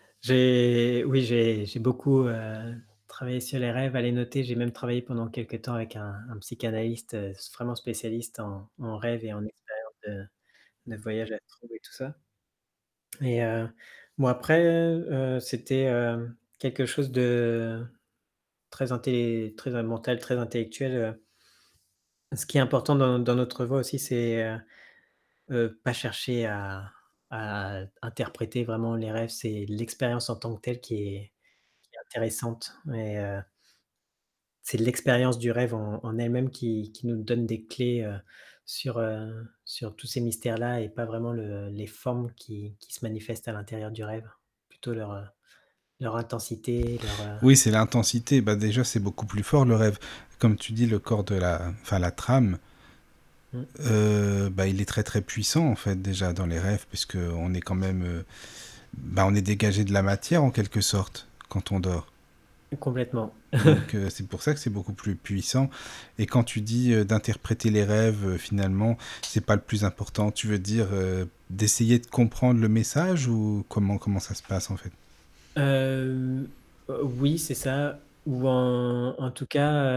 Speaker 3: J'ai beaucoup, travaillé sur les rêves, à les noter. J'ai même travaillé pendant quelque temps avec un psychanalyste, vraiment spécialiste en rêves et en expériences de voyage astral et tout ça. Et bon après, c'était, quelque chose de très mental, très intellectuel, Ce qui est important dans notre voie aussi, c'est, pas chercher à interpréter vraiment les rêves. C'est l'expérience en tant que telle qui est intéressante et c'est l'expérience du rêve en elle-même qui nous donne des clés, sur tous ces mystères-là et pas vraiment les formes qui se manifestent à l'intérieur du rêve. Plutôt leur intensité,
Speaker 1: Oui, c'est l'intensité. Bah déjà, c'est beaucoup plus fort le rêve. Comme tu dis, le corps de enfin la trame,
Speaker 3: mmh,
Speaker 1: bah il est très très puissant en fait déjà dans les rêves, puisque on est quand même, bah on est dégagé de la matière en quelque sorte quand on dort.
Speaker 3: complètement.
Speaker 1: Donc c'est pour ça que c'est beaucoup plus puissant. Et quand tu dis d'interpréter les rêves, finalement, c'est pas le plus important. Tu veux dire d'essayer de comprendre le message, ou comment ça se passe en fait?
Speaker 3: Heu, oui, c'est ça. Ou en tout cas,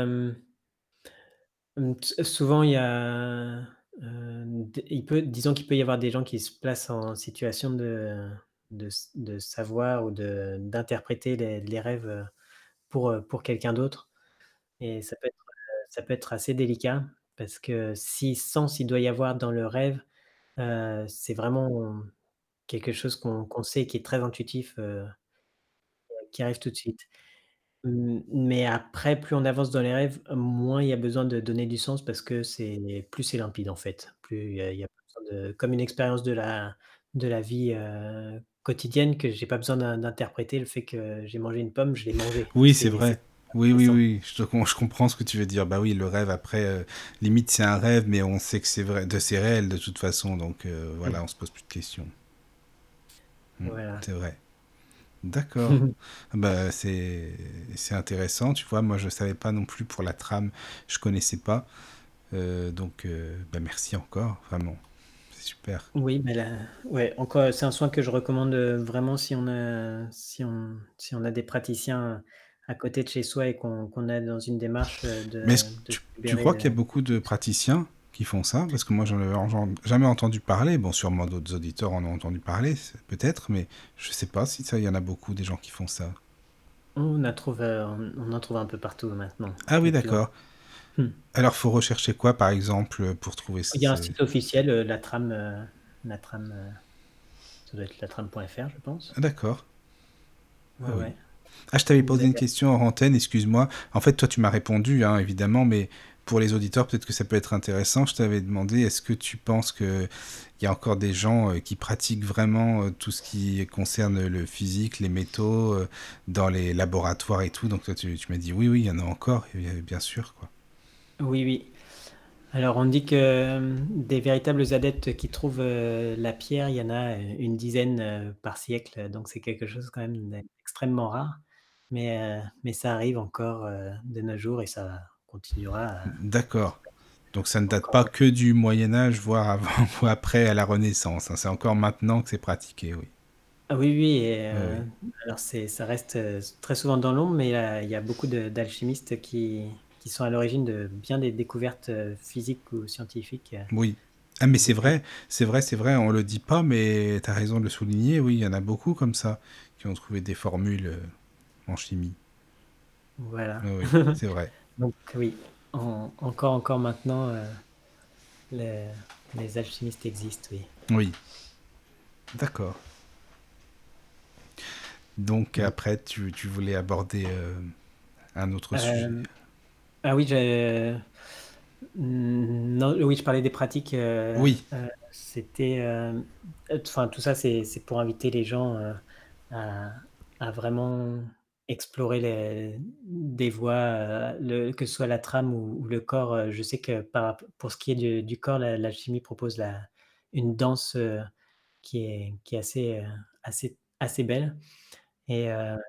Speaker 3: souvent il y a, d il peut disons qu'il peut y avoir des gens qui se placent en situation de savoir ou d'interpréter les rêves, pour quelqu'un d'autre, et ça peut être assez délicat parce que si sens il doit y avoir dans le rêve, c'est vraiment quelque chose qu'on sait qui est très intuitif, qui arrive tout de suite. Mais après, plus on avance dans les rêves, moins il y a besoin de donner du sens parce que c'est limpide en fait. Plus il y a pas besoin de comme une expérience de la vie, quotidienne, que j'ai pas besoin d'interpréter le fait que j'ai mangé une pomme, je l'ai mangée.
Speaker 1: Oui, c'est
Speaker 3: C'est
Speaker 1: vrai. Oui, oui,
Speaker 3: intéressant.
Speaker 1: oui, je comprends ce que tu veux dire. Bah oui, le rêve, après, limite, c'est un rêve, mais on sait que c'est vrai, c'est réel de toute façon, donc
Speaker 3: Mmh.
Speaker 1: voilà, on se pose plus de questions.
Speaker 3: Voilà.
Speaker 1: C'est vrai. D'accord. Bah, c'est intéressant, tu vois. Moi, je savais pas non plus pour la trame, je connaissais pas. Donc, bah, merci encore, vraiment. C'est super.
Speaker 3: Oui, mais là ouais, encore c'est un soin que je recommande, vraiment si on a des praticiens à côté de chez soi et qu'on est dans une démarche,
Speaker 1: Mais est-ce que
Speaker 3: de se
Speaker 1: tu
Speaker 3: libérer
Speaker 1: crois qu'il y a
Speaker 3: de
Speaker 1: beaucoup de praticiens qui font ça? Parce que moi, j'en ai jamais entendu parler. Bon, sûrement d'autres auditeurs en ont entendu parler, peut-être, mais je sais pas si ça, il y en a beaucoup des gens qui font ça.
Speaker 3: on en trouve un peu partout maintenant,
Speaker 1: Ah oui,
Speaker 3: de plus en
Speaker 1: d'accord.
Speaker 3: mmh.
Speaker 1: Alors, faut rechercher quoi, par exemple, pour trouver
Speaker 3: Il y a un
Speaker 1: ce...
Speaker 3: site officiel, la trame, ça doit être latram.fr, je pense.
Speaker 1: Ah, d'accord.
Speaker 3: Ouais,
Speaker 1: Ah oui.
Speaker 3: ouais.
Speaker 1: Ah, je t'avais
Speaker 3: Vous
Speaker 1: posé une
Speaker 3: avez
Speaker 1: question en antenne, excuse-moi. En fait, toi, tu m'as répondu, hein, évidemment, mais pour les auditeurs, peut-être que ça peut être intéressant. Je t'avais demandé, est-ce que tu penses qu'il y a encore des gens qui pratiquent vraiment tout ce qui concerne le physique, les métaux, dans les laboratoires et tout? Donc, toi, tu m'as dit oui, oui, il y en a encore, bien sûr, quoi.
Speaker 3: oui, oui. Alors on dit que, des véritables adeptes qui trouvent, la pierre, il y en a, une dizaine, par siècle, donc c'est quelque chose quand même d'extrêmement rare. Mais ça arrive encore, de nos jours, et ça continuera,
Speaker 1: D'accord. Donc, ça ne date
Speaker 3: encore
Speaker 1: pas
Speaker 3: longtemps.
Speaker 1: que du Moyen-Âge, voire avant ou après à la Renaissance, hein. C'est encore maintenant que c'est pratiqué, oui.
Speaker 3: Ah oui, oui, et
Speaker 1: Oui, oui.
Speaker 3: alors ça reste, très souvent dans l'ombre, mais il y a beaucoup d'alchimistes qui sont à l'origine de bien des découvertes, physiques ou scientifiques,
Speaker 1: Oui. Ah, mais c'est
Speaker 3: depuis
Speaker 1: vrai, c'est vrai, c'est vrai, on le dit pas, mais tu as raison de le souligner, oui, il y en a beaucoup comme ça, qui ont trouvé des formules en chimie.
Speaker 3: voilà.
Speaker 1: Oui, oui, c'est vrai.
Speaker 3: Donc oui, encore maintenant, les les alchimistes existent, oui.
Speaker 1: Oui, d'accord. Donc
Speaker 3: Mmh.
Speaker 1: après, tu voulais aborder un autre sujet.
Speaker 3: Hem, ah oui, non, oui, je parlais des pratiques,
Speaker 1: Oui,
Speaker 3: c'était, enfin tout ça c'est pour inviter les gens, à vraiment explorer des voies, que ce soit la trame ou le corps. Je sais que pour ce qui est du corps, l'alchimie propose une danse, qui est assez belle, et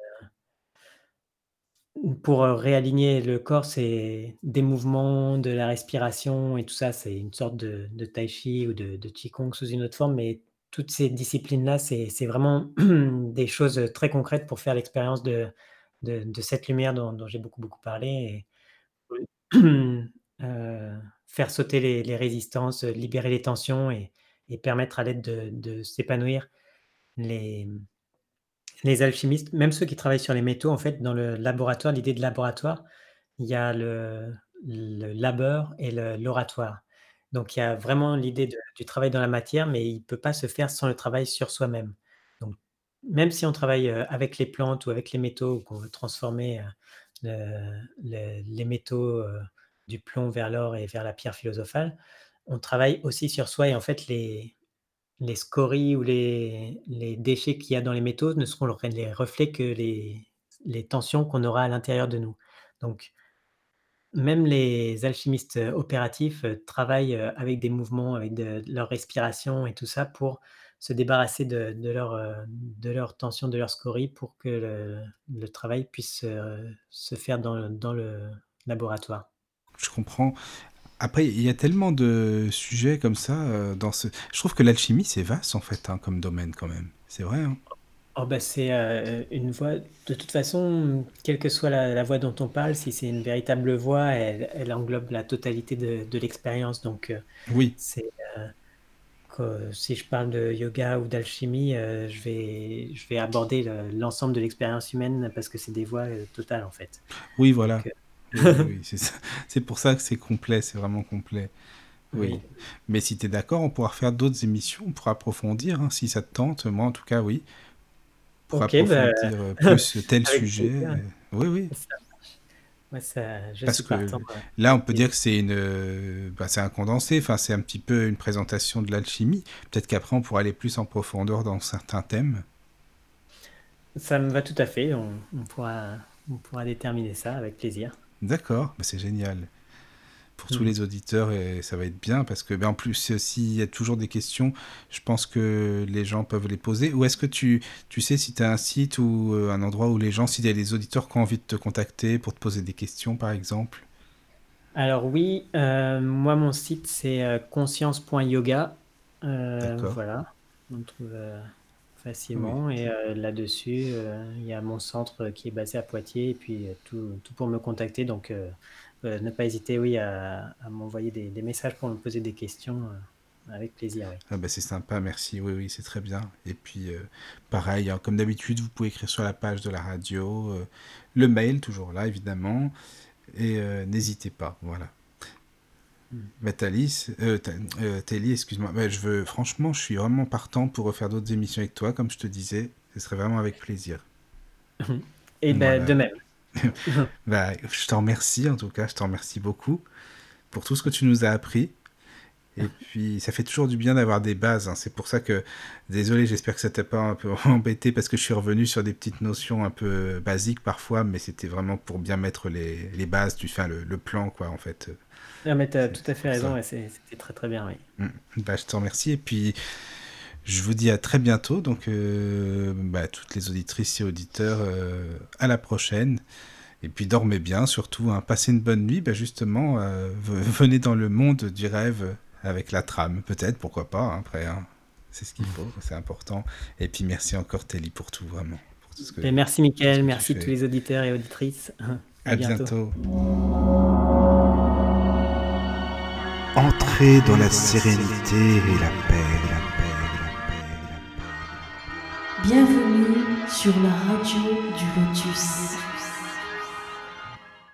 Speaker 3: pour, réaligner le corps, c'est des mouvements, de la respiration et tout ça. C'est une sorte de tai chi ou de qigong sous une autre forme, mais toutes ces disciplines-là, c'est vraiment des choses très concrètes pour faire l'expérience de cette lumière dont j'ai beaucoup parlé, et faire sauter les résistances, libérer les tensions, et permettre à l'aide de s'épanouir. Les les alchimistes, même ceux qui travaillent sur les métaux, en fait, dans le laboratoire, l'idée de laboratoire, il y a le labeur et l'oratoire. Donc il y a vraiment l'idée du travail dans la matière, mais il peut pas se faire sans le travail sur soi-même. Donc même si on travaille, avec les plantes ou avec les métaux, ou qu'on veut transformer, les métaux, du plomb vers l'or et vers la pierre philosophale, on travaille aussi sur soi, et en fait les scories ou les déchets qu'il y a dans les métaux ne seront les reflets que les tensions qu'on aura à l'intérieur de nous. Donc même les alchimistes, opératifs, travaillent, avec des mouvements, avec de leur respiration et tout ça, pour se débarrasser de leurs tensions, de leurs scories, pour que le travail puisse, se faire dans le laboratoire.
Speaker 1: je comprends. Après, il y a tellement de sujets comme ça dans ce... Je trouve que l'alchimie, c'est vaste en fait, hein, comme domaine quand même. C'est vrai, hein.
Speaker 3: Oh bah, c'est, une voix de toute façon, quelle que soit la voix dont on parle, si c'est une véritable voix, elle englobe la totalité de l'expérience donc
Speaker 1: Oui,
Speaker 3: c'est, que si je parle de yoga ou d'alchimie, je vais aborder l'ensemble de l'expérience humaine parce que c'est des voix, totales, en fait.
Speaker 1: oui,
Speaker 3: Donc
Speaker 1: voilà. Oui, oui, oui, c'est ça. C'est pour ça que c'est complet, c'est vraiment complet. Oui.
Speaker 3: oui.
Speaker 1: Mais si tu es d'accord, on pourra faire d'autres émissions pour approfondir, hein, si ça te tente. Moi, en tout cas, oui. Pour
Speaker 3: OK, bah,
Speaker 1: approfondir plus tel
Speaker 3: avec
Speaker 1: sujet.
Speaker 3: plaisir.
Speaker 1: Oui, oui.
Speaker 3: Ça ouais, ça je
Speaker 1: Parce
Speaker 3: suis
Speaker 1: que
Speaker 3: partant,
Speaker 1: là, on
Speaker 3: avec
Speaker 1: peut dire
Speaker 3: plaisir.
Speaker 1: que c'est c'est un condensé, enfin, c'est un petit peu une présentation de l'alchimie. Peut-être qu'après, on pourra aller plus en profondeur dans certains thèmes.
Speaker 3: Ça me va tout à fait, on pourra déterminer ça avec plaisir.
Speaker 1: D'accord, bah, c'est génial. Pour tous
Speaker 3: Mmh.
Speaker 1: les auditeurs, et ça va être bien parce que, ben, en plus, s'il y a toujours des questions, je pense que les gens peuvent les poser. Ou est-ce que tu sais si tu as un site ou un endroit où les gens, s'il y a des auditeurs qui ont envie de te contacter pour te poser des questions, par exemple?
Speaker 3: Alors oui, moi mon site c'est, conscience.yoga,
Speaker 1: D'accord.
Speaker 3: voilà, on le trouve,
Speaker 1: Oui.
Speaker 3: facilement et là-dessus, il y a mon centre qui est basé à Poitiers et puis, tout pour me contacter donc ne pas hésiter, oui, à m'envoyer des messages pour me poser des questions, avec plaisir, oui.
Speaker 1: Ah bah, c'est sympa, merci. Oui, oui, c'est très bien. Et puis, pareil, hein, comme d'habitude, vous pouvez écrire sur la page de la radio, le mail, toujours là, évidemment. Et n'hésitez pas, voilà.
Speaker 3: Mmh.
Speaker 1: Bah, Thalie, excuse-moi. Bah, franchement, je suis vraiment partant pour refaire d'autres émissions avec toi, comme je te disais. Ce serait vraiment avec plaisir.
Speaker 3: Et ben de
Speaker 1: Voilà.
Speaker 3: même.
Speaker 1: Bah, je t'en remercie, en tout cas, je t'en remercie beaucoup pour tout ce que tu nous as appris. Et puis, ça fait toujours du bien d'avoir des bases, hein. C'est pour ça que, désolé, j'espère que ça t'a pas un peu embêté parce que je suis revenu sur des petites notions un peu basiques parfois, mais c'était vraiment pour bien mettre les bases, tu fais le plan, quoi, en fait.
Speaker 3: Non mais tu as tout à
Speaker 1: C'est
Speaker 3: fait
Speaker 1: pour
Speaker 3: raison
Speaker 1: ça.
Speaker 3: et c'était très, très bien, oui.
Speaker 1: Mm. Bah, je te remercie. Et puis, je vous dis à très bientôt. Donc, bah, toutes les auditrices et auditeurs, à la prochaine. Et puis, dormez bien, surtout, hein. Passez une bonne nuit. Bah, justement, venez dans le monde du rêve avec la trame, peut-être, pourquoi pas, hein, après, hein. C'est ce qu'il faut, c'est important. Et puis, merci encore, Telly, pour tout, vraiment. Pour
Speaker 3: Et merci
Speaker 1: tout ce
Speaker 3: Mickaël,
Speaker 1: que tu
Speaker 3: merci tous
Speaker 1: fais.
Speaker 3: les auditeurs et auditrices. À
Speaker 1: À
Speaker 3: bientôt.
Speaker 1: bientôt. Entrez dans la sérénité et la paix, la paix, la paix, la paix.
Speaker 2: Bienvenue sur la radio du Lotus.